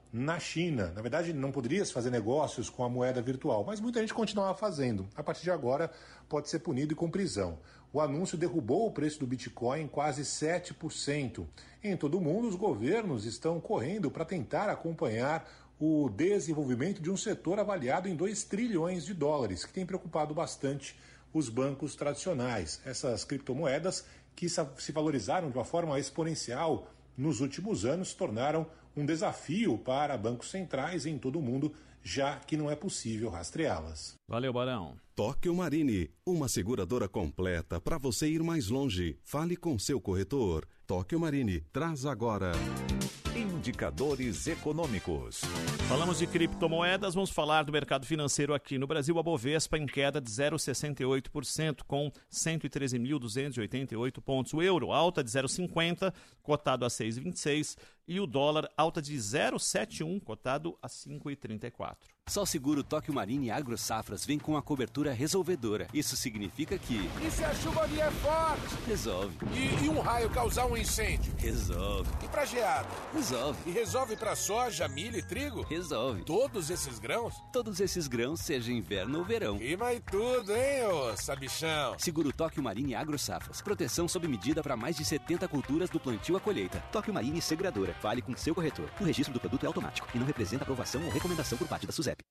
na China. Na verdade, não poderia se fazer negócios com a moeda virtual, mas muita gente continuava fazendo. A partir de agora, pode ser punido e com prisão. O anúncio derrubou o preço do Bitcoin em quase sete por cento. Em todo o mundo, os governos estão correndo para tentar acompanhar o desenvolvimento de um setor avaliado em dois trilhões de dólares, que tem preocupado bastante os bancos tradicionais. Essas criptomoedas, que se valorizaram de uma forma exponencial nos últimos anos, se tornaram um desafio para bancos centrais em todo o mundo, já que não é possível rastreá-las. Valeu, Barão. Tóquio Marine, uma seguradora completa para você ir mais longe. Fale com seu corretor. Tóquio Marine, traz agora Indicadores econômicos. Falamos de criptomoedas, vamos falar do mercado financeiro aqui no Brasil. A Bovespa em queda de zero vírgula sessenta e oito por cento, com cento e treze mil duzentos e oitenta e oito pontos. O euro, alta de zero vírgula cinquenta, cotado a seis vírgula vinte e seis. E o dólar, alta de zero vírgula setenta e um, cotado a cinco vírgula trinta e quatro. Só o seguro Tóquio Marine Agro Safras vem com a cobertura resolvedora. Isso significa que... E se a chuva vier forte? Resolve. E, e um raio causar um incêndio? Resolve. E pra geada? Resolve. E resolve pra soja, milho e trigo? Resolve. Todos esses grãos? Todos esses grãos, seja inverno ou verão. Rima e tudo, hein, ô sabichão? Seguro Tóquio Marine Agro Safras. Proteção sob medida para mais de setenta culturas do plantio à colheita. Tóquio Marine Seguradora. Fale com seu corretor. O registro do produto é automático e não representa aprovação ou recomendação por parte da SUSEP.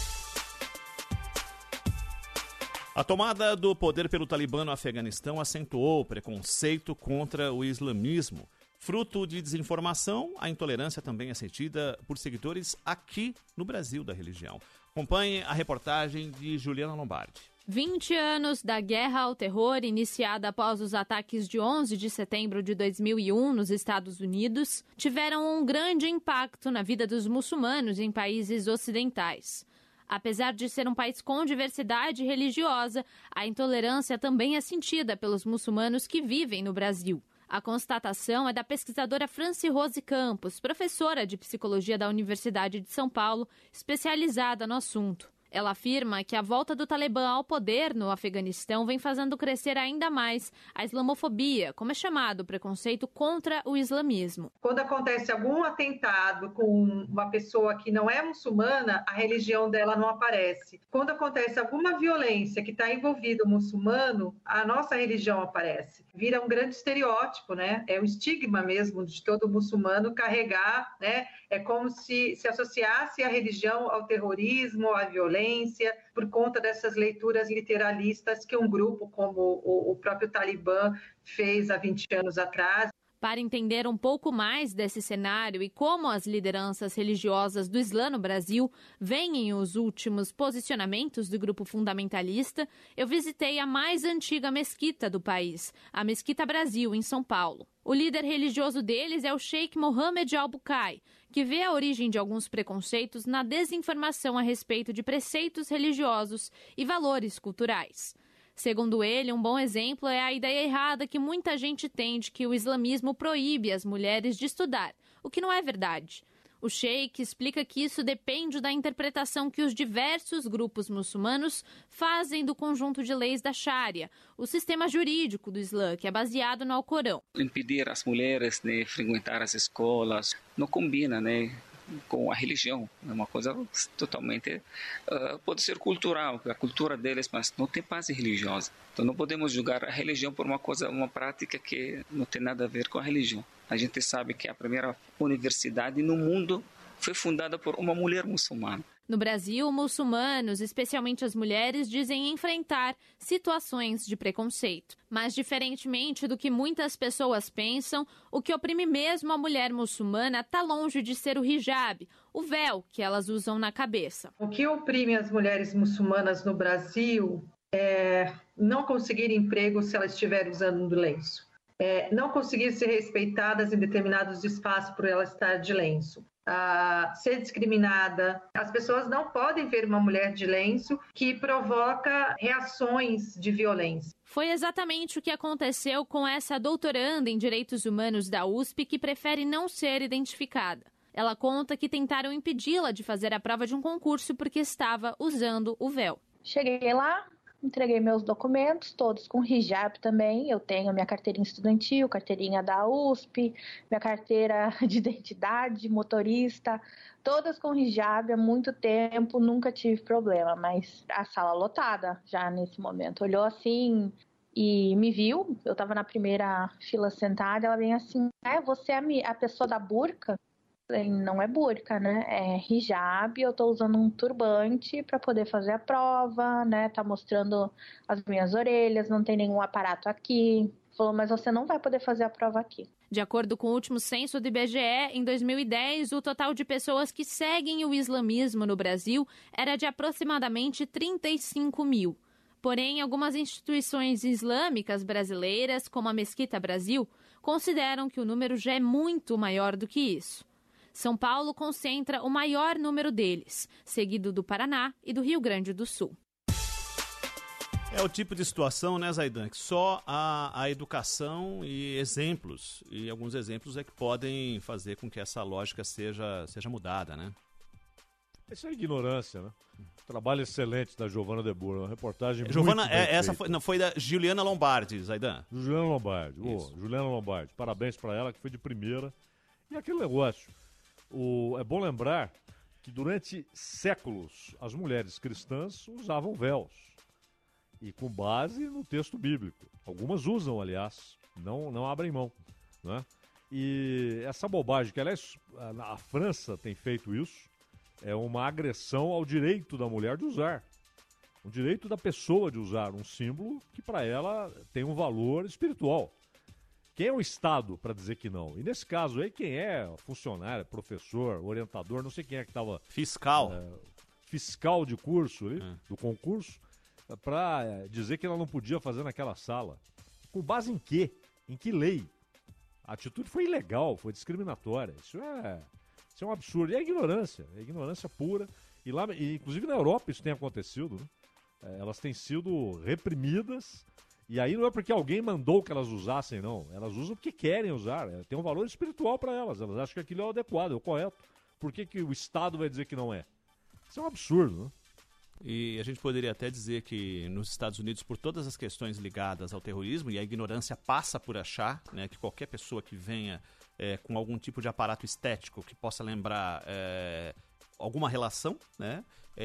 A tomada do poder pelo Talibã no Afeganistão acentuou o preconceito contra o islamismo. Fruto de desinformação, a intolerância também é sentida por seguidores aqui no Brasil da religião. Acompanhe a reportagem de Juliana Lombardi. vinte anos da guerra ao terror iniciada após os ataques de onze de setembro de dois mil e um nos Estados Unidos tiveram um grande impacto na vida dos muçulmanos em países ocidentais. Apesar de ser um país com diversidade religiosa, a intolerância também é sentida pelos muçulmanos que vivem no Brasil. A constatação é da pesquisadora Franci Rose Campos, professora de psicologia da Universidade de São Paulo, especializada no assunto. Ela afirma que a volta do Talibã ao poder no Afeganistão vem fazendo crescer ainda mais a islamofobia, como é chamado o preconceito contra o islamismo. Quando acontece algum atentado com uma pessoa que não é muçulmana, a religião dela não aparece. Quando acontece alguma violência que está envolvido o muçulmano, a nossa religião aparece. Vira um grande estereótipo, né? É o estigma mesmo de todo muçulmano carregar, né? É como se se associasse a religião ao terrorismo, à violência, por conta dessas leituras literalistas que um grupo como o, o próprio Talibã fez há vinte anos atrás. Para entender um pouco mais desse cenário e como as lideranças religiosas do Islã no Brasil veem os últimos posicionamentos do grupo fundamentalista, eu visitei a mais antiga mesquita do país, a Mesquita Brasil, em São Paulo. O líder religioso deles é o Sheikh Mohammed Al-Bukai, que vê a origem de alguns preconceitos na desinformação a respeito de preceitos religiosos e valores culturais. Segundo ele, um bom exemplo é a ideia errada que muita gente tem de que o islamismo proíbe as mulheres de estudar, o que não é verdade. O sheik explica que isso depende da interpretação que os diversos grupos muçulmanos fazem do conjunto de leis da Sharia, o sistema jurídico do Islã, que é baseado no Alcorão. Impedir as mulheres de frequentar as escolas não combina, né, com a religião. É uma coisa totalmente... Uh, pode ser cultural, a cultura deles, mas não tem base religiosa. Então não podemos julgar a religião por uma coisa, uma prática que não tem nada a ver com a religião. A gente sabe que a primeira universidade no mundo foi fundada por uma mulher muçulmana. No Brasil, muçulmanos, especialmente as mulheres, dizem enfrentar situações de preconceito. Mas, diferentemente do que muitas pessoas pensam, o que oprime mesmo a mulher muçulmana está longe de ser o hijab, o véu que elas usam na cabeça. O que oprime as mulheres muçulmanas no Brasil é não conseguir emprego se elas estiverem usando o lenço. É não conseguir ser respeitadas em determinados espaços por ela estar de lenço. Uh, ser discriminada. As pessoas não podem ver uma mulher de lenço que provoca reações de violência. Foi exatamente o que aconteceu com essa doutoranda em Direitos Humanos da U S P que prefere não ser identificada. Ela conta que tentaram impedi-la de fazer a prova de um concurso porque estava usando o véu. Cheguei lá, Entreguei meus documentos, todos com hijab também. Eu tenho minha carteirinha estudantil, carteirinha da U S P, minha carteira de identidade, motorista, todas com hijab há muito tempo, nunca tive problema. Mas a sala lotada já nesse momento. Olhou assim e me viu, eu estava na primeira fila sentada, ela vem assim, é, você é a pessoa da burca? Não é burca, né? É hijab, eu tô usando um turbante para poder fazer a prova, né? Tá mostrando as minhas orelhas, não tem nenhum aparato aqui. Falou, mas você não vai poder fazer a prova aqui. De acordo com o último censo do I B G E, em dois mil e dez, o total de pessoas que seguem o islamismo no Brasil era de aproximadamente trinta e cinco mil. Porém, algumas instituições islâmicas brasileiras, como a Mesquita Brasil, consideram que o número já é muito maior do que isso. São Paulo concentra o maior número deles, seguido do Paraná e do Rio Grande do Sul. É o tipo de situação, né, Zaidan, que só a, a educação e exemplos, e alguns exemplos é que podem fazer com que essa lógica seja, seja mudada, né? Isso é ignorância, né? Trabalho excelente da Giovana De Burra, uma reportagem muito Giovana, bem é, essa feita. foi, não, foi da Juliana Lombardi, Zaidan. Juliana Lombardi, oh, Juliana Lombardi, parabéns para ela que foi de primeira. E aquele negócio, o, é bom lembrar que durante séculos as mulheres cristãs usavam véus, e com base no texto bíblico. Algumas usam, aliás, não, não abrem mão, né? E essa bobagem, que aliás a, a França tem feito isso, é uma agressão ao direito da mulher de usar. O direito da pessoa de usar um símbolo que para ela tem um valor espiritual. Quem é o Estado para dizer que não? E nesse caso aí, quem é funcionário, professor, orientador, não sei quem é que estava... Fiscal. É, fiscal de curso, ali, é. do concurso, para é, dizer que ela não podia fazer naquela sala. Com base em quê? Em que lei? A atitude foi ilegal, foi discriminatória. Isso é, isso é um absurdo. E é ignorância, é ignorância pura. E lá, e, inclusive na Europa isso tem acontecido, né? É, elas têm sido reprimidas. E aí não é porque alguém mandou que elas usassem, não. Elas usam porque querem usar. É, tem um valor espiritual para elas. Elas acham que aquilo é o adequado, é o correto. Por que, que o Estado vai dizer que não é? Isso é um absurdo, né? E a gente poderia até dizer que nos Estados Unidos, por todas as questões ligadas ao terrorismo, e a ignorância passa por achar, né, que qualquer pessoa que venha é, com algum tipo de aparato estético que possa lembrar é, alguma relação, né?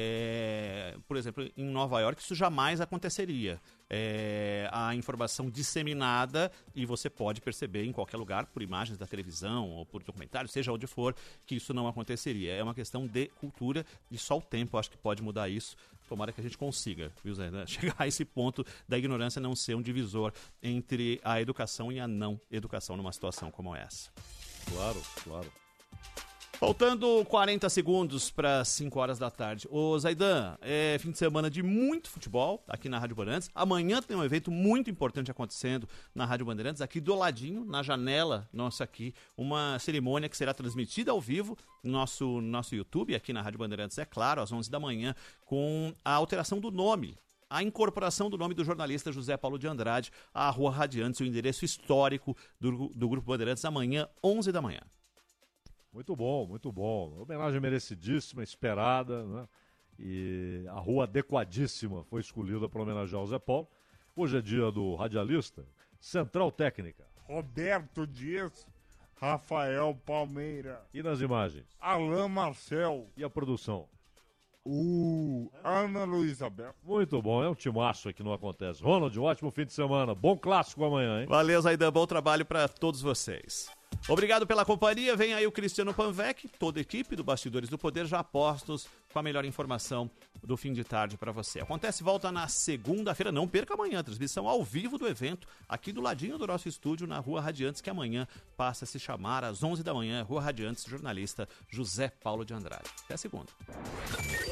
É, por exemplo, em Nova York isso jamais aconteceria. É, a informação disseminada, e você pode perceber em qualquer lugar, por imagens da televisão ou por documentário, seja onde for, que isso não aconteceria. É uma questão de cultura e só o tempo acho que pode mudar isso. Tomara que a gente consiga, viu, Zé, né? Chegar a esse ponto da ignorância não ser um divisor entre a educação e a não educação numa situação como essa. Claro, claro. Faltando quarenta segundos para cinco horas da tarde. Ô Zaidan, é fim de semana de muito futebol aqui na Rádio Bandeirantes. Amanhã tem um evento muito importante acontecendo na Rádio Bandeirantes, aqui do ladinho, na janela nossa aqui, uma cerimônia que será transmitida ao vivo no nosso, nosso YouTube, aqui na Rádio Bandeirantes, é claro, às onze da manhã, com a alteração do nome. A incorporação do nome do jornalista José Paulo de Andrade à Rua Radiantes, o endereço histórico do, do Grupo Bandeirantes, amanhã, onze da manhã. Muito bom, muito bom. Homenagem merecidíssima, esperada, né? E a rua adequadíssima foi escolhida para homenagear o Zé Paulo. Hoje é dia do radialista. Central Técnica. Roberto Dias, Rafael Palmeira. E nas imagens? Alain Marcel. E a produção? Uh, Ana Luísa Bel. Muito bom, é um timaço aí que não acontece. Ronald, um ótimo fim de semana. Bom clássico amanhã, hein? Valeu, Zaidan. Bom trabalho para todos vocês. Obrigado pela companhia. Vem aí o Cristiano Panvec, toda a equipe do Bastidores do Poder, já postos com a melhor informação do fim de tarde para você. Acontece, volta na segunda-feira. Não perca amanhã a transmissão ao vivo do evento, aqui do ladinho do nosso estúdio, na Rua Radiantes, que amanhã passa a se chamar às onze da manhã, Rua Radiantes, jornalista José Paulo de Andrade. Até segunda.